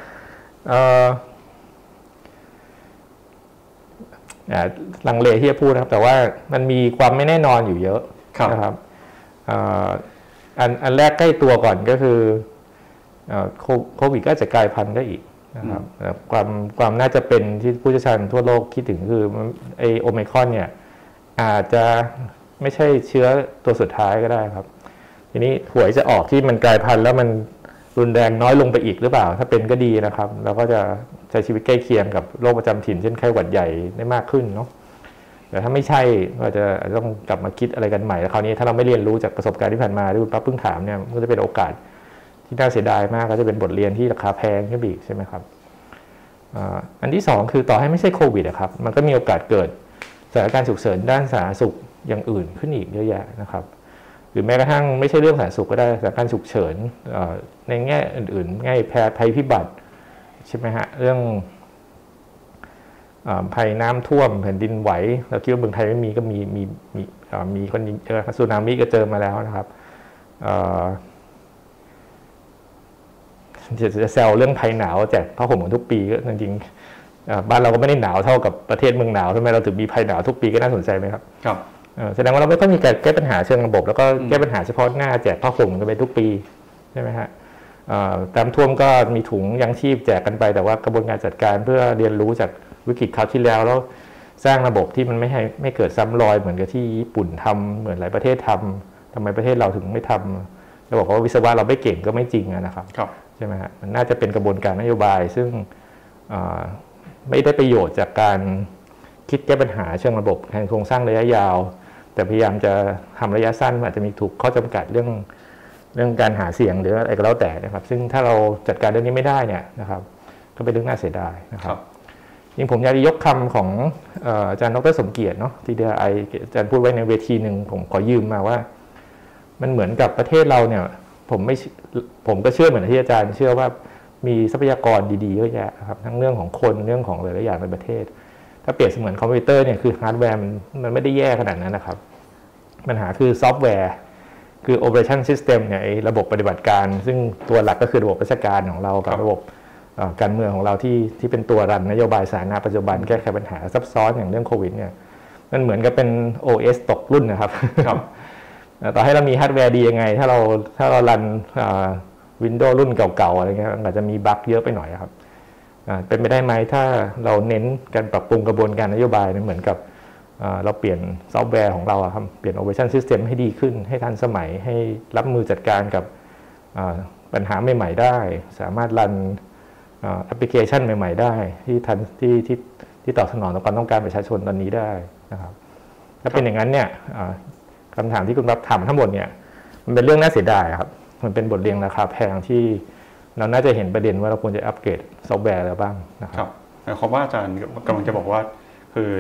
ลังเลที่จะพูดนะครับแต่ว่ามันมีความไม่แน่นอนอยู่เยอะนะครับอันอันแรกใกล้ตัวก่อนก็คือโควิดก็จะกลายพันธุ์ได้อีกนะครับความความน่าจะเป็นที่ผู้เชี่ยวชาญทั่วโลกคิดถึงคือไอโอไมครอนเนี่ยอาจจะไม่ใช่เชื้อตัวสุดท้ายก็ได้ครับทีนี้หวยจะออกที่มันกลายพันธุ์แล้วมันรุนแรงน้อยลงไปอีกหรือเปล่าถ้าเป็นก็ดีนะครับเราก็จะใช้ชีวิตใกล้เคียงกับโรคประจำถิ่นเช่นไข้หวัดใหญ่ได้มากขึ้นเนาะแต่ถ้าไม่ใช่ก็จะต้องกลับมาคิดอะไรกันใหม่แล้วคราวนี้ถ้าเราไม่เรียนรู้จากประสบการณ์ที่ผ่านมาที่คุณปั๊บเพิ่งถามเนี่ยมันจะเป็นโอกาสที่น่าเสียดายมากก็จะเป็นบทเรียนที่ราคาแพงขึ้นอีกใช่ไหมครับอันที่สองคือต่อให้ไม่ใช่โควิดนะครับมันก็มีโอกาสเกิดสถานการณ์ฉุกเฉินด้านสาธารณสุขอย่างอื่นขึ้นอีกเยอะแยะนะครับหรือแม้กระทั่งไม่ใช่เรื่องสาธารณสุขก็ได้สถานการณ์ฉุกเฉินในแง่อื่นๆง่ายแพ้ภัยพิบัติใช่ไหมฮะเรื่องภัยน้ำท่วมแผ่นดินไหวเราคิดว่าเมืองไทยไม่มีก็มีมีมีมีคนเจอสึนามิก็เจอมาแล้วนะครับจะแซวเรื่องภัยหนาวแจกผ้าห่มทุกปีก็จริงๆบ้านเราก็ไม่ได้หนาวเท่ากับประเทศเมืองหนาวทำไมเราถึงมีภัยหนาวทุกปีก็น่าสนใจไหมครับครับแสดงว่าเราไม่ต้องมีการแก้ปัญหาเชิงระบบแล้วก็แก้ปัญหาเฉพาะหน้าแจกผ้าห่มกันไปทุกปีใช่ไหมฮะน้ำท่วมก็มีถุงยังชีพแจกกันไปแต่ว่ากระบวนการจัดการเพื่อเรียนรู้จากวิกฤตคราวที่แล้วแล้วสร้างระบบที่มันไม่ให้ไม่เกิดซ้ำรอยเหมือนกับที่ญี่ปุ่นทำเหมือนหลายประเทศทำทำไมประเทศเราถึงไม่ทำเราบอกว่าวิศวะเราไม่เก่งก็ไม่จริงนะครับใช่ไหมฮะมันน่าจะเป็นกระบวนการนโยบายซึ่งไม่ได้ประโยชน์จากการคิดแก้ปัญหาเชิงระบบแทนโครงสร้างระยะยาวแต่พยายามจะทำระยะสั้นอาจจะมีถูกข้อจำกัดเรื่องเรื่องการหาเสียงหรืออะไรก็แล้วแต่นะครับซึ่งถ้าเราจัดการเรื่องนี้ไม่ได้เนี่ยนะครับก็เป็นเรื่องน่าเสียดายนะครับยิ่งผมอยากจะยกคำของอาจารย์ดร.สมเกียรติเนาะที่เดียไออาจารย์พูดไว้ในเวทีหนึ่งผมขอยืมมาว่ามันเหมือนกับประเทศเราเนี่ยผมไม่ผมก็เชื่อเหมือนที่อาจารย์เชื่อว่ามีทรัพยากรดีๆเยอะแยะครับทั้งเรื่องของคนเรื่องของหลายๆอย่างในประเทศถ้าเปรียบเสมือนคอมพิวเตอร์เนี่ยคือฮาร์ดแวร์มันมันไม่ได้แย่ขนาดนั้นนะครับปัญหาคือซอฟต์แวร์คือ operation system เนี่ยระบบปฏิบัติการซึ่งตัวหลักก็คือระบบราชการของเรากับระบบการเมืองของเราที่ที่เป็นตัวรันนโยบายสาธารณะปัจจุบันแก้ไขปัญหาซับซ้อนอย่างเรื่องโควิดเนี่ยมันเหมือนกับเป็น โอ เอส ตกรุ่นนะครับต่อให้เรามีฮาร์ดแวร์ดียังไงถ้าเราถ้าเรารันวินโดว์รุ่นเก่าๆอะไรเงี้ยอาจจะมีบั๊กเยอะไปหน่อยครับเป็นไปได้ไหมถ้าเราเน้นการปรับปรุงกระบวนการนโยบายเหมือนกับเราเปลี่ยนซอฟต์แวร์ของเราครับเปลี่ยน operation system ให้ดีขึ้นให้ทันสมัยให้รับมือจัดการกับปัญหาใหม่ๆได้สามารถรันแอปพลิเคชันใหม่ๆได้ที่ทันที่ที่ที่ตอบสนองต่อความต้องการประชาชนตอนนี้ได้นะครับถ้าเป็นอย่างนั้นเนี่ยคำถามที่คุณรับถามทั้งหมดเนี่ยมันเป็นเรื่องน่าเสียดายครับมันเป็นบทเรียนราคาแพงที่เราน่าจะเห็นประเด็นว่าเราควรจะอัปเกรดซอฟต์แวร์แล้วบ้างนะครับหมายความว่าอาจารย์กำลังจะบอกว่าคือ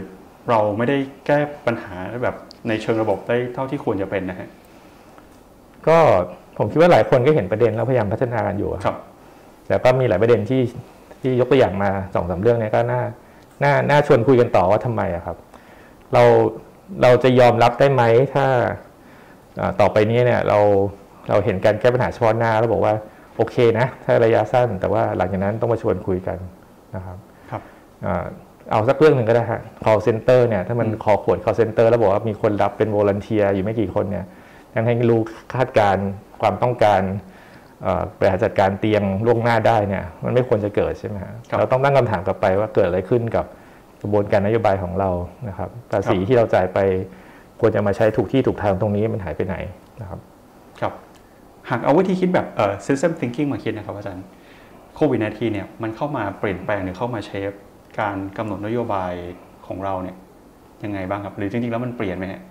เราไม่ได้แก้ปัญหาแบบในเชิงระบบได้เท่าที่ควรจะเป็นนะฮะก็ผมคิดว่าหลายคนก็เห็นประเด็นแล้วพยายามพัฒนากันอยู่ครับแต่ก็มีหลายประเด็นที่ที่ยกตัวอย่างมาสองสามเรื่องนี้ก็น่าน่าน่าชวนคุยกันต่อว่าทำไมอะครับเราเราจะยอมรับได้ไหมถ้าต่อไปนี้เนี่ยเราเราเห็นการแก้ปัญหาเฉพาะหน้าแล้วบอกว่าโอเคนะถ้าระยะสั้นแต่ว่าหลังจากนั้นต้องมาชวนคุยกันนะครับครับเอาสักเรื่องหนึ่งก็ได้ฮะ call center เนี่ยถ้ามันคอขวด call center แล้วบอกว่ามีคนรับเป็น volunteer อยู่ไม่กี่คนเนี่ยยังให้รู้คาดการความต้องการบริหารจัดการเตียงล่วงหน้าได้เนี่ยมันไม่ควรจะเกิดใช่ไหมครับเราต้องตั้งคำถามกลับไปว่าเกิดอะไรขึ้นกับกระบวนการนโยบายของเรานะครับภาษีที่เราจ่ายไปควรจะมาใช้ถูกที่ถูกทางตรงนี้มันหายไปไหนนะครับครับหากเอาวิธีคิดแบบเอ่อ system thinking มาคิดนะครับอาจารย์โควิด สิบเก้า เนี่ยมันเข้ามาเปลี่ยนแปลงหรือเข้ามาเชฟการกำหนดนโยบายของเราเนี่ยยังไงบ้างครับหรือจริงๆแล้วมันเปลี่ยนไหมฮะ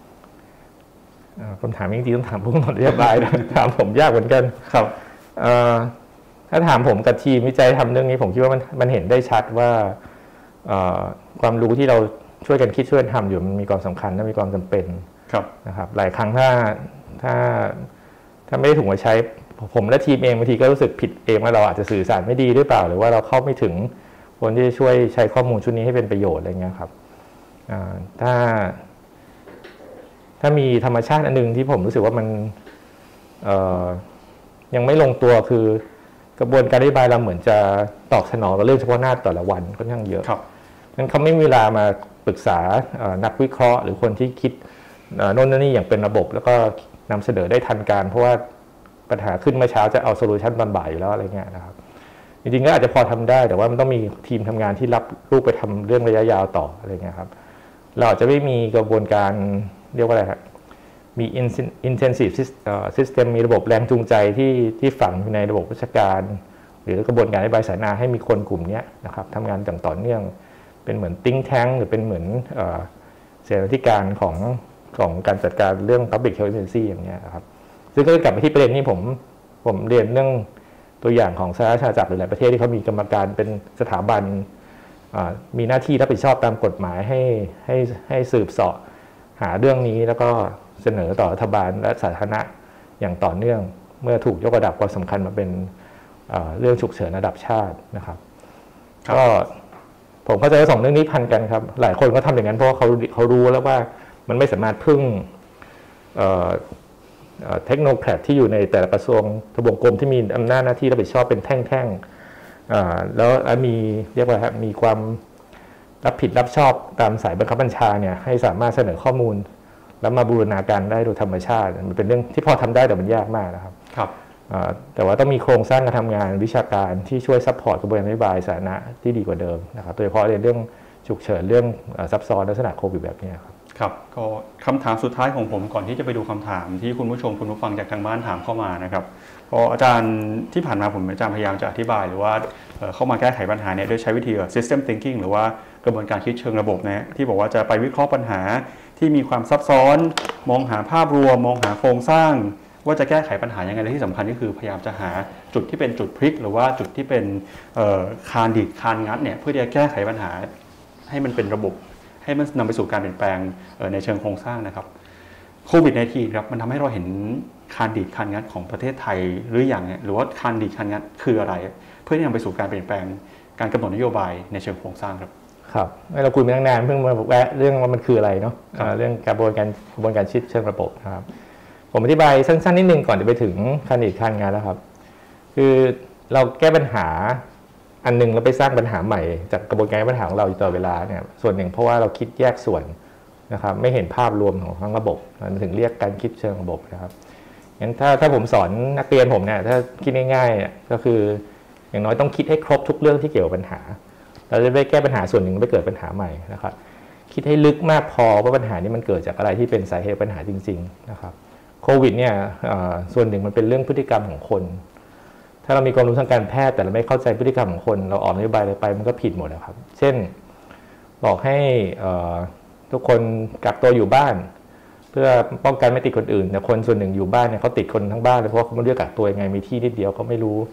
คำถามจริงๆต้องถามผู้กำหนดนโยบายนะถามผมยากเหมือนกันครับถ้าถามผมกับทีมวิจัยทำเรื่องนี้ผมคิดว่ามันมันเห็นได้ชัดว่าความรู้ที่เราช่วยกันคิดช่วยกันทำอยู่มันมีความสำคัญและมีความจำเป็นนะครับหลายครั้งถ้าถ้าถ้าไม่ได้ถูกมาใช้ผมและทีมเองบางทีก็รู้สึกผิดเองว่าเราอาจจะสื่อสารไม่ดีหรือเปล่าหรือว่าเราเข้าไม่ถึงคนที่จะช่วยใช้ข้อมูลชุดนี้ให้เป็นประโยชน์อะไรเงี้ยครับถ้าถ้ามีธรรมชาติอันนึงที่ผมรู้สึกว่ามันยังไม่ลงตัวคือกระบวนการนโยบายเราเหมือนจะตอบสนองกับเรื่องเฉพาะหน้าแต่ละวันค่อนข้างเยอะงั้นเขาไม่มีเวลามาปรึกษานักวิเคราะห์หรือคนที่คิดโน่นนี่อย่างเป็นระบบแล้วก็นำเสนอได้ทันการเพราะว่าปัญหาขึ้นเมื่อเช้าจะเอาโซลูชันตอนบ่ายอยู่แล้วอะไรเงี้ยนะครับจริงๆก็อาจจะพอทำได้แต่ว่ามันต้องมีทีมทำงานที่รับลูกไปทำเรื่องระยะยาวต่ออะไรเงี้ยครับเราอาจจะไม่มีกระบวนการเรียกว่าอะไรครับมี intensive system มีระบบแรงจูงใจที่ที่ฝังในระบบราชการหรือกระบวนการนโยบายสาธารณะให้มีคนกลุ่มนี้นะครับทำงานอย่างต่อเนื่องเป็นเหมือน think tank หรือเป็นเหมือนเสนาธิการของของการจัดการเรื่อง public health emergency อย่างเงี้ยครับซึ่งก็กลับไปที่ประเด็นนี้ผมผมเรียนเรื่องตัวอย่างของสหราชอาณาจักรหรือหลายประเทศที่เขามีกรรมการเป็นสถาบันมีหน้าที่รับผิดชอบตามกฎหมายให้ให้ให้สืบเสาะหาเรื่องนี้แล้วก็เสนอต่อรัฐบาลและสาธารณะอย่างต่อเนื่องเมื่อถูกยกระดับความสำคัญมาเป็นเรื่องฉุกเฉินระดับชาตินะครับก็ผมเข้าใจว่าสองเรื่องนี้พันกันครับหลายคนก็ทำอย่างนั้นเพราะเขาเขารู้แล้วว่ามันไม่สามารถพึ่งเทคโนแครดที่อยู่ในแต่ละกระทรวงทบวงกรมที่มีอำนาจหน้าที่รับผิดชอบเป็นแท่งๆแล้วมีเรียกว่ามีความรับผิดรับชอบตามสายบังคับบัญชาเนี่ยให้สามารถเสนอข้อมูลแล้วมาบูรณาการได้โดยธรรมชาติมันเป็นเรื่องที่พอทำได้แต่มันยากมากนะครับครับแต่ว่าต้องมีโครงสร้างการทำงานวิชาการที่ช่วยซัพพอร์ตกระบวนการนโยบายสาธารณะที่ดีกว่าเดิมนะครับโดยเฉพาะในเรื่องฉุกเฉินเรื่องซับซ้อนลักษณะโควิดแบบนี้ครับครับก็คำถามสุดท้ายของผมก่อนที่จะไปดูคำถามที่คุณผู้ชมคุณผู้ฟังจากทางบ้านถามเข้ามานะครับพออาจารย์ที่ผ่านมาผมอาจารย์พยายามจะอธิบายหรือว่าเข้ามาแก้ไขปัญหาเนี่ยโดยใช้วิธี system thinking หรือว่ากระบวนการคิดเชิงระบบนะที่บอกว่าจะไปวิเคราะห์ปัญหาที่มีความซับซ้อนมองหาภาพรวมมองหาโครงสร้างว่าจะแก้ไขปัญหายังไงและที่สำคัญก็คือพยายามจะหาจุดที่เป็นจุดพลิกหรือว่าจุดที่เป็นคานดิดคานงัดเนี่ยเพื่อที่จะแก้ไขปัญหาให้มันเป็นระบบให้มันนำไปสู่การเปลี่ยนแปลงในเชิงโครงสร้างนะครับโควิด สิบเก้า ครับมันทำให้เราเห็นคานดีดคานงัดของประเทศไทยหรืออย่างหรือว่าคานดีดคานงัดคืออะไรเพื่อที่นำไปสู่การเปลี่ยนแปลงการกำหนดนโยบายในเชิงโครงสร้างครับครับเราคุยมาตั้งนานเพิ่งมาบอกว่าเรื่องว่ามันคืออะไรเนาะเรื่องกระบวนการกระบวนการคิดเชิงระบบนะครับผมอธิบายสั้นๆนิดนึงก่อนจะไปถึงคานดีดคานงัดแล้วครับคือเราแก้ปัญหาอันนึงแล้วไปสร้างปัญหาใหม่จากกระบวนการปัญหาของเราอยู่ตลอดเวลาเนี่ยส่วนหนึ่งเพราะว่าเราคิดแยกส่วนนะครับไม่เห็นภาพรวมของทั้งระบบมันถึงเรียกการคิดเชิงระบบนะครับงั้นถ้าถ้าผมสอนนักเรียนผมเนี่ยถ้าคิดง่ายๆก็คืออย่างน้อยต้องคิดให้ครบทุกเรื่องที่เกี่ยวกับปัญหาเราจะไม่แก้ปัญหาส่วนหนึ่งไม่เกิดปัญหาใหม่นะครับคิดให้ลึกมากพอว่าปัญหานี้มันเกิดจากอะไรที่เป็นสาเหตุปัญหาจริงๆนะครับโควิดเนี่ยส่วนหนึ่งมันเป็นเรื่องพฤติกรรมของคนถ้าเรามีความรู้ทางการแพทย์แต่เราไม่เข้าใจพฤติกรรมของคนเราออกนโยบายอะไรไปมันก็ผิดหมดนะครับเช่นบอกให้ทุกคนกักตัวอยู่บ้านเพื่อป้องกันไม่ติดคนอื่นแต่คนส่วนหนึ่งอยู่บ้านเนี่ยเขาติดคนทั้งบ้านเลยเพราะว่าเขาไม่เลือกกักตัวยังไงมีที่นิดเดียวเขาไม่รู้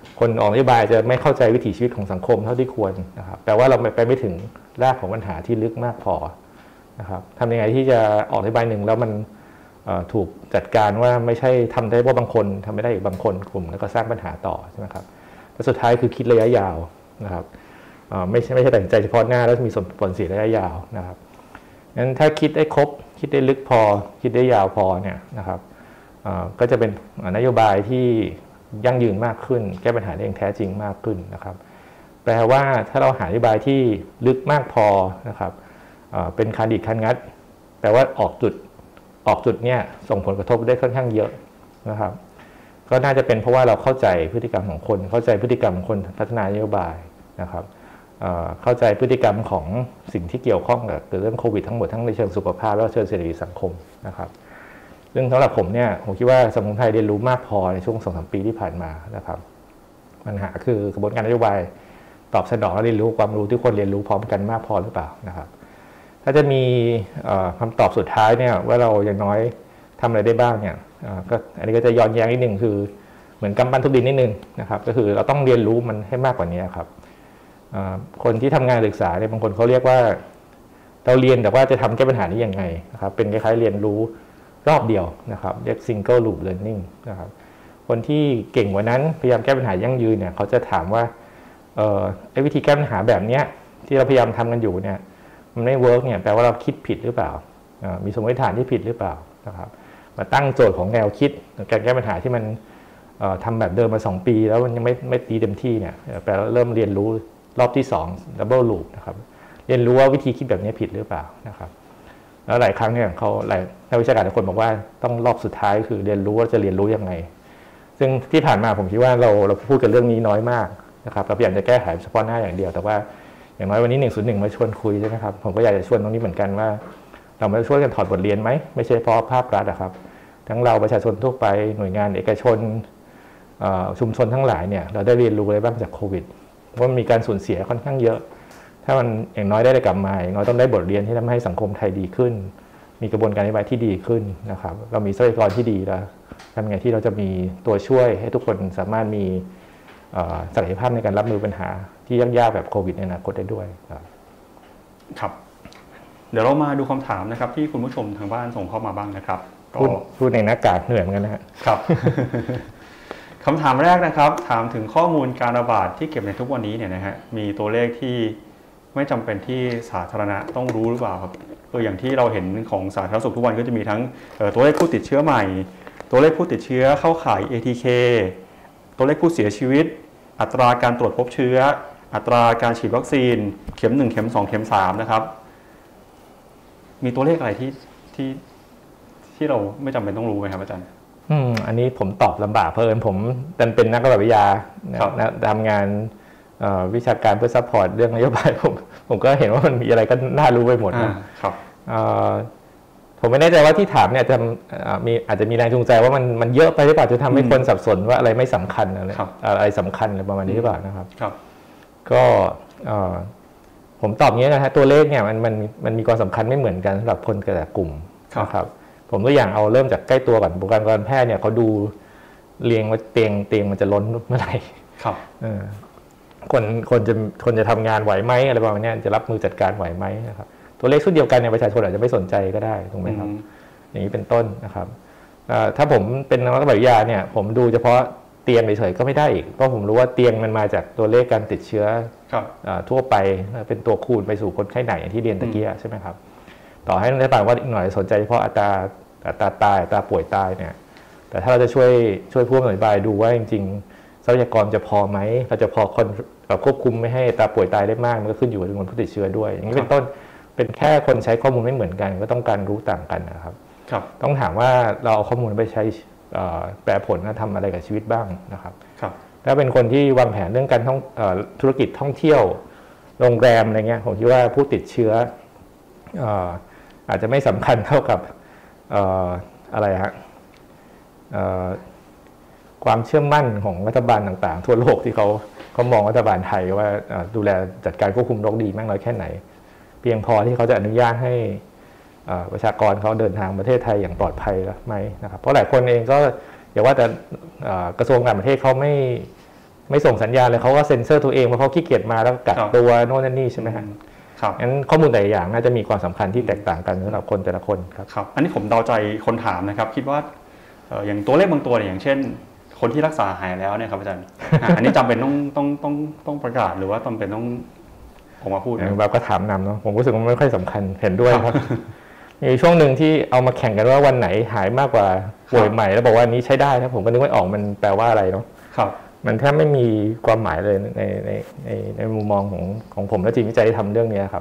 คนออกนโยบายจะไม่เข้าใจวิถีชีวิตของสังคมเท่าที่ควรนะครับแปลว่าเราไปไม่ถึงรากของปัญหาที่ลึกมากพอนะครับทำยังไงที่จะออกนโยบายหนึ่งแล้วมันถูกจัดการว่าไม่ใช่ทำได้ว่าบางคนทำไม่ได้อีกบางคนกลุ่มแล้วก็สร้างปัญหาต่อใช่ไหมครับและสุดท้ายคือคิดระยะยาวนะครับไม่ใช่ไม่ใช่ตัดสินใจเฉพาะหน้าแล้วมีผลเสียระยะยาวนะครับงั้นถ้าคิดได้ครบคิดได้ลึกพอคิดได้ยาวพอเนี่ยนะครับก็จะเป็นนโยบายที่ยั่งยืนมากขึ้นแก้ปัญหาได้อย่างแท้จริงมากขึ้นนะครับแปลว่าถ้าเราหานโยบายที่ลึกมากพอนะครับเป็นคานดิดคานงัดแปลว่าออกจุดออกจุดเนี่ยส่งผลกระทบได้ค่อนข้างเยอะนะครับก็น่าจะเป็นเพราะว่าเราเข้าใจพฤติกรรมของคนเข้าใจพฤติกรรมของคนพัฒนานโยบายนะครับเข้าใจพฤติกรรมของสิ่งที่เกี่ยวข้องกับเรื่องโควิดทั้งหมดทั้งในเชิงสุขภาพและเชิงเศรษฐกิจสังคมนะครับซึ่งสำหรับผมเนี่ยผมคิดว่าสังคมไทยเรียนรู้มากพอในช่วง สองถึงสาม ปีที่ผ่านมานะครับปัญหาคือกระบวนการนโยบายตอบสนองและเรียนรู้ความรู้ที่คนเรียนรู้พร้อมกันมากพอหรือเปล่านะครับถ้าจะมีคำตอบสุดท้ายเนี่ยว่าเราอย่างน้อยทำอะไรได้บ้างเนี่ยก็อันนี้ก็จะย้อนแย้งนิดนึงคือเหมือนกำปั้นทุบดินนิดนึงนะครับก็คือเราต้องเรียนรู้มันให้มากกว่านี้ครับคนที่ทำงานศึกษาเนี่ยบางคนเขาเรียกว่าเราเรียนแต่ว่าจะทำแก้ปัญหานี้ยังไงนะครับเป็นคล้ายๆเรียนรู้รอบเดียวนะครับเรียก single loop learning นะครับคนที่เก่งกว่านั้นพยายามแก้ปัญหายั่งยืนเนี่ยเขาจะถามว่าเอ่อไอ้วิธีแก้ปัญหาแบบนี้ที่เราพยายามทำกันอยู่เนี่ยมันไม่เวิร์กเนี่ยแปลว่าเราคิดผิดหรือเปล่ามีสมมติฐานที่ผิดหรือเปล่านะครับมาตั้งโจทย์ของแนวคิดการแก้ปัญหาที่มันทำแบบเดิมมาสองปีแล้วมันยังไม่ไม่ตีเต็มที่เนี่ยแปลว่าเริ่มเรียนรู้รอบที่สอง double loop นะครับเรียนรู้ว่าวิธีคิดแบบนี้ผิดหรือเปล่านะครับแล้วหลายครั้งเนี่ยเขาหลายนักวิชาการหลายคนบอกว่าต้องรอบสุดท้ายคือเรียนรู้ว่าจะเรียนรู้ยังไงซึ่งที่ผ่านมาผมคิดว่าเราเราพูดกันเรื่องนี้น้อยมากนะครับเราพยายามจะแก้ไขเฉพาะหน้าอย่างเดียวแต่ว่าอย่างน้อยวันนี้หนึ่งศูนย์หนึ่งมาชวนคุยใช่ไหมครับผมก็อยากจะชวนตรงนี้เหมือนกันว่าเรามาช่วยกันถอดบทเรียนไหมไม่ใช่เฉพาะภาครัฐนะครับทั้งเราประชาชนทั่วไปหน่วยงานเอกชนชุมชนทั้งหลายเนี่ยเราได้เรียนรู้อะไรบ้างจากโควิดว่ามีการสูญเสียค่อนข้างเยอะถ้ามันอย่างน้อยได้กลับมาอย่างน้อยต้องได้บทเรียนที่ทำให้สังคมไทยดีขึ้นมีกระบวนการนโยบายที่ดีขึ้นนะครับเรามีทรัพยากรที่ดีแล้วทำไงที่เราจะมีตัวช่วยให้ทุกคนสามารถมีศักยภาพในการรับมือปัญหาที่ยากๆแบบโควิดในอนาคตได้ด้วยครับเดี๋ยวเรามาดูคำถามนะครับที่คุณผู้ชมทางบ้านส่งเข้ามาบ้างนะครับก็พูดในหน้ากากเหนื่อยเหมือนกันนะครับคำถามแรกนะครับถามถึงข้อมูลการระบาดที่เก็บในทุกวันนี้เนี่ยนะฮะมีตัวเลขที่ไม่จำเป็นที่สาธารณะต้องรู้หรือเปล่าครับคืออย่างที่เราเห็นของสาธารณสุขทุกวันก็จะมีทั้งตัวเลขผู้ติดเชื้อใหม่ตัวเลขผู้ติดเชื้อเข้าข่าย เอ ที เค ตัวเลขผู้เสียชีวิตอัตราการตรวจพบเชื้ออัตราการฉีดวัคซีนเข็มหนึ่งเข็มสองเข็มสามนะครับมีตัวเลขอะไรที่ที่ที่เราไม่จำเป็นต้องรู้ไหมครับอาจารย์อืมอันนี้ผมตอบลำบากเพราะเอิญผมเป็นนักระบาดวิทยาทำงานวิชาการเพื่อซัพพอร์ตเรื่องนโยบายผมผมก็เห็นว่ามันมีอะไรก็น่ารู้ไปหมดนะครับผมไม่แน่ใจว่าที่ถามเนี่ยจะมีอาจจะมีแรงจูงใจว่ามันมันเยอะไปหรือเปล่าจะทำให้คนสับสนว่าอะไรไม่สำคัญอะไรอะไรสำคัญอะไรประมาณนี้หรือเปล่านะครับก็ผมตอบงี้นะฮะตัวเลขเนี่ยมันมันมันมีความสำคัญไม่เหมือนกันสำหรับคนแต่ละกลุ่มนะครับผมตัวอย่างเอาเริ่มจากใกล้ตัวก่อนบุคลากรแพทย์เนี่ยเขาดูเรียงว่าเตียงเตียงมันจะล้นเมื่อไหร่ครับคนคนจะคนจะทำงานไหวไหมอะไรประมาณนี้จะรับมือจัดการไหวไหมนะครับตัวเลขชุดเดียวกันเนี่ยประชาชนอาจจะไม่สนใจก็ได้ถูกไหมครับอย่างนี้เป็นต้นนะครับถ้าผมเป็นนักระบาดวิทยาเนี่ยผมดูเฉพาะเตียงเฉยๆก็ไม่ได้อีกเพราะผมรู้ว่าเตียงมันมาจากตัวเลขการติดเชื้อทั่วไปเป็นตัวคูณไปสู่คนไข้หนักอย่างที่เรียนตะกี้ใช่ไหมครับต่อให้รัฐบาลว่าอีกหน่อยสนใจเฉพาะอัตราอัตราตายอัตราป่วยตายเนี่ยแต่ถ้าเราจะช่วยช่วยผู้อธิบายดูว่าจริงๆทรัพยากรจะพอไหมเราจะพอคนควบคุมไม่ให้อัตราป่วยตายได้มากมันก็ขึ้นอยู่กับจำนวนผู้ติดเชื้อด้วยอย่างนี้เป็นต้นเป็นแค่คนใช้ข้อมูลไม่เหมือนกันก็ต้องการรู้ต่างกันนะครับต้องถามว่าเราเอาข้อมูลไปใช้แปลผลทำอะไรกับชีวิตบ้างนะครับถ้าเป็นคนที่วางแผนเรื่องการท่องธุรกิจท่องเที่ยวโรงแรมอะไรเงี้ยผมคิดว่าผู้ติดเชื้ออาจจะไม่สำคัญเท่ากับอะไรฮะความเชื่อมั่นของรัฐบาลต่างๆทั่วโลกที่เขาเขามองรัฐบาลไทยว่าดูแลจัดการควบคุมโรคดีมากน้อยแค่ไหนเพียงพอที่เขาจะอนุญาตให้ประชากรเขาเดินทางประเทศไทยอย่างปลอดภัยไหมนะครับเพราะหลายคนเองก็อย่าว่าแต่กระทรวงต่างประเทศเขาไม่ไม่ส่งสัญญาณเลยเขาก็เซ็นเซอร์ตัวเองเพราะเขาขี้เกียจมาแล้วกักตัวโน่นนั่นนี่ใช่ไหมฮะครับงั้นข้อมูลแต่ละอย่างน่าจะมีความสำคัญที่แตกต่างกันสำหรับคนแต่ละคนครับครับอันนี้ผมเดาใจคนถามนะครับคิดว่าอย่างตัวเลขบางตัวเนี่ยอย่างเช่นคนที่รักษาหายแล้วเนี่ยครับอาจารย์อันนี้จำเป็นต้องต้องต้องต้องประกาศหรือว่าจำเป็นต้องออกมาพูดแบบก็ถามนำเนาะผมรู้สึกว่าไม่ค่อยสำคัญเห็นด้วยครับมีช่วงหนึ่งที่เอามาแข่งกันว่าวันไหนหายมากกว่าป่วยใหม่แล้วบอกว่านี้ใช้ได้นะผมก็นึกไม่ออกมันแปลว่าอะไรเนาะครับมันแทบไม่มีความหมายเลยในในในในมุมมองของของผมและทีมวิจัยที่ทำเรื่องนี้ครับ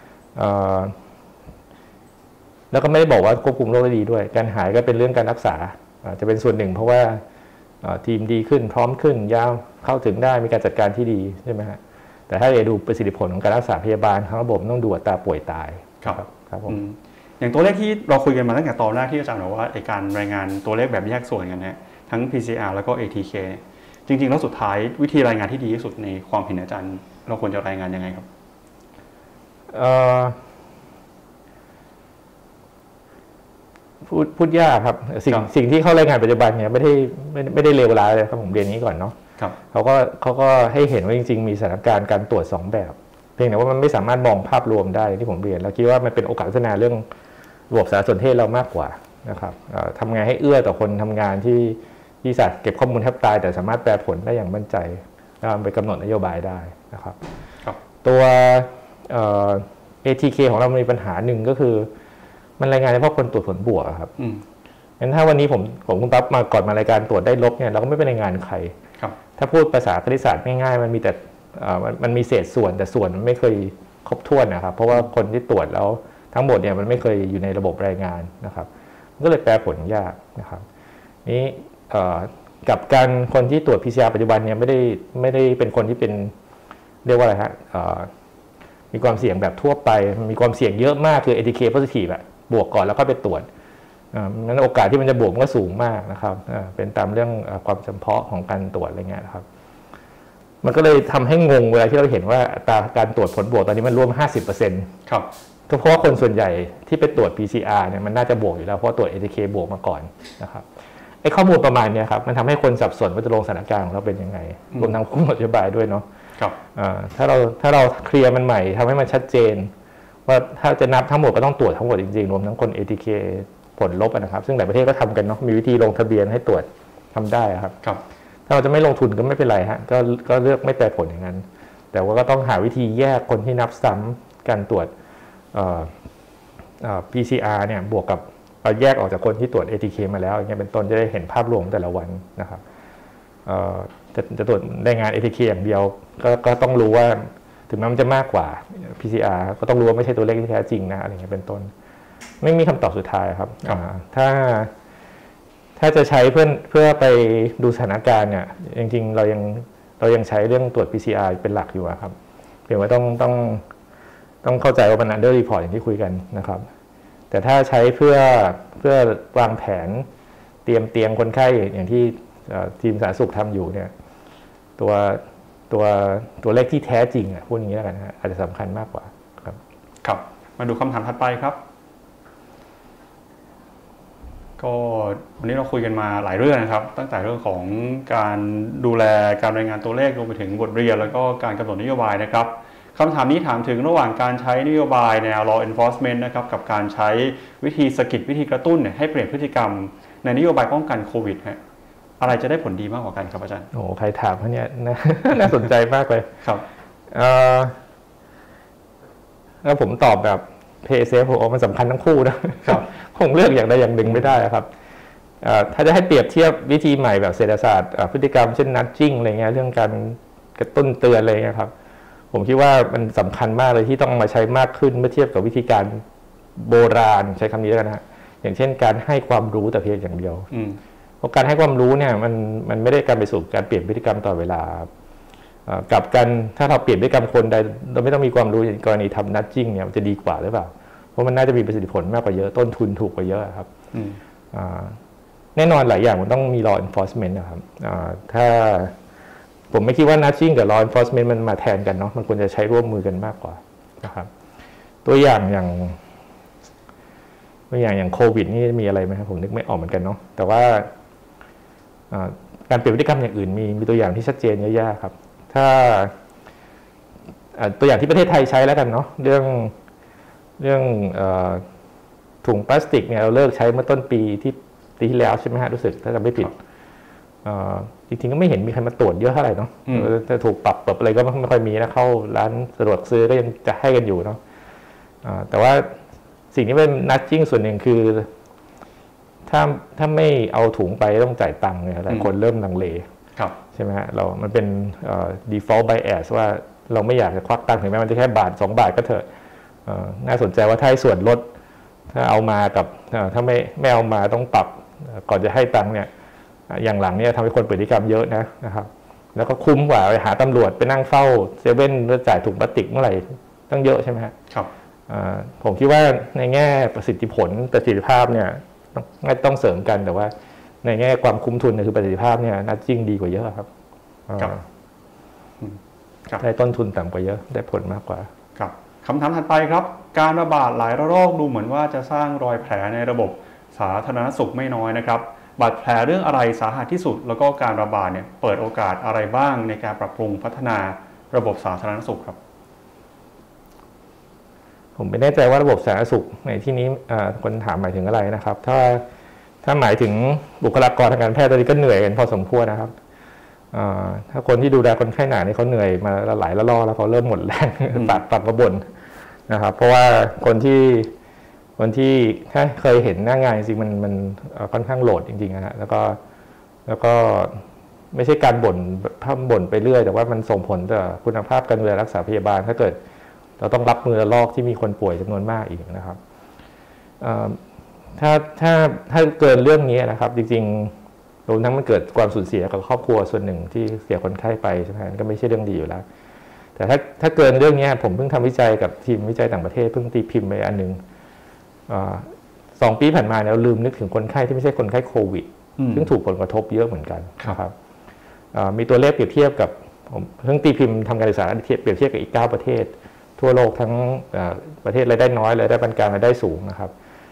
แล้วก็ไม่ได้บอกว่าควบคุมโรคได้ดีด้วยการหายก็เป็นเรื่องการรักษาจะเป็นส่วนหนึ่งเพราะว่าทีมดีขึ้นพร้อมขึ้นยาวเข้าถึงได้มีการจัดการที่ดีใช่ไหมฮะแต่ถ้าจะดูประสิทธิผลของการรักษาพยาบาลทั้งระบบต้องดูอัตราป่วยตายครับครับผมอย่างตัวเลขที่เราคุยกันมาตั้งแต่ตอนแรกที่อาจารย์บอกว่าการรายงานตัวเลขแบบแยกส่วนกันนะทั้ง พี ซี อาร์ แล้วก็ เอ ที เค จริงๆแล้วสุดท้ายวิธีรายงานที่ดีที่สุดในความเห็นอาจารย์เราควรจะรายงานยังไงครับพูดพูดยากครับสิ่งสิ่งที่เขารายงานปัจจุบันเนี่ยไม่ได้ไม่ไม่ได้เลวร้ายเลยครับผมเรียนนี้ก่อนเนาะเขาก็เขาก็ให้เห็นว่าจริงๆมีสถานการณ์การตรวจสองแบบเพียงแต่ว่ามันไม่สามารถมองภาพรวมได้ที่ผมเรียนแล้วคิดว่ามันเป็นโอกาสพัฒนาเรื่องระบบสารสนเทศเรามากกว่านะครับทำงานให้เอื้อต่อคนทำงานที่ที่สัตว์เก็บข้อมูลแทบตายแต่สามารถแปลผลได้อย่างมั่นใจแล้วไปกำหนดนโยบายได้นะครับตัวเอ ที เค ของเรามีปัญหาหนึ่งก็คือมันรายงานเฉพาะคนตรวจผลบวกครับงั้นถ้าวันนี้ผมผมคุณปั๊บมาก่อนมารายการตรวจได้ลบเนี่ยเราก็ไม่เป็นรายงานใครถ้าพูดภาษาคณิตศาสตร์ง่ายๆมันมีแต่มันมีเศษส่วนแต่ส่วนมันไม่เคยครบถ้วนนะครับเพราะว่าคนที่ตรวจแล้วทั้งหมดเนี่ยมันไม่เคยอยู่ในระบบรายงานนะครับมันก็เลยแปลผลยากนะครับนี้กับการคนที่ตรวจ พี ซี อาร์ ปัจจุบันเนี่ยไม่ได้ไม่ได้เป็นคนที่เป็นเรียกว่าอะไรฮะมีความเสี่ยงแบบทั่วไปมีความเสี่ยงเยอะมากคือ เอ ที เค positive อะบวกก่อนแล้วก็ไปตรวจนั้นโอกาสที่มันจะบวกก็สูงมากนะครับเป็นตามเรื่องความจำเพาะของการตรวจอะไรเงี้ยนะครับมันก็เลยทำให้งงเวลาที่เราเห็นว่าอัตราการตรวจผลบวกตอนนี้มันรวม ห้าสิบเปอร์เซ็นต์ครับเพราะว่าคนส่วนใหญ่ที่ไปตรวจ พี ซี อาร์ เนี่ยมันน่าจะบวกอยู่แล้วเพราะตรวจ เอ ที เค บวกมาก่อนนะครับไอ้ข้อมูลประมาณนี้ครับมันทำให้คนสับสนว่าจะลงสถานการณ์ของเราเป็นยังไงรวมทั้งผู้นโยบายด้วยเนาะครับถ้าเราถ้าเราเคลียร์มันใหม่ทำให้มันชัดเจนว่าถ้าจะนับทั้งหมดก็ต้องตรวจทั้งหมดจริงๆรวมทั้งคน เอ ที เค ผลลบนะครับซึ่งหลายประเทศก็ทำกันเนาะมีวิธีลงทะเบียนให้ตรวจทำได้ครับถ้าเราจะไม่ลงทุนก็ไม่เป็นไรฮะก็ก็เลือกไม่แปลผลอย่างนั้นแต่ว่าก็ต้องหาวิธีแยกคนที่นับซ้ำการตรวจ พี ซี อาร์ เนี่ยบวกกับเอาแยกออกจากคนที่ตรวจ เอ ที เค มาแล้วอย่างเงี้ยเป็นต้นจะได้เห็นภาพรวมแต่ละวันนะครับจะจะตรวจรายงาน เอ ที เค อย่างเดียวก็ก็ต้องรู้ว่าถึงแม้มันจะมากกว่า พี ซี อาร์ ก็ต้องรู้ว่าไม่ใช่ตัวเลขที่แท้จริงนะอะไรเงี้ยเป็นต้นไม่มีคำตอบสุดท้ายครับถ้าถ้าจะใช้เพื่อเพื่อไปดูสถานการณ์เนี่ยจริงๆเรายังเรายังใช้เรื่องตรวจ พี ซี อาร์ เป็นหลักอยู่ครับเพียงว่าต้องต้องต้องเข้าใจว่ามัน under report อย่างที่คุยกันนะครับแต่ถ้าใช้เพื่อเพื่อวางแผนเตรียมเตียงคนไข้อย่างที่ทีมสาธารณสุขทำอยู่เนี่ยตัวตัวตัวเลขที่แท้จริงอ่ะพูดอย่างนี้แล้วกันนะอาจจะสำคัญมากกว่าครับครับมาดูคำถามถัดไปครับก็วันนี้เราคุยกันมาหลายเรื่องนะครับตั้งแต่เรื่องของการดูแลการรายงานตัวเลขรวมไปถึงบทเรียนแล้วก็การกำหนดนโยบายนะครับคำถามนี้ถามถึงระหว่างการใช้นโยบายแนว law enforcement นะครับกับการใช้วิธีสกิดวิธีกระตุ้นให้เปลี่ยนพฤติกรรมในนโยบายป้องกันโควิดฮะอะไรจะได้ผลดีมากกว่ากันครับอาจารย์โอ้ใครถามเขาเนี่ยน่าสนใจมากเลยครับแล้วผมตอบแบบเพย์เซฟผมมันสำคัญทั้งคู่นะครับคงเลือกอย่างใดอย่างหนึ่งไม่ได้ครับถ้าจะให้เปรียบเทียบวิธีใหม่แบบเศรษฐศาสตร์พฤติกรรมเช่นนัดจิ้งอะไรเงี้ยเรื่องการกระตุ้นเตือนอะไรเงี้ยครับผมคิดว่ามันสำคัญมากเลยที่ต้องมาใช้มากขึ้นเมื่อเทียบกับวิธีการโบราณใช้คำนี้แล้วกันนะฮะอย่างเช่นการให้ความรู้แต่เพียงอย่างเดียวเพราะการให้ความรู้เนี่ยมันมันไม่ได้การไปสู่การเปลี่ยนพฤติกรรมต่อเวลากับการถ้าเราเปลี่ยนพฤติกรรมคนใดเราไม่ต้องมีความรู้อย่างกรณีทำนัดจิ้งเนี่ยมันจะดีกว่าหรือเปล่าเพราะมันน่าจะมีประสิทธิผลมากกว่าเยอะต้นทุนถูกกว่าเยอะครับแน่นอนหลายอย่างมันต้องมี law enforcement นะครับถ้าผมไม่คิดว่า nudging กับ law enforcement มันมาแทนกันเนาะมันควรจะใช้ร่วมมือกันมากกว่านะครับตัวอย่างอย่างตัวอย่างอย่างโควิดนี่มีอะไรไหมครับผมนึกไม่ออกเหมือนกันเนาะแต่ว่าการเปลี่ยนพฤติกรรมอย่างอื่นมีมีตัวอย่างที่ชัดเจนเยอะแยะครับถ้าตัวอย่างที่ประเทศไทยใช้แล้วกันเนาะเรื่องเรื่องถุงพลาสติกเนี่ยเราเลิกใช้เมื่อต้นปีที่ปีที่แล้วใช่ไหมฮะรู้สึกถ้าจำไม่ผิดจริงๆก็ไม่เห็นมีใครมาตรวจเยอะเท่าไหร่เนาะจะถูกปรับปรับอะไรก็ไม่ค่อยมีนะเข้าร้านสะดวกซื้อก็ยังจะให้กันอยู่เนาะแต่ว่าสิ่งที่เป็นนัดจิ้งส่วนหนึ่งคือถ้าถ้าไม่เอาถุงไปต้องจ่ายตังค์เนี่ยหลายคนเริ่มลังเลใช่ไหมฮะเรามันเป็น default bias ว่าเราไม่อยากจะควักตังค์ถึงแม้มันจะแค่บาทสองบาทก็เถอะน่าสนใจว่าถ้าส่วนลดถ้าเอามากับถ้าไม่ไม่เอามาต้องปรับก่อนจะให้ตังค์เนี่ยอย่างหลังเนี่ยทำให้คนเปลี่ยนพฤติกรรมเยอะนะนะครับแล้วก็คุ้มกว่าไปหาตำรวจไปนั่งเฝ้าเซเว่นเพื่อจ่ายถุงพลาสติกเมื่อไหร่ตั้งเยอะใช่ไหมครับผมคิดว่าในแง่ประสิทธิผลประสิทธิภาพเนี่ยไม่ต้องเสริมกันแต่ว่าในแง่ความคุ้มทุนเนี่ยคือประสิทธิภาพเนี่ยน่าจริงดีกว่าเยอะครับได้ต้นทุนต่ำกว่าเยอะได้ผลมากกว่าครับคำถามถัดไปครับการระบาดหลายระลอกดูเหมือนว่าจะสร้างรอยแผลในระบบสาธารณสุขไม่น้อยนะครับบาดแผลเรื่องอะไรสาหัสที่สุดแล้วก็การระบาดเนี่ยเปิดโอกาสอะไรบ้างในการปรับปรุงพัฒนาระบบสาธารณสุขครับผมไม่แน่ใจว่าระบบสาธารณสุขในที่นี้คนถามหมายถึงอะไรนะครับถ้าถ้าหมายถึงบุคลากรทางการแพทย์ตอนนี้ก็เหนื่อยกันพอสมควรนะครับถ้าคนที่ดูแลคนไข้หนานี่เขาเหนื่อยมาหลายระลอกแล้วเขาเริ่มหมดแรงปากปากกระบนนะครับเพราะว่าคนที่คนที่เคยเห็นหน้างานจริงมันมันค่อนข้างโหลดจริงๆนะฮะแล้วก็แล้วก็ไม่ใช่การบ่นพร่ำบ่นไปเรื่อยแต่ว่ามันส่งผลต่อคุณภาพการดูแลรักษาพยาบาลถ้าเกิดเราต้องรับมือระลอกที่มีคนป่วยจำนวนมากอีกนะครับถ้าถ้าถ้าเกินเรื่องนี้นะครับจริงๆรวมทั้งมันเกิดความสูญเสียกับครอบครัวส่วนหนึ่งที่เสียคนไข้ไปใช่ไหมก็ไม่ใช่เรื่องดีอยู่แล้วแต่ถ้าถ้าเกินเรื่องนี้ผมเพิ่งทำวิจัยกับทีมวิจัยต่างประเทศเพิ่งตีพิมพ์ไปอันนึงสองปีผ่านมาเราลืมนึกถึงคนไข้ที่ไม่ใช่คนไข้โควิดซึ่งถูกผลกระทบเยอะเหมือนกันนะครับมีตัวเลขเปรียบเทียบกับผมเพิ่งตีพิมพ์ทำการศึกษาเปรียบเทียบกับอีกเก้าประเทศทั่วโลกทั้งประเทศรายได้น้อยรายได้ปานกลางรายได้สูงนะครับ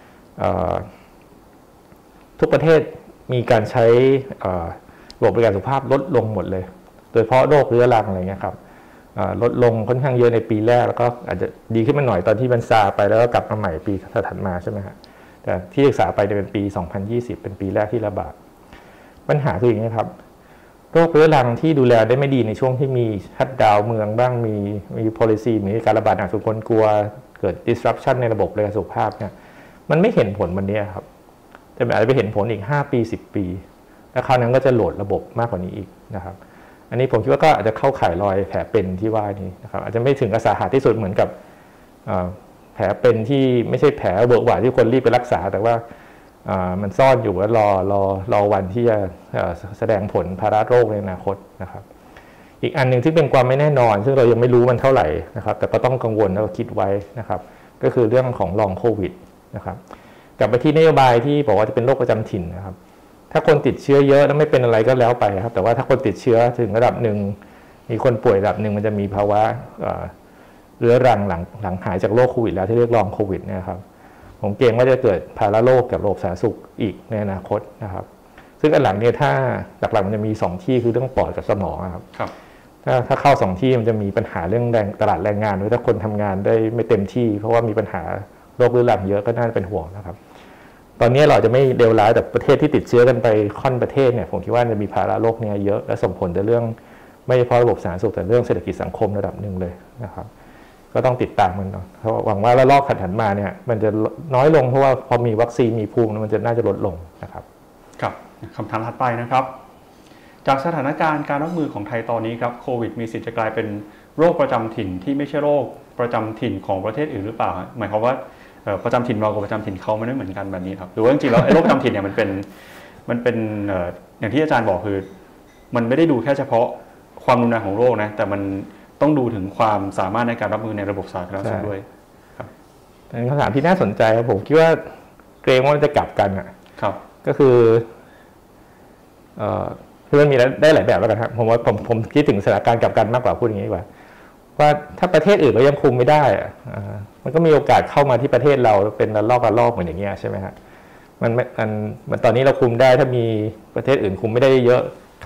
ทุกประเทศมีการใช้ระบบบริการสุขภาพลดลงหมดเลยโดยเฉพาะโรคเรื้อรังอะไรเงี้ยครับลดลงค่อนข้างเยอะในปีแรกแล้วก็อาจจะดีขึ้นมาหน่อยตอนที่มันซาไปแล้วก็กลับมาใหม่ปีถัดมาใช่ไหมฮะแต่ที่ศึกษาไปเป็นปีสองพันยี่สิบเป็นปีแรกที่ระบาดปัญหาคืออย่างนี้ครับโรคเรื้อรังที่ดูแลได้ไม่ดีในช่วงที่มีชัตดาวน์เมืองบ้างมีมี policy มีการระบาดหนักสุดคนกลัวเกิด disruption ในระบบสุขภาพเนี่ยมันไม่เห็นผลวันนี้ครับแต่อาจจะไปเห็นผลอีกห้าปีสิบปีแล้วคราวนั้นก็จะโหลดระบบมากกว่านี้อีกนะครับอันนี้ผมคิดว่าก็อาจจะเข้าข่ายรอยแผลเป็นที่ว่านี้นะครับอาจจะไม่ถึงกับสาหัสที่สุดเหมือนกับแผลเป็นที่ไม่ใช่แผลเบิกหวาที่คนรีบไปรักษาแต่ว่ามันซ่อนอยู่แล้วรอรอรอวันที่จะแสดงผลภาระโรคในอนาคตนะครับอีกอันหนึ่งที่เป็นความไม่แน่นอนซึ่งเรายังไม่รู้มันเท่าไหร่นะครับแต่ก็ต้องกังวลแล้วก็คิดไว้นะครับก็คือเรื่องของลองโควิดนะครับกลับไปที่นโยบายที่บอกว่าจะเป็นโรคประจำถิ่นนะครับถ้าคนติดเชื้อเยอะแล้วไม่เป็นอะไรก็แล้วไปครับแต่ว่าถ้าคนติดเชื้อถึงระดับหนึ่งมีคนป่วยระดับหนึ่งมันจะมีภาวะเรื้อรังหลังหลังหายจากโรคโควิดแล้วที่เรียกลองโควิดเนี่ยครับผมเกรงว่าจะเกิดภาระโรคกับระบบสาธารณสุขอีกในอนาคตนะครับซึ่งอันหลังเนี่ยถ้าหลักๆมันจะมีสองที่คือเรื่องปอดกับสมองครับถ้าถ้าเข้าสองที่มันจะมีปัญหาเรื่องแรงตลาดแรงงานด้วยถ้าคนทำงานได้ไม่เต็มที่เพราะว่ามีปัญหาโรคเรื้อรังเยอะก็น่าจะเป็นห่วงนะครับตอนนี้เราจะไม่เลวร้ายแต่ประเทศที่ติดเชื้อกันไปค่อนประเทศเนี่ยผมคิดว่าจะมีภาระโรคนี้เยอะและส่งผลในเรื่องไม่เฉพาะระบบสาธารณสุขแต่เรื่องเศรษฐกิจสังคมระดับหนึ่งเลยนะครับก็ต้องติดตามมันเนาะหวังว่าระลอกถัดมาเนี่ยมันจะน้อยลงเพราะว่าพอมีวัคซีนมีภูมิมันจะน่าจะลดลงนะครับครับคำถามถัดไปนะครับจากสถานการณ์การรับมือของไทยตอนนี้ครับโควิดมีสิทธิ์จะกลายเป็นโรคประจำถิ่นที่ไม่ใช่โรคประจำถิ่นของประเทศอื่นหรือเปล่าหมายความว่าประจำถิ่นเรากับประจำถิ่นเขาไม่ได้เหมือนกันแบบนี้ครับหรือว่าจริงๆแล้วไอ้โรคประจำถิ่นเนี่ยมันเป็นมันเป็นอย่างที่อาจารย์บอกคือมันไม่ได้ดูแค่เฉพาะความรุนแรงของโรคนะแต่มันต้องดูถึงความสามารถในการรับมือในระบบสาธารณสุขด้วยครับเป็นคำถามที่น่าสนใจครับผมคิดว่าเกรงว่ามันจะกลับกันอ่ะครับก็คือเอ่อคือมันมีได้หลายแบบแล้วกันครับผมว่าผมผมคิดถึงสถานการณ์กลับกันมากกว่าพูดอย่างนี้ดีกว่าว่าถ้าประเทศอื่นเรายังคุมไม่ได้อ่ะมันก็มีโอกาสเข้ามาที่ประเทศเราเป็นระลอกระลอกเหมือนอย่างเงี้ยใช่ไหมฮะมันมันมันตอนนี้เราคุมได้ถ้ามีประเทศอื่นคุมไม่ได้เยอะ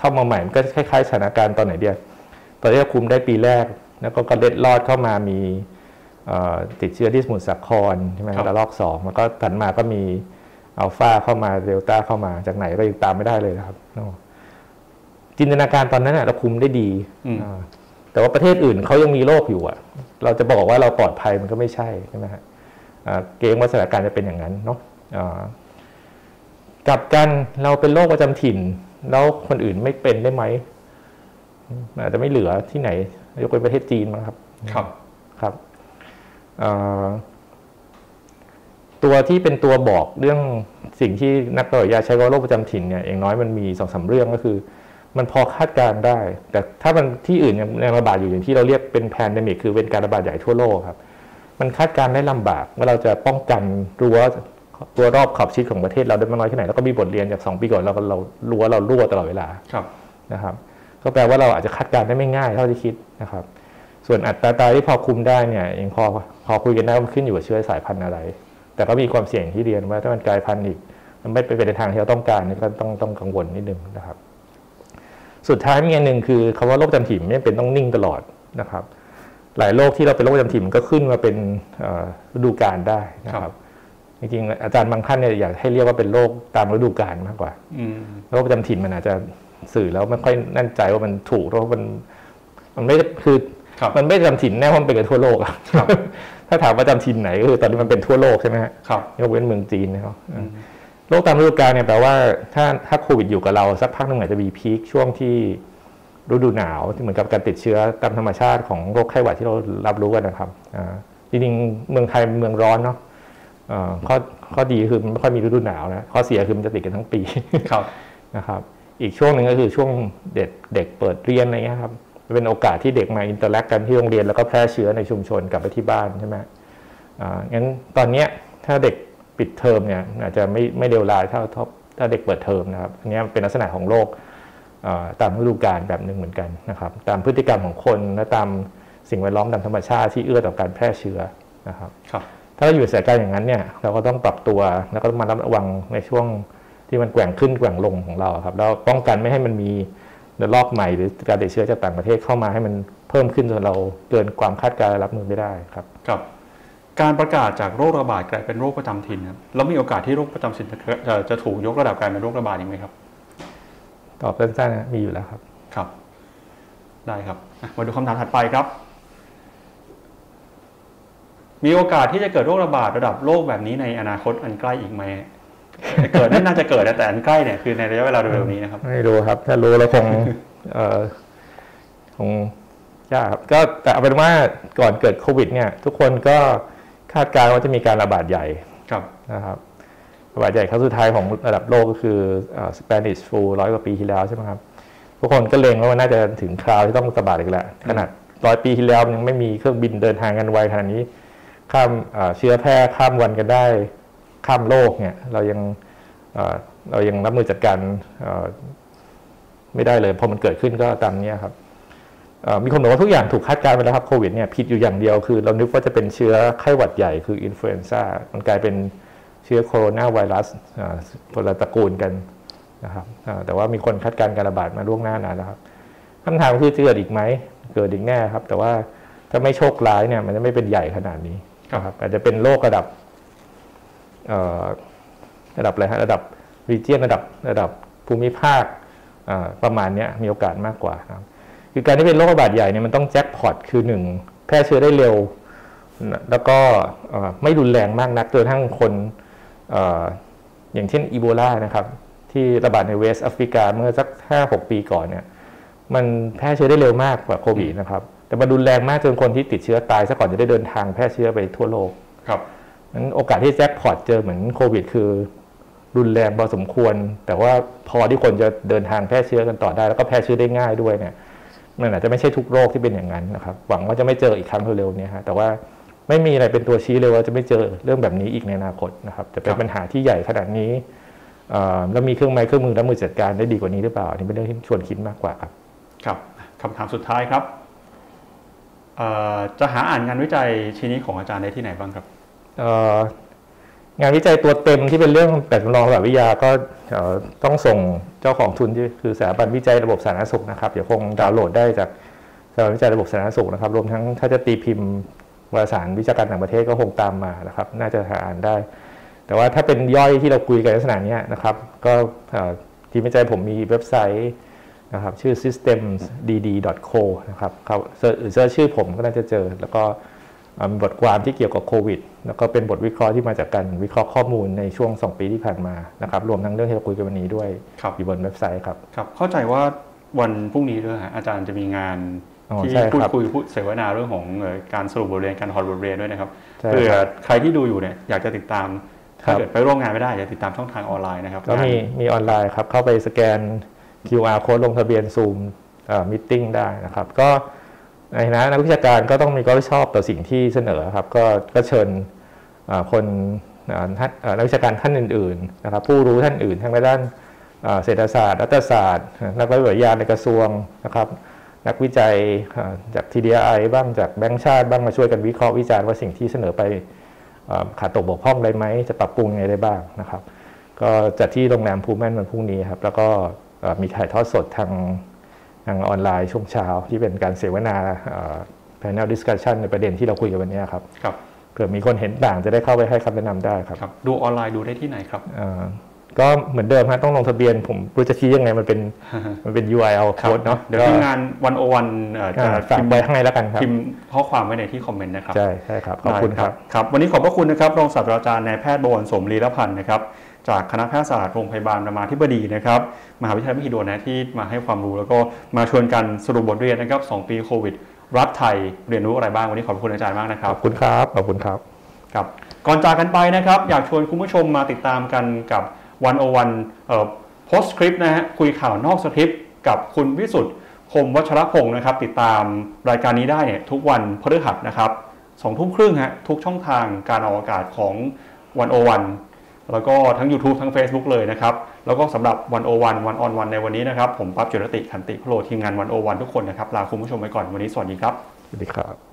เข้ามาใหม่มันก็คล้ายๆสถานการณ์ตอนไหนเดียวตอนที่เราคุมได้ปีแรกแล้วก็กระเด็ดรอดเข้ามามีติดเชื้อที่สมุทรสาครใช่ไหมระลอกสองแล้วก็ถัดมาก็มีอัลฟาเข้ามาเดลต้าเข้ามาจากไหนก็ยังตามไม่ได้เลยนะครับจินตนาการตอนนั้นเราคุมได้ดีแต่ว่าประเทศอื่นเขายังมีโรคอยู่อ่ะเราจะบอกว่าเราปลอดภัยมันก็ไม่ใช่ใช่ไหมฮะเกรงว่าสถานการณ์จะเป็นอย่างนั้นเนาะกลับกันเราเป็นโรคประจำถิ่นแล้วคนอื่นไม่เป็นได้ไหมอาจจะไม่เหลือที่ไหนยกเว้นประเทศจีนมั้งครับครับครับตัวที่เป็นตัวบอกเรื่องสิ่งที่นักวิทยาใช้ว่าโรคประจำถิ่นเนี่ยอย่างน้อยมันมีสองสามเรื่องก็คือมันพอคาดการได้แต่ถ้ามันที่อื่นยังระบาดอยู่อย่างที่เราเรียกเป็นแพนเดมิกคือเป็นการระบาดใหญ่ทั่วโลกครับมันคาดการได้ลำบากว่าเราจะป้องกันรั้วตัวรอบขอบชิดของประเทศเราได้มากน้อยแค่ไหนแล้วก็มีบทเรียนจากสองปีก่อนเราเรารั้วเรารั่วตลอดเวลานะครับก็แปลว่าเราอาจจะคาดการได้ไม่ง่ายเท่าที่คิดนะครับส่วนอัตราตายที่พอคุมได้เนี่ยยังพอพอคุยกันได้มันขึ้นอยู่กับเชื้อสายพันธุ์อะไรแต่ก็มีความเสี่ยงที่เรียนว่าถ้ามันกลายพันธุ์อีกมันไม่ไปในทางที่เราต้องการก็ต้องต้องกังวลนิดนึงนะครับสุดท้ายมีอันหนึ่งคือคำว่าโรคประจำถิ่นไม่เป็นต้องนิ่งตลอดนะครับหลายโรคที่เราเป็นโรคประจำถิ่นมันก็ขึ้นมาเป็นฤดูกาลได้นะครับจริงๆอาจารย์บางท่านเนี่ยอยากให้เรียกว่าเป็นโรคตามฤดูกาลมากกว่าโรคประจำถิ่นมันอาจจะสื่อแล้วไม่ค่อยแน่ใจว่ามันถูกเพราะมันมันไม่คือมันไม่ประจำถิ่นแน่ว่ามันเป็นกันทั่วโลกอะถ้าถามประจำถิ่นไหนก็คือตอนนี้มันเป็นทั่วโลกใช่ไหมฮะยกเว้นเมืองจีนนะครับโรคตามฤดูกาลเนี่ยแปลว่าถ้าถ้าโควิดอยู่กับเราสักพักหนึ่งอาจจะมีพีคช่วงที่ฤดูหนาวที่เหมือนกับการติดเชื้อตามธรรมชาติของโรคไข้หวัดที่เรารับรู้กันนะครับจริงๆเมืองไทยเมืองร้อนเนาะข้อข้อดีคือมันไม่ค่อยมีฤดูหนาวนะข้อเสียคือมันจะติดกันทั้งปีนะครับอีกช่วงหนึ่งก็คือช่วงเด็กเด็กเปิดเรียนอะไรเงี้ยครับเป็นโอกาสที่เด็กมาอินเตอร์แลกกันที่โรงเรียนแล้วก็แพร่เชื้อในชุมชนกลับไปที่บ้านใช่ไหมอ่างั้นตอนนี้ถ้าเด็กปิดเทอมเนี่ยอาจจะไม่ไม่เลวร้ายเท่าถ้าเด็กเปิดเทอมนะครับอันนี้เป็นลักษณะของโรคตามฤดูกาลแบบหนึ่งเหมือนกันนะครับตามพฤติกรรมของคนและตามสิ่งแวดล้อมตามธรรมชาติที่เอื้อต่อการแพร่เชื้อนะครับถ้าเราอยู่ในสถานการณ์อย่างนั้นเนี่ยเราก็ต้องปรับตัวแล้วก็มาระวังในช่วงที่มันแกว่งขึ้นแกว่งลงของเราครับแล้วป้องกันไม่ให้มันมีระลอกใหม่หรือการติดเชื้อจากต่างประเทศเข้ามาให้มันเพิ่มขึ้นจนเราเกินความคาดการณ์รับมือไม่ได้ครับครับการประกาศจากโรคระบาดกลายเป็นโรคประจำถิ่นครับแล้วมีโอกาสที่โรคประจำถิ่นจะจะถูกยกระดับกลายเป็นโรคระบาดอีกไหมครับตอบสั้นๆนะมีอยู่แล้วครับครับได้ครับมาดูคำถามถัดไปครับมีโอกาสที่จะเกิดโรคระบาดระดับโลกแบบนี้ในอนาคตอันใกล้อีกไหมเกิดน่าจะเกิดแต่อันใกล้เนี่ยคือในระยะเวลาเร็วๆนี้นะครับไม่รู้ครับถ้ารู้แล้วคงคงยากครับก็แต่เอาเป็นว่าก่อนเกิดโควิดเนี่ยทุกคนก็คาดการณ์ว่าจะมีการระบาดใหญ่นะครับระบาดใหญ่ครั้งสุดท้ายของระดับโลกก็คือ Spanish flu ร้อยกว่าปีที่แล้วใช่ไหมครับทุกคนก็เล็งว่ามันน่าจะถึงคราวที่ต้องระบาดอีกแล้วขนาดร้อยปีที่แล้วยังไม่มีเครื่องบินเดินทางกันไวขนาดนี้ข้ามเชื้อแพร่ข้ามวันกันได้ข้ามโลกเนี่ยเรายังเรายังรับมือจัดการไม่ได้เลยพอมันเกิดขึ้นก็ตามนี้ครับมีคนบอกว่าทุกอย่างถูกคาดการณ์ไปแล้วครับโควิดเนี่ยผิดอยู่อย่างเดียวคือเรานึกว่าจะเป็นเชื้อไข้หวัดใหญ่คืออินฟลูเอนซ่ามันกลายเป็นเชื้อโคโรนาไวรัสคนละตระกูลกันนะครับแต่ว่ามีคนคาดการณ์การระบาดมาล่วงหน้านานแล้วครับคำถามคือจะเกิดอีกไหมเกิดอีกแน่ครับแต่ว่าถ้าไม่โชคร้ายเนี่ยมันจะไม่เป็นใหญ่ขนาดนี้ครับอาจจะเป็นโรคระดับระดับอะไรฮะระดับรีเจียนระดับระดับภูมิภาคประมาณนี้มีโอกาสมากกว่าครับคือการที่เป็นโรคระบาดใหญ่เนี่ยมันต้องแจ็คพอตคือหนึ่งแพร่เชื้อได้เร็วแล้วก็ไม่รุนแรงมากนักจนทั้งคนอย่างเช่นอีโบลานะครับที่ระบาดในเวสต์แอฟริกาเมื่อสัก ห้าหก ปีก่อนเนี่ยมันแพร่เชื้อได้เร็วมากกว่าโควิดนะครับแต่มันรุนแรงมากจนคนที่ติดเชื้อตายซะก่อนจะได้เดินทางแพร่เชื้อไปทั่วโลกครับนั้นโอกาสที่แจ็คพอตเจอเหมือนโควิดคือรุนแรงพอสมควรแต่ว่าพอที่คนจะเดินทางแพร่เชื้อกันต่อได้แล้วก็แพร่เชื้อได้ง่ายด้วยเนี่ยมันอาจจะไม่ใช่ทุกโรคที่เป็นอย่างนั้นนะครับหวังว่าจะไม่เจออีกครั้งเร็วๆนี้ฮะแต่ว่าไม่มีอะไรเป็นตัวชี้เลยว่าจะไม่เจอเรื่องแบบนี้อีกในอนาคตนะครับจะเป็นปัญหาที่ใหญ่ขนาดนี้แล้วมีเครื่องไม้เครื่องมือรับมือจัดการได้ดีกว่านี้หรือเปล่านี่เป็นเรื่องที่ชวนคิดมากกว่าครับครับคำถามสุดท้ายครับจะหาอ่านงานวิจัยชิ้นนี้ของอาจารย์ได้ที่ไหนบ้างครับงานวิจัยตัวเต็มที่เป็นเรื่องแบบจำลองระบาดวิทยาก็ต้องส่งเจ้าของทุนที่คือสถาบันวิจัยระบบสาธารณสุขนะครับเดี๋ยวคงดาวน์โหลดได้จากสถาบันวิจัยระบบสาธารณสุขนะครับรวมทั้งถ้าจะตีพิมพ์วารสารวิชาการต่างประเทศก็คงตามมานะครับน่าจะหาอ่านได้แต่ว่าถ้าเป็นย่อยที่เราคุยกันลักษณะนี้นะครับก็ทีมวิจัยผมมีเว็บไซต์นะครับชื่อ ซิสเต็มส์ ดี ดี ดอท โค นะครับเขาเซิร์ชชื่อผมก็น่าจะเจอแล้วก็มีบทความที่เกี่ยวกับโควิดแล้วก็เป็นบทวิเคราะห์ที่มาจากการวิเคราะห์ข้อมูลในช่วงสองปีที่ผ่านมานะครับรวมทั้งเรื่องที่เราคุยกันวันนี้ด้วยอยู่บนเว็บไซต์ครับครับเข้าใจว่าวันพรุ่งนี้ด้วยอาจารย์จะมีงานที่พูดคุยพูดเสวนาเรื่องของการสรุปบทเรียนการถอดบทเรียนด้วยนะครับเผื่อใครที่ดูอยู่เนี่ยอยากจะติดตามถ้าเกิดไปร่วมงานไม่ได้อยากติดตามช่องทางออนไลน์นะครับก็มีมีออนไลน์ครับเข้าไปสแกน คิว อาร์ Code ลงทะเบียน Zoom Meeting ได้นะครับก็ในฐานะนักวิชาการก็ต้องมีความรับผิดชอบต่อสิ่งที่เสนอครับก็ก็เชิญคนนักวิชาการท่านอื่นๆนะครับผู้รู้ท่านอื่นทั้งในด้านเศรษฐศาสตร์รัฐศาสตร์นักวิทยาในกระทรวงนะครับนักวิจัยจาก ที ดี ไอ บ้างจากแบงก์ชาติบ้างมาช่วยกันวิเคราะห์วิจารณ์ว่าสิ่งที่เสนอไปขาดตกบกพร่องอะไรไหมจะปรับปรุงยังไงได้บ้างนะครับก็จัดที่โรงแรมพูแมนวันพรุ่งนี้ครับแล้วก็มีถ่ายทอดสดทางทางออนไลน์ช่วงเช้าที่เป็นการเสวนา panel discussion ในประเด็นที่เราคุยกันวันนี้ครับครับเผื่อมีคนเห็นต่างจะได้เข้าไปให้คำแนะนำได้ครับดูออนไลน์ดูได้ที่ไหนครับก็เหมือนเดิมฮะต้องลงทะเบียนผมรู้จะชี้ยังไงมันเป็นมันเป็น ยู อาร์ แอล Code เนาะเดี๋ยวทีมงานวันโอวันจะพิมพ์ไว้ข้างในแล้วกันครับพิมพ์ข้อความไว้ในที่คอมเมนต์นะครับใช่ใช่ครับขอบคุณครับครับวันนี้ขอบพระคุณนะครับรองศาสตราจารย์นายแพทย์บวรสมลีรพันธ์นะครับจากคณะแพทยศาสตร์โรงพยาบาลรามาธิบดีนะครับมหาวิทยาลัยมหิดลนะที่มาให้ความรู้แล้วก็มาชวนกันสรุปบทเรียนนะครับสองปีโควิดรัฐไทยเรียนรู้อะไรบ้างวันนี้ขอบคุณอาจารย์มากนะครับขอบคุณครับขอบคุณครับครับก่อนจากกันไปนะครับอยากชวนคุณผู้ชมมาติดตามกันกับวันโอวันเอ่อโพสต์คลิปนะฮะคุยข่าวนอกสคริปต์กับคุณวิสุทธิ์คมวัชรพงศ์นะครับติดตามรายการนี้ได้เนี่ยทุกวันพฤหัสนะครับสองทุ่มครึ่งฮะทุกช่องทางการออกอากาศของวันโอวันแล้วก็ทั้ง YouTube ทั้ง Facebook เลยนะครับแล้วก็สำหรับวันโอวันวันออนวันในวันนี้นะครับผมปั๊บจุรติขันติพโลทีมงานวันโอวันทุกคนนะครับลาคุณผู้ชมไปก่อนวันนี้สวัสดีครับสวัสดีครับ